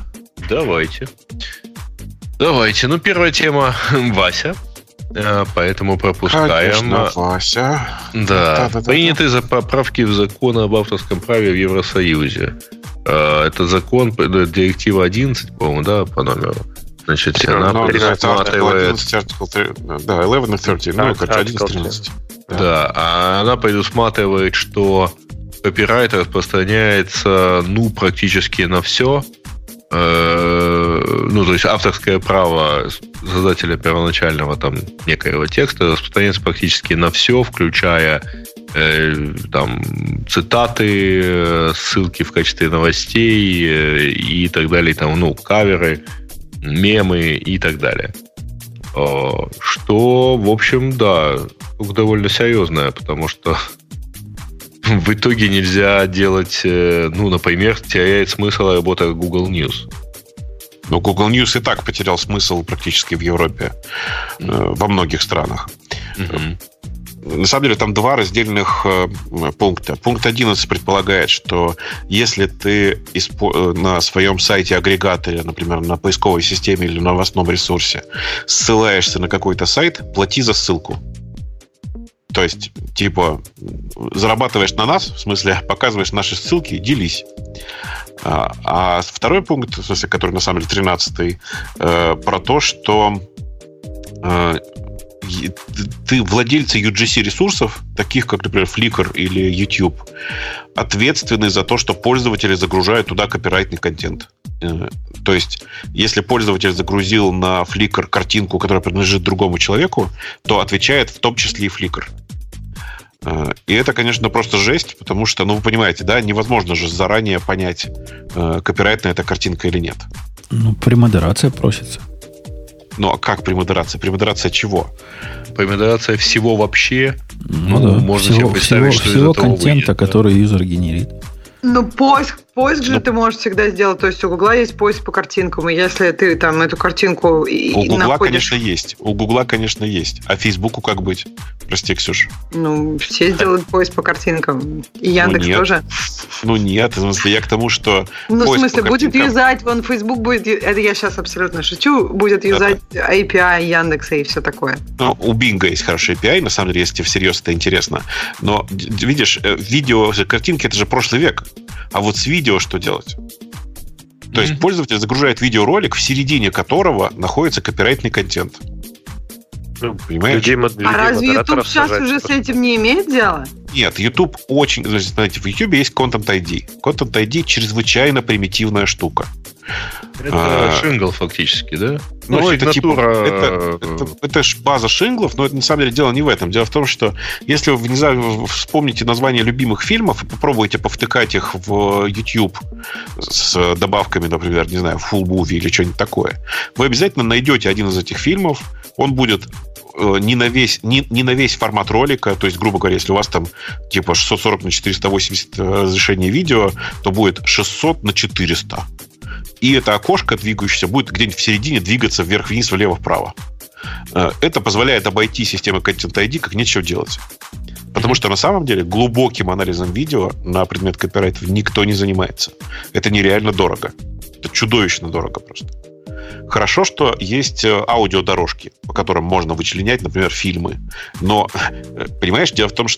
Ну, первая тема Вася. Поэтому пропускаем. Конечно, Вася. Да. Приняты поправки в закон об авторском праве в Евросоюзе. Это закон, директива 11, по-моему, да, по номеру. Значит, она предусматривает... 11.30, ну, короче, 11.13. Да, а она предусматривает, что копирайт распространяется, практически на все. То есть авторское право создателя первоначального там некоего текста распространяется практически на все, включая цитаты, ссылки в качестве новостей и так далее, каверы, мемы и так далее. Что, в общем, да, довольно серьезное, потому что в итоге нельзя делать, например, теряет смысл работа Google News. Но Google News и так потерял смысл практически в Европе, во многих странах. На самом деле там два раздельных пункта. Пункт 11 предполагает, что если ты на своем сайте-агрегаторе, например, на поисковой системе или на новостном ресурсе, ссылаешься на какой-то сайт, плати за ссылку. То есть, зарабатываешь на нас, в смысле, показываешь наши ссылки, делись. А второй пункт, в смысле, который на самом деле 13-й, про то, что ты владельцы UGC-ресурсов, таких как, например, Flickr или YouTube, ответственны за то, что пользователи загружают туда копирайтный контент. То есть, если пользователь загрузил на Flickr картинку, которая принадлежит другому человеку, то отвечает в том числе и Flickr. И это, конечно, просто жесть, потому что, вы понимаете, да, невозможно же заранее понять, копирайтная эта картинка или нет. Премодерация просится. А как премодерация? Премодерация чего? Премодерация всего вообще. Можно себе представить, что всего контента, выйдет, который юзер генерит. Поиск же ты можешь всегда сделать. То есть у Гугла есть поиск по картинкам. И если ты там эту картинку у Гугла, конечно, есть. У Гугла, конечно, есть. А Фейсбуку как быть? Прости, Ксюш. Все делают поиск по картинкам. И Яндекс тоже. Нет. В смысле, я к тому, что... в смысле, будет юзать, Facebook будет... Это я сейчас абсолютно шучу. Будет юзать API Яндекса и все такое. У Bing есть хороший API, на самом деле, если тебе всерьез это интересно. Но, видишь, видео, картинки — это же прошлый век. А вот с видео что делать? То есть пользователь загружает видеоролик, в середине которого находится копирайтный контент. Понимаете? А разве YouTube сейчас уже с этим не имеет дела? Нет, YouTube очень... Знаете, в YouTube есть Content ID. Content ID чрезвычайно примитивная штука. Это шингл фактически, да? Это база шинглов, но это на самом деле дело не в этом. Дело в том, что если вы внезапно вспомните название любимых фильмов и попробуете повтыкать их в YouTube с добавками, например, не знаю, Full Movie или что-нибудь такое, вы обязательно найдете один из этих фильмов. Он будет не на весь формат ролика, то есть, грубо говоря, если у вас там 640 на 480 разрешение видео, то будет 600 на 400. И это окошко двигающееся будет где-нибудь в середине двигаться вверх-вниз, влево-вправо. Это позволяет обойти систему Content ID, как нечего делать. Потому что на самом деле глубоким анализом видео на предмет копирайтов никто не занимается. Это нереально дорого. Это чудовищно дорого просто. Хорошо, что есть аудиодорожки, по которым можно вычленять, например, фильмы. Но, понимаешь, дело в том, что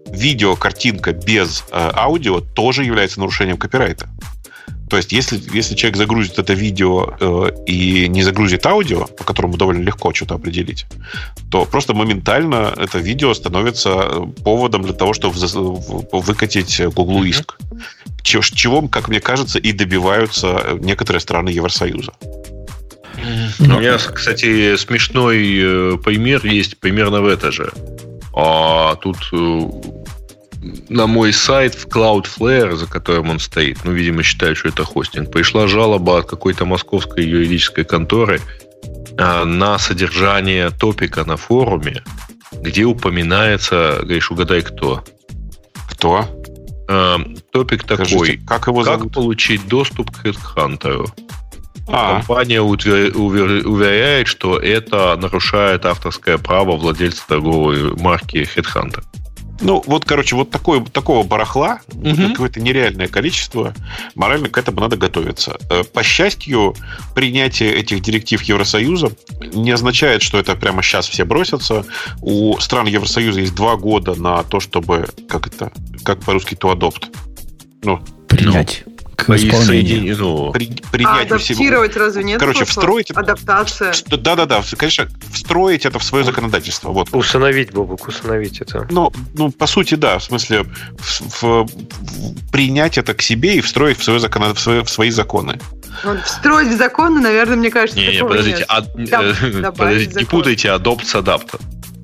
видео, картинка без аудио тоже является нарушением копирайта. То есть, если человек загрузит это видео и не загрузит аудио, по которому довольно легко что-то определить, то просто моментально это видео становится поводом для того, чтобы выкатить Google иск. Чего, как мне кажется, и добиваются некоторые страны Евросоюза. У меня, кстати, смешной пример есть примерно в это же. Тут на мой сайт в Cloudflare, за которым он стоит, видимо, считают, что это хостинг, пришла жалоба от какой-то московской юридической конторы на содержание топика на форуме, где упоминается, говоришь, угадай, кто? Кто? Топик такой. Как его зовут? Как получить доступ к HeadHunter? Компания уверяет, что это нарушает авторское право владельца торговой марки HeadHunter. Такого барахла, какое-то нереальное количество, морально к этому надо готовиться. По счастью, принятие этих директив Евросоюза не означает, что это прямо сейчас все бросятся. У стран Евросоюза есть 2 года на то, чтобы, как по-русски, to adopt. Принять. К исполнению. Адаптировать разве нет? Встроить... Адаптация. Да, конечно, встроить это в свое законодательство. Вот. Усыновить, Бобук, усыновить это. По сути, да. В смысле, принять это к себе и встроить в свои законы. Встроить в законы, наверное, мне кажется, подождите. Не путайте adopt с adapter.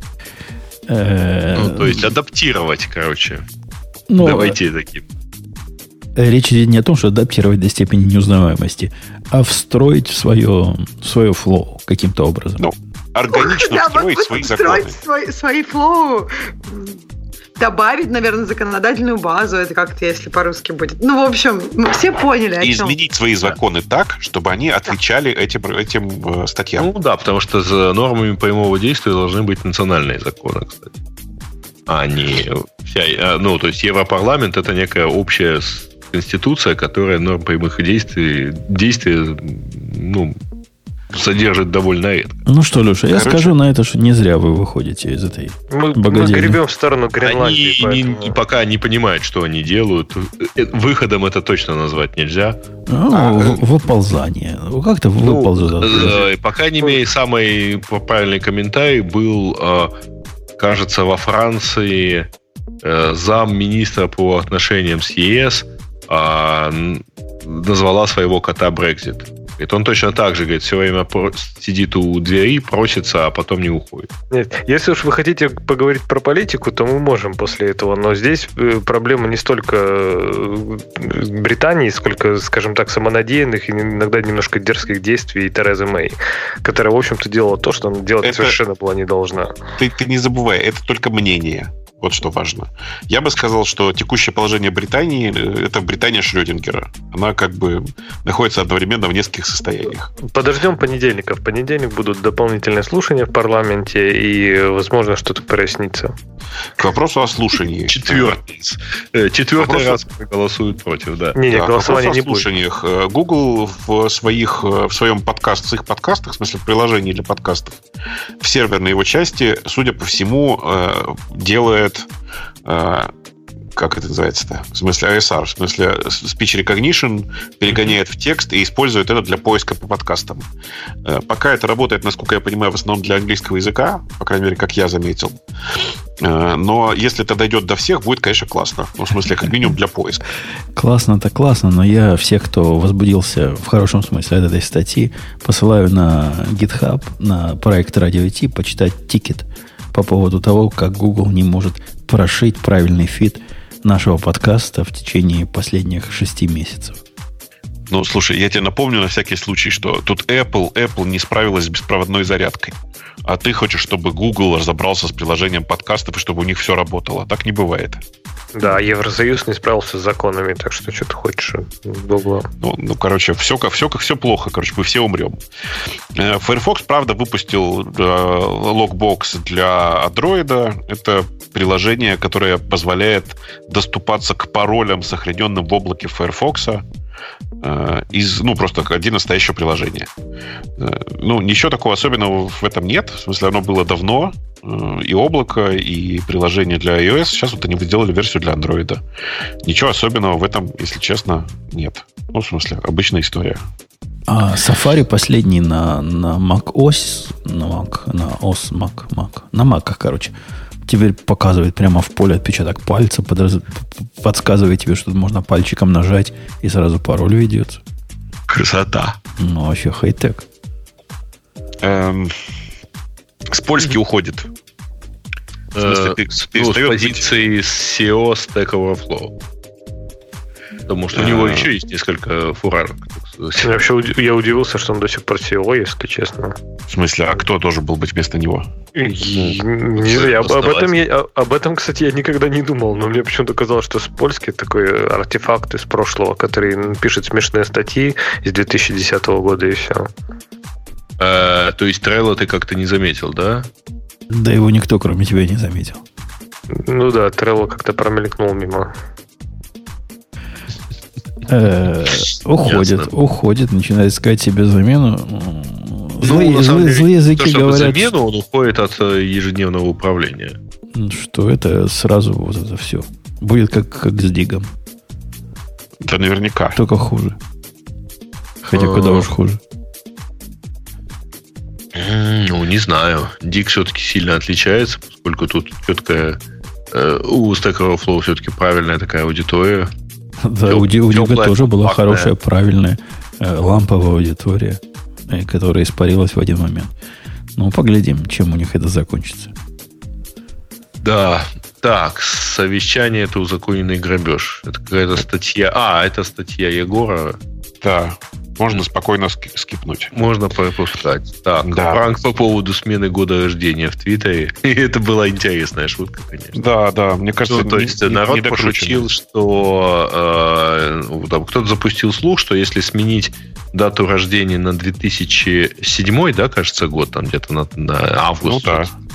То есть адаптировать, короче. Давайте таким. Речь идет не о том, что адаптировать до степени неузнаваемости, а встроить в свое флоу каким-то образом. Органично встроить свои законы. Встроить свои флоу. Добавить, наверное, законодательную базу. Это как-то, если по-русски будет. В общем, мы все поняли, о чем. Изменить свои законы так, чтобы они отвечали этим статьям. Потому что за нормами прямого действия должны быть национальные законы, кстати. А не вся... то есть Европарламент — это некая общая конституция, которая норм прямых действия содержит довольно редко. Что, Леша, я скажу на это, что не зря вы выходите из этой богадельни. Мы гребем в сторону Гренландии. Они пока не понимают, что они делают. Выходом это точно назвать нельзя. Выползание. Как-то выползут. По крайней мере, самый правильный комментарий был, кажется, во Франции замминистра по отношениям с ЕС назвала своего кота Брексит. Это он точно так же, говорит, все время сидит у двери, просится, а потом не уходит. Нет, если уж вы хотите поговорить про политику, то мы можем после этого. Но здесь проблема не столько Британии, сколько, скажем так, самонадеянных и иногда немножко дерзких действий Терезы Мэй, которая, в общем-то, делала то, что она делать совершенно была не должна. Ты не забывай, это только мнение. Вот что важно. Я бы сказал, что текущее положение Британии – это Британия Шрёдингера. Она находится одновременно в нескольких состояниях. Подождем понедельника. В понедельник будут дополнительные слушания в парламенте, и, возможно, что-то прояснится. К вопросу о слушании. Четвертый раз голосуют против, да. Голосования не будет. Слушаниях. Google в своем подкастах, в смысле в приложении для подкастов, в серверной его части, судя по всему, делает как это называется-то? В смысле ASR, в смысле Speech Recognition, перегоняет в текст и использует это для поиска по подкастам. Пока это работает, насколько я понимаю, в основном для английского языка, по крайней мере, как я заметил. Но если это дойдет до всех, будет, конечно, классно. В смысле, как минимум для поиска. Классно-то классно, но я всех, кто возбудился в хорошем смысле от этой статьи, посылаю на GitHub, на проект Radio IT, почитать тикет по поводу того, как Google не может прошить правильный фид нашего подкаста в течение последних 6 месяцев. Слушай, я тебе напомню на всякий случай, что тут Apple не справилась с беспроводной зарядкой. А ты хочешь, чтобы Google разобрался с приложением подкастов и чтобы у них все работало. Так не бывает. Да, Евросоюз не справился с законами, так что ты хочешь Google? Короче, все плохо. Короче, мы все умрем. Firefox, правда, выпустил Lockbox для Android. Это приложение, которое позволяет доступаться к паролям, сохраненным в облаке Firefox. просто отдельно стоящее приложение. Ничего такого особенного в этом нет. В смысле, оно было давно. И облако, и приложение для iOS. Сейчас вот они сделали версию для Android. Ничего особенного в этом, если честно, нет. В смысле, обычная история. А Safari последний на macOS, на Mac, короче, теперь показывает прямо в поле отпечаток пальца, подсказывает тебе, что можно пальчиком нажать, и сразу пароль ведется. Красота. Вообще хай-тек. С польски уходит. В смысле, с позиции SEO Stack Overflow. Потому что у него еще есть несколько фуражек. Вообще, я удивился, что он до сих пор SEO, если честно. В смысле, а кто должен был быть вместо него? Об этом, кстати, я никогда не думал, но мне почему-то казалось, что с польски такой артефакт из прошлого, который пишет смешные статьи из 2010 года, и все. То есть Trello ты как-то не заметил, да? Да его никто, кроме тебя, не заметил. Ну да, Trello как-то промелькнул мимо. Уходит, начинает искать себе замену. Злые языки говорят... Замену он уходит от ежедневного управления. Что это сразу вот это все. Будет как с Дигом. Да наверняка. Только хуже. Хотя куда уж хуже. Не знаю. Dig все-таки сильно отличается, поскольку тут четкая у Stack Overflow все-таки правильная такая аудитория. Да, у Дига тоже была хорошая, правильная ламповая аудитория, которая испарилась в один момент. Поглядим, чем у них это закончится. Да. Так, совещание — это узаконенный грабеж. Это какая-то статья. Это статья Егора. Да. Можно спокойно скипнуть. Можно пропускать. Так, да. Пранк по поводу смены года рождения в Твиттере. Это была интересная шутка, конечно. Да. Мне кажется, то есть народ пошутил, что кто-то запустил слух, что если сменить дату рождения на 2007, да, кажется, год, там где-то на август,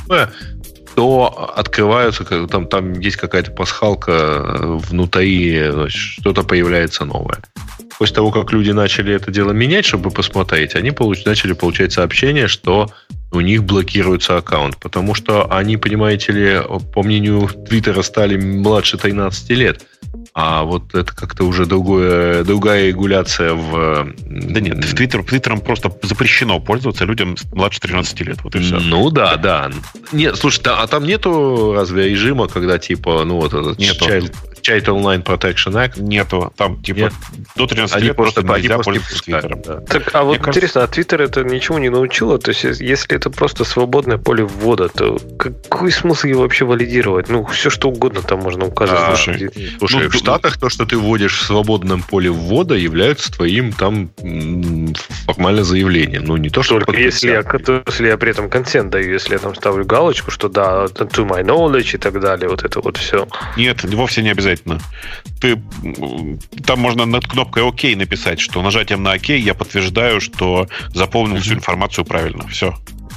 то открываются, там есть какая-то пасхалка внутри, что-то появляется новое. После того, как люди начали это дело менять, чтобы посмотреть, они начали получать сообщение, что у них блокируется аккаунт. Потому что они, понимаете ли, по мнению Твиттера, стали младше 13 лет. А вот это как-то уже другая регуляция в... Да нет, Твиттером просто запрещено пользоваться людям младше 13 лет. Вот и все. Да. Нет, слушай, а там нету разве режима, когда типа, этот Child Online Protection Act? Нету. Там типа до 13 лет просто нельзя пользоваться Твиттером. Да. Так, а вот интересно, а Твиттер это ничего не научило? То есть, если это просто свободное поле ввода, то какой смысл его вообще валидировать? Все что угодно там можно указать. Слушай, в Штатах то, что ты вводишь в свободном поле ввода, является твоим там формальное заявление. Не то, что... Только если я при этом консент даю, если я там ставлю галочку, что да, to my knowledge и так далее, вот это вот все. Нет, вовсе не обязательно. Там можно над кнопкой ОК написать, что нажатием на ОК я подтверждаю, что заполнил всю информацию правильно. Все.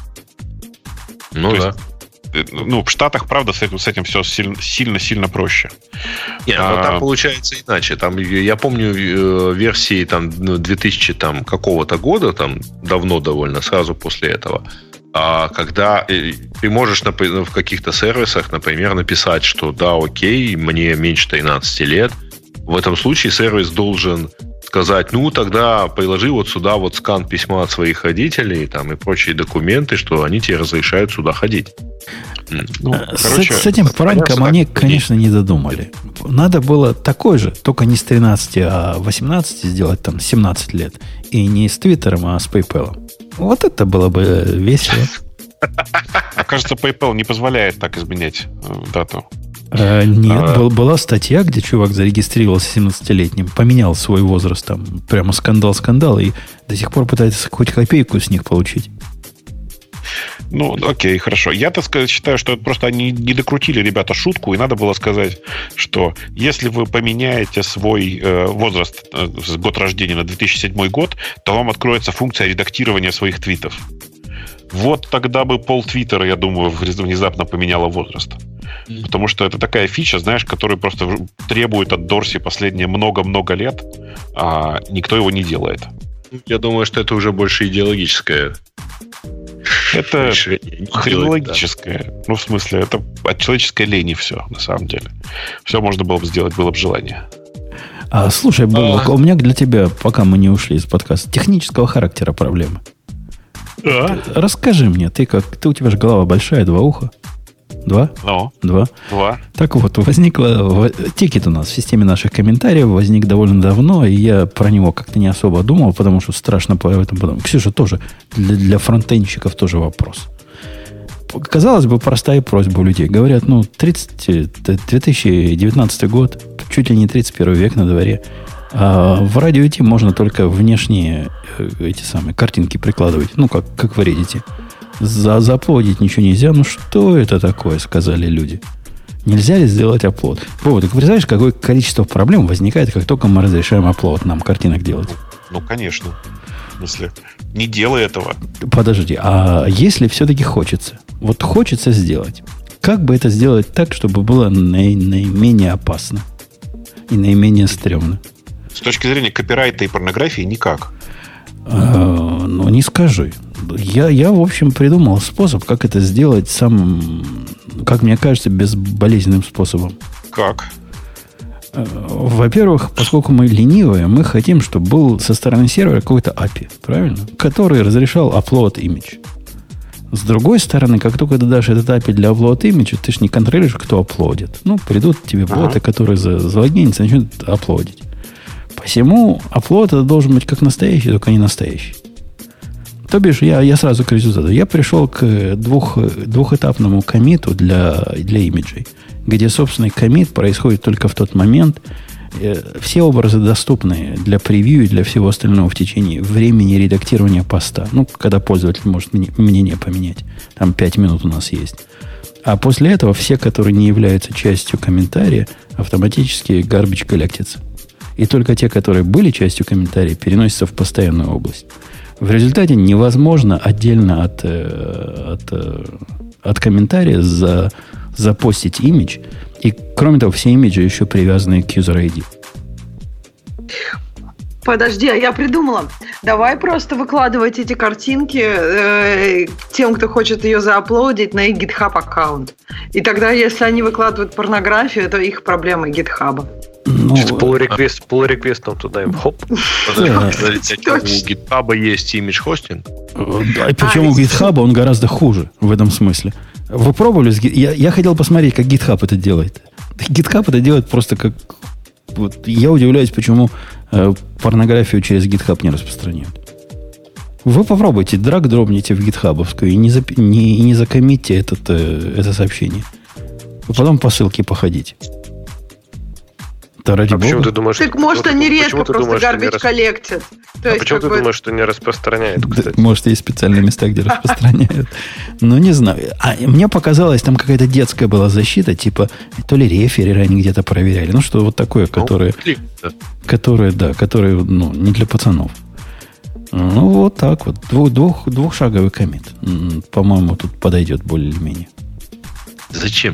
В Штатах, правда, с этим все сильно проще. Нет, но там получается иначе. Там, я помню версии 2000 какого-то года, давно довольно, сразу после этого, когда ты можешь в каких-то сервисах, например, написать, что да, окей, мне меньше 13 лет. В этом случае сервис должен сказать, тогда приложи вот сюда вот скан письма от своих родителей и прочие документы, что они тебе разрешают сюда ходить. С этим пранком они, конечно, не додумали. Надо было такой же, только не с 13, а 18 сделать 17 лет. И не с Твиттером, а с PayPal. Вот это было бы весело. Кажется, PayPal не позволяет так изменять дату. Нет, была статья, где чувак зарегистрировался 17-летним, поменял свой возраст, прямо скандал, и до сих пор пытается хоть копейку с них получить. Окей, хорошо. Я, так сказать, считаю, что это просто они не докрутили, ребята, шутку, и надо было сказать, что если вы поменяете свой возраст, год рождения на 2007 год, то вам откроется функция редактирования своих твитов. Вот тогда бы пол Твиттера, я думаю, внезапно поменяло возраст. Потому что это такая фича, знаешь, которая просто требует от Дорси последние много-много лет, а никто его не делает. Я думаю, что это уже больше идеологическое. Это технологическое. Да. Ну, в смысле, это от человеческой лени все, на самом деле. Все можно было бы сделать, было бы желание. Слушай, Бобок, у меня для тебя, пока мы не ушли из подкаста, технического характера проблемы. Расскажи мне, у тебя же голова большая, 2 уха. 2? Ну, 2. Так вот, тикет у нас в системе наших комментариев возник довольно давно, и я про него как-то не особо думал, потому что страшно по этому подумать. Ксюша, тоже для фронтенщиков тоже вопрос. Казалось бы, простая просьба у людей. Говорят, 2019 год, чуть ли не 31 век на дворе. А в радио идти можно только внешние эти самые картинки прикладывать. Как в Reddit. Заплодить ничего нельзя. Что это такое, сказали люди. Нельзя ли сделать апплод? Ты представляешь, какое количество проблем возникает, как только мы разрешаем апплод нам картинок делать? Конечно. В смысле, не делай этого. Подожди, а если все-таки хочется? Вот хочется сделать. Как бы это сделать так, чтобы было наименее опасно и наименее стрёмно? С точки зрения копирайта и порнографии никак. Не скажи. Я, в общем, придумал способ, как это сделать самым, как мне кажется, безболезненным способом. Как? Во-первых, поскольку мы ленивые, мы хотим, чтобы был со стороны сервера какой-то API, правильно? Который разрешал upload image. С другой стороны, как только ты дашь этот API для upload image, ты же не контролируешь, кто аплодит. Придут тебе боты, которые залогинятся, начнут аплодить. Посему upload это должен быть как настоящий, только не настоящий. То бишь, я сразу к результату. Я пришел к двухэтапному коммиту для имиджей, где собственный коммит происходит только в тот момент. Все образы доступны для превью и для всего остального в течение времени редактирования поста. Когда пользователь может мнение поменять. Там 5 минут у нас есть. А после этого все, которые не являются частью комментария, автоматически garbage коллектятся. И только те, которые были частью комментария, переносятся в постоянную область. В результате невозможно отдельно от комментария запостить имидж. И, кроме того, все имиджи еще привязаны к user ID. Подожди, а я придумала. Давай просто выкладывать эти картинки тем, кто хочет ее зааплодить, на их GitHub аккаунт. И тогда, если они выкладывают порнографию, то их проблемы GitHub. Pull-реквестом туда им хоп. У GitHub есть имидж-хостинг. Причем у GitHub он гораздо хуже в этом смысле. Вы пробовали? Я хотел посмотреть, как GitHub это делает. GitHub это делает просто как... Я удивляюсь, почему порнографию через GitHub не распространяют. Вы попробуйте, драг дропните в GitHub-овскую и не закоммитьте это сообщение. Вы потом по ссылке походите. Почему ты думаешь, так может они редко просто garbage коллектят? Почему ты думаешь, что не распространяют, кстати? Может, есть специальные места, где распространяют. Не знаю. Мне показалось, там какая-то детская была защита, типа, то ли рефереры они где-то проверяли. Что вот такое, которые не для пацанов. Вот так вот. Двухшаговый коммит. По-моему, тут подойдет более-менее. Зачем?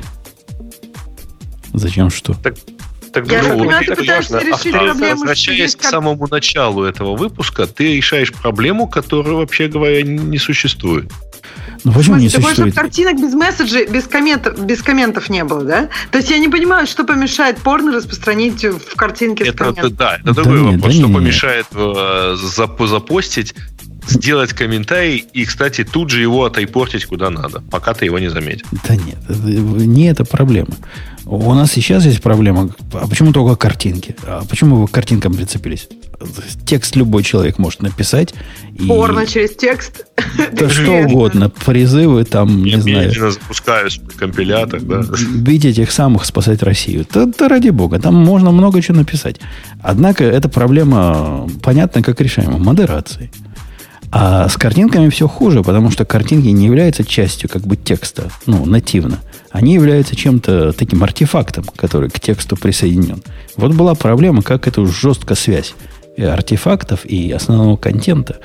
Зачем что? Я понимаю, ты пытаешься решить проблему. Возвращаясь к самому началу этого выпуска, ты решаешь проблему, которая, вообще говоря, не существует. Почему не существует? Чтобы картинок без месседжей, без комментов не было, да? То есть я не понимаю, что помешает порно распространить в картинке с комментами. Это другой вопрос. Что помешает запостить, сделать комментарий и, кстати, тут же его отайпортить куда надо, пока ты его не заметил. Да нет, не это проблема. У нас сейчас есть проблема. А почему только картинки? А почему вы к картинкам прицепились? Текст любой человек может написать. Порно через текст. Да что угодно. Призывы там, не знаю. Я медленно запускаю компилятор, да. Бить этих самых, спасать Россию. Да ради бога, там можно много чего написать. Однако эта проблема понятна, как решаема. Модерацией. А с картинками все хуже, потому что картинки не являются частью как бы текста, нативно. Они являются чем-то таким артефактом, который к тексту присоединен. Вот была проблема, как эту жесткую связь артефактов и основного контента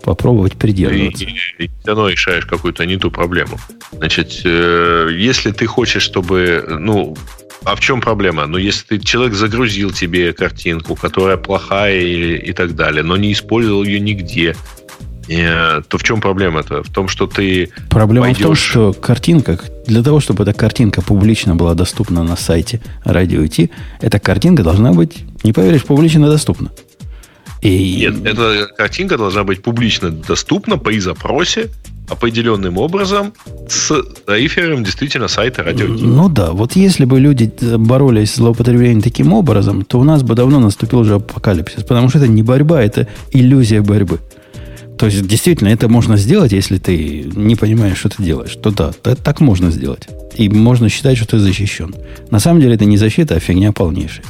попробовать придерживаться. И все равно решаешь какую-то не ту проблему. Значит, если ты хочешь, чтобы... А в чем проблема? Если человек загрузил тебе картинку, которая плохая и так далее, но не использовал ее нигде, то в чем проблема-то? В том, что ты Проблема в том, что картинка, для того, чтобы эта картинка публично была доступна на сайте Радио IT, эта картинка должна быть, не поверишь, публично доступна. Нет, эта картинка должна быть публично доступна при запросе определенным образом с рефером действительно сайта Радио IT. Ну да, вот если бы люди боролись с злоупотреблением таким образом, то у нас бы давно наступил уже апокалипсис, потому что это не борьба, это иллюзия борьбы. То есть, действительно, это можно сделать, если ты не понимаешь, что ты делаешь. То да, так можно сделать. И можно считать, что ты защищен. На самом деле, это не защита, а фигня полнейшая.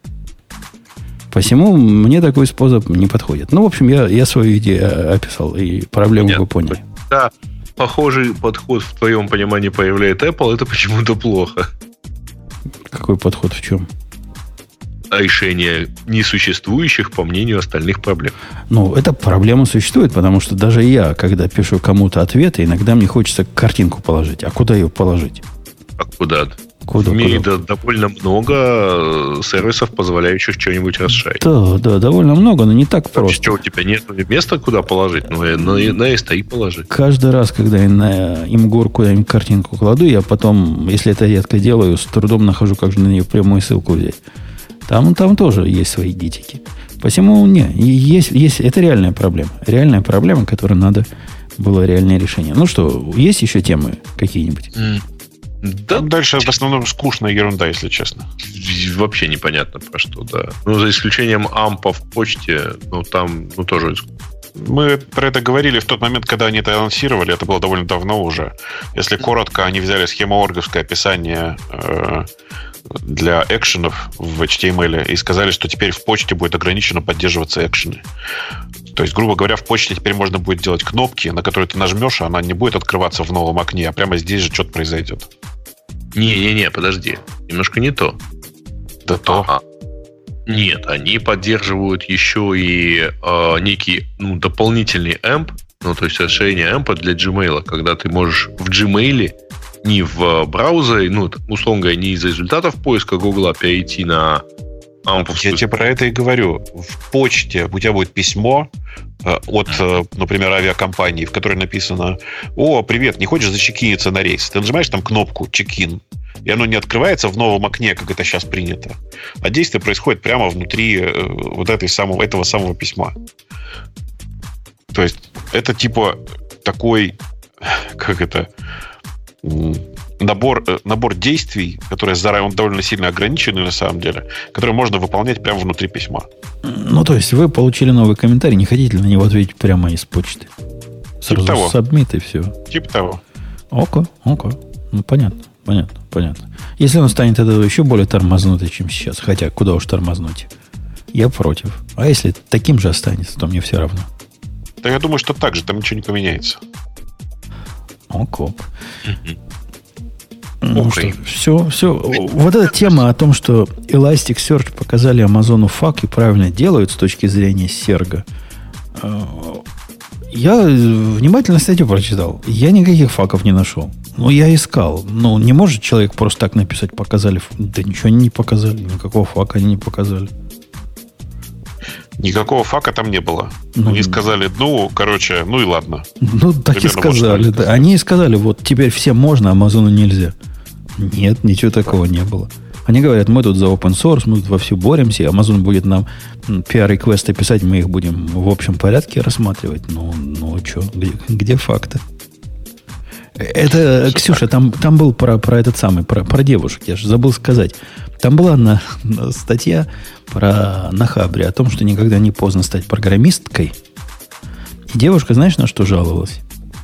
Посему мне такой способ не подходит. В общем, я свою идею описал, и проблему вы поняли. Да, похожий подход в твоем понимании появляет Apple, это почему-то плохо. Какой подход в чем? Решение несуществующих, по мнению остальных, проблем. Эта проблема существует, потому что даже я, когда пишу кому-то ответы, иногда мне хочется картинку положить. А куда ее положить? А куда? В мире довольно много сервисов, позволяющих что-нибудь расширить. Да, довольно много, но не так просто. Что, у тебя нет места, куда положить? На S3 положить. Каждый раз, когда я на Imgur куда-нибудь картинку кладу, я потом, если это редко делаю, с трудом нахожу, как же на нее прямую ссылку взять. Там тоже есть свои дитики. Посему, есть, это реальная проблема. Реальная проблема, которой надо было реальное решение. Есть еще темы какие-нибудь? Да, дальше в основном скучная ерунда, если честно. Вообще непонятно про что, да. За исключением ампа в почте, там, тоже... Мы про это говорили в тот момент, когда они это анонсировали. Это было довольно давно уже. Если коротко, они взяли схемоорговское описание для экшенов в HTML и сказали, что теперь в почте будет ограниченно поддерживаться экшены. То есть, грубо говоря, в почте теперь можно будет делать кнопки, на которые ты нажмешь, а она не будет открываться в новом окне, а прямо здесь же что-то произойдет. Не, подожди. Немножко не то. Да то. Нет, они поддерживают еще и некий дополнительный AMP, то есть расширение AMP для Gmail, когда ты можешь в Gmail не в браузере, условно говоря, не из результатов поиска Google перейти на амповскую. Я тебе про это и говорю. В почте у тебя будет письмо от, например, авиакомпании, в которой написано: «О, привет, не хочешь зачекиниться на рейс?» Ты нажимаешь там кнопку «Чекин», и оно не открывается в новом окне, как это сейчас принято, а действие происходит прямо внутри этого самого письма. То есть это типа такой, набор действий, которые он довольно сильно ограниченный на самом деле, которые можно выполнять прямо внутри письма. То есть вы получили новый комментарий, не хотите ли на него ответить прямо из почты? Сразу того. Submit и все. Типа того. Око. Понятно. Если он станет это еще более тормознутым, чем сейчас, хотя куда уж тормознуть, я против. А если таким же останется, то мне все равно. Да я думаю, что так же, там ничего не поменяется. Око. Все. Вот эта тема о том, что Elasticsearch показали Амазону фак и правильно делают с точки зрения Серго. Я внимательно статью прочитал. Я никаких факов не нашел. Я искал. Не может человек просто так написать «показали». Да ничего они не показали. Никакого фака они не показали. Никакого фака там не было. Они сказали, и ладно. Так примерно и сказали. Да. Они и сказали, вот теперь всем можно, а Амазону нельзя. Нет, ничего такого не было. Они говорят, мы тут за open source, мы тут вовсю боремся, Amazon будет нам PR-реквесты писать, мы их будем в общем порядке рассматривать. Что, где факты? Это, Ксюша, там был про этот самый, про девушек, я же забыл сказать. Там была статья на Хабре о том, что никогда не поздно стать программисткой. И девушка, знаешь, на что жаловалась?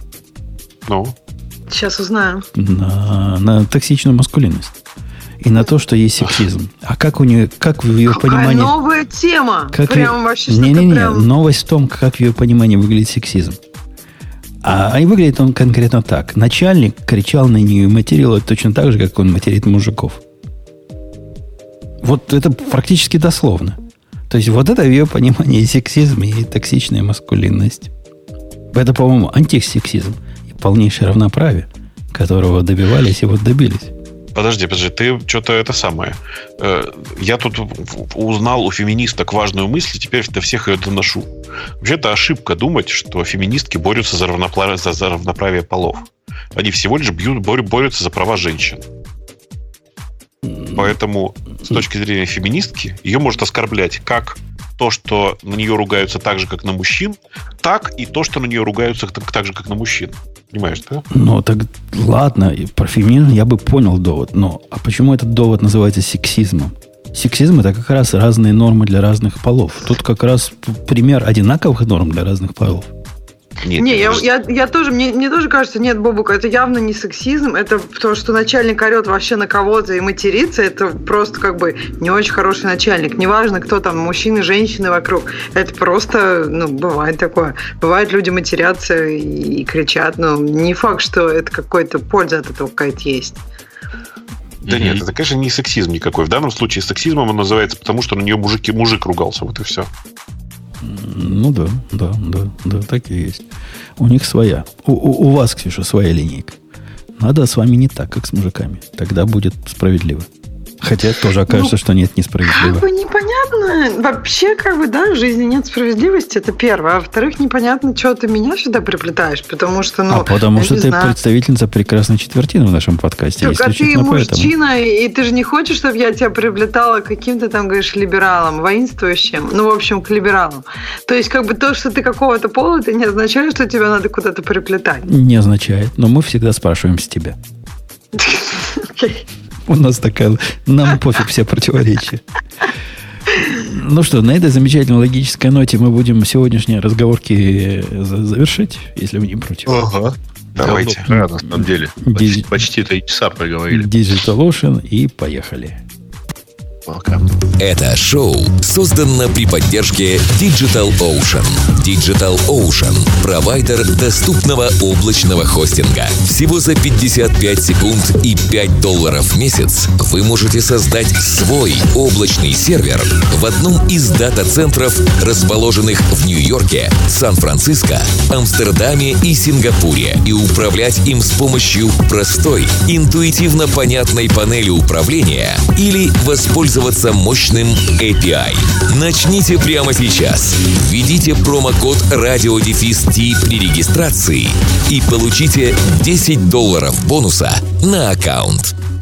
Сейчас узнаем. На токсичную маскулинность. И на то, что есть сексизм. А как в ее понимании... новая тема! Новость в том, как в ее понимании выглядит сексизм. А выглядит он конкретно так. Начальник кричал на нее и материл ее точно так же, как он материт мужиков. Вот это практически дословно. То есть вот это в ее понимании сексизм и токсичная маскулинность. Это, по-моему, антисексизм и полнейшее равноправие, которого добивались и вот добились. Подожди, ты что-то это самое. Я тут узнал у феминисток важную мысль, и теперь до всех ее доношу. Вообще-то ошибка думать, что феминистки борются за равноправие полов. Они всего лишь борются за права женщин. Поэтому, с точки зрения феминистки, ее может оскорблять как то, что на нее ругаются так же, как на мужчин, так и то, что на нее ругаются так же, как на мужчин. Понимаешь, да? Ну, так ладно, про феминизм я бы понял довод. Но а почему этот довод называется сексизмом? Сексизм – это как раз разные нормы для разных полов. Тут как раз пример одинаковых норм для разных полов. Нет, я тоже, мне тоже кажется, нет, Бобука, это явно не сексизм, это то, что начальник орет вообще на кого-то и матерится, это просто как бы не очень хороший начальник. Неважно, кто там, мужчины, женщины вокруг, это просто, бывает такое. Бывает, люди матерятся и кричат, но не факт, что это какая-то польза от этого какая-то есть. Да нет, это, конечно, не сексизм никакой. В данном случае сексизмом он называется, потому что на нее мужик ругался, вот и все. Ну да, так и есть. У них своя. У вас, Ксюша, своя линейка. Надо с вами не так, как с мужиками. Тогда будет справедливо. Хотя тоже окажется, что нет, несправедливо. Как бы непонятно. Вообще, в жизни нет справедливости, это первое. А во-вторых, непонятно, что ты меня сюда приплетаешь, потому что, потому что ты представительница прекрасной четвертины в нашем подкасте. Так, а ты мужчина, и ты же не хочешь, чтобы я тебя приплетала каким-то там, говоришь, либералом, воинствующим, в общем, к либералам. То есть, то, что ты какого-то пола, это не означает, что тебя надо куда-то приплетать. Не означает, но мы всегда спрашиваем с тебя. Окей. У нас такая... Нам пофиг все противоречия. Ну что, на этой замечательной логической ноте мы будем сегодняшние разговорки завершить, если вы не против. Ага. Давайте. На самом деле. Почти 3 часа проговорили. DigitalOcean и поехали. Это шоу создано при поддержке DigitalOcean. DigitalOcean – провайдер доступного облачного хостинга. Всего за 55 секунд и $5 в месяц вы можете создать свой облачный сервер в одном из дата-центров, расположенных в Нью-Йорке, Сан-Франциско, Амстердаме и Сингапуре, и управлять им с помощью простой, интуитивно понятной панели управления или воспользоваться мощным API. Начните прямо сейчас. Введите промокод RadioDefist при регистрации и получите $10 бонуса на аккаунт.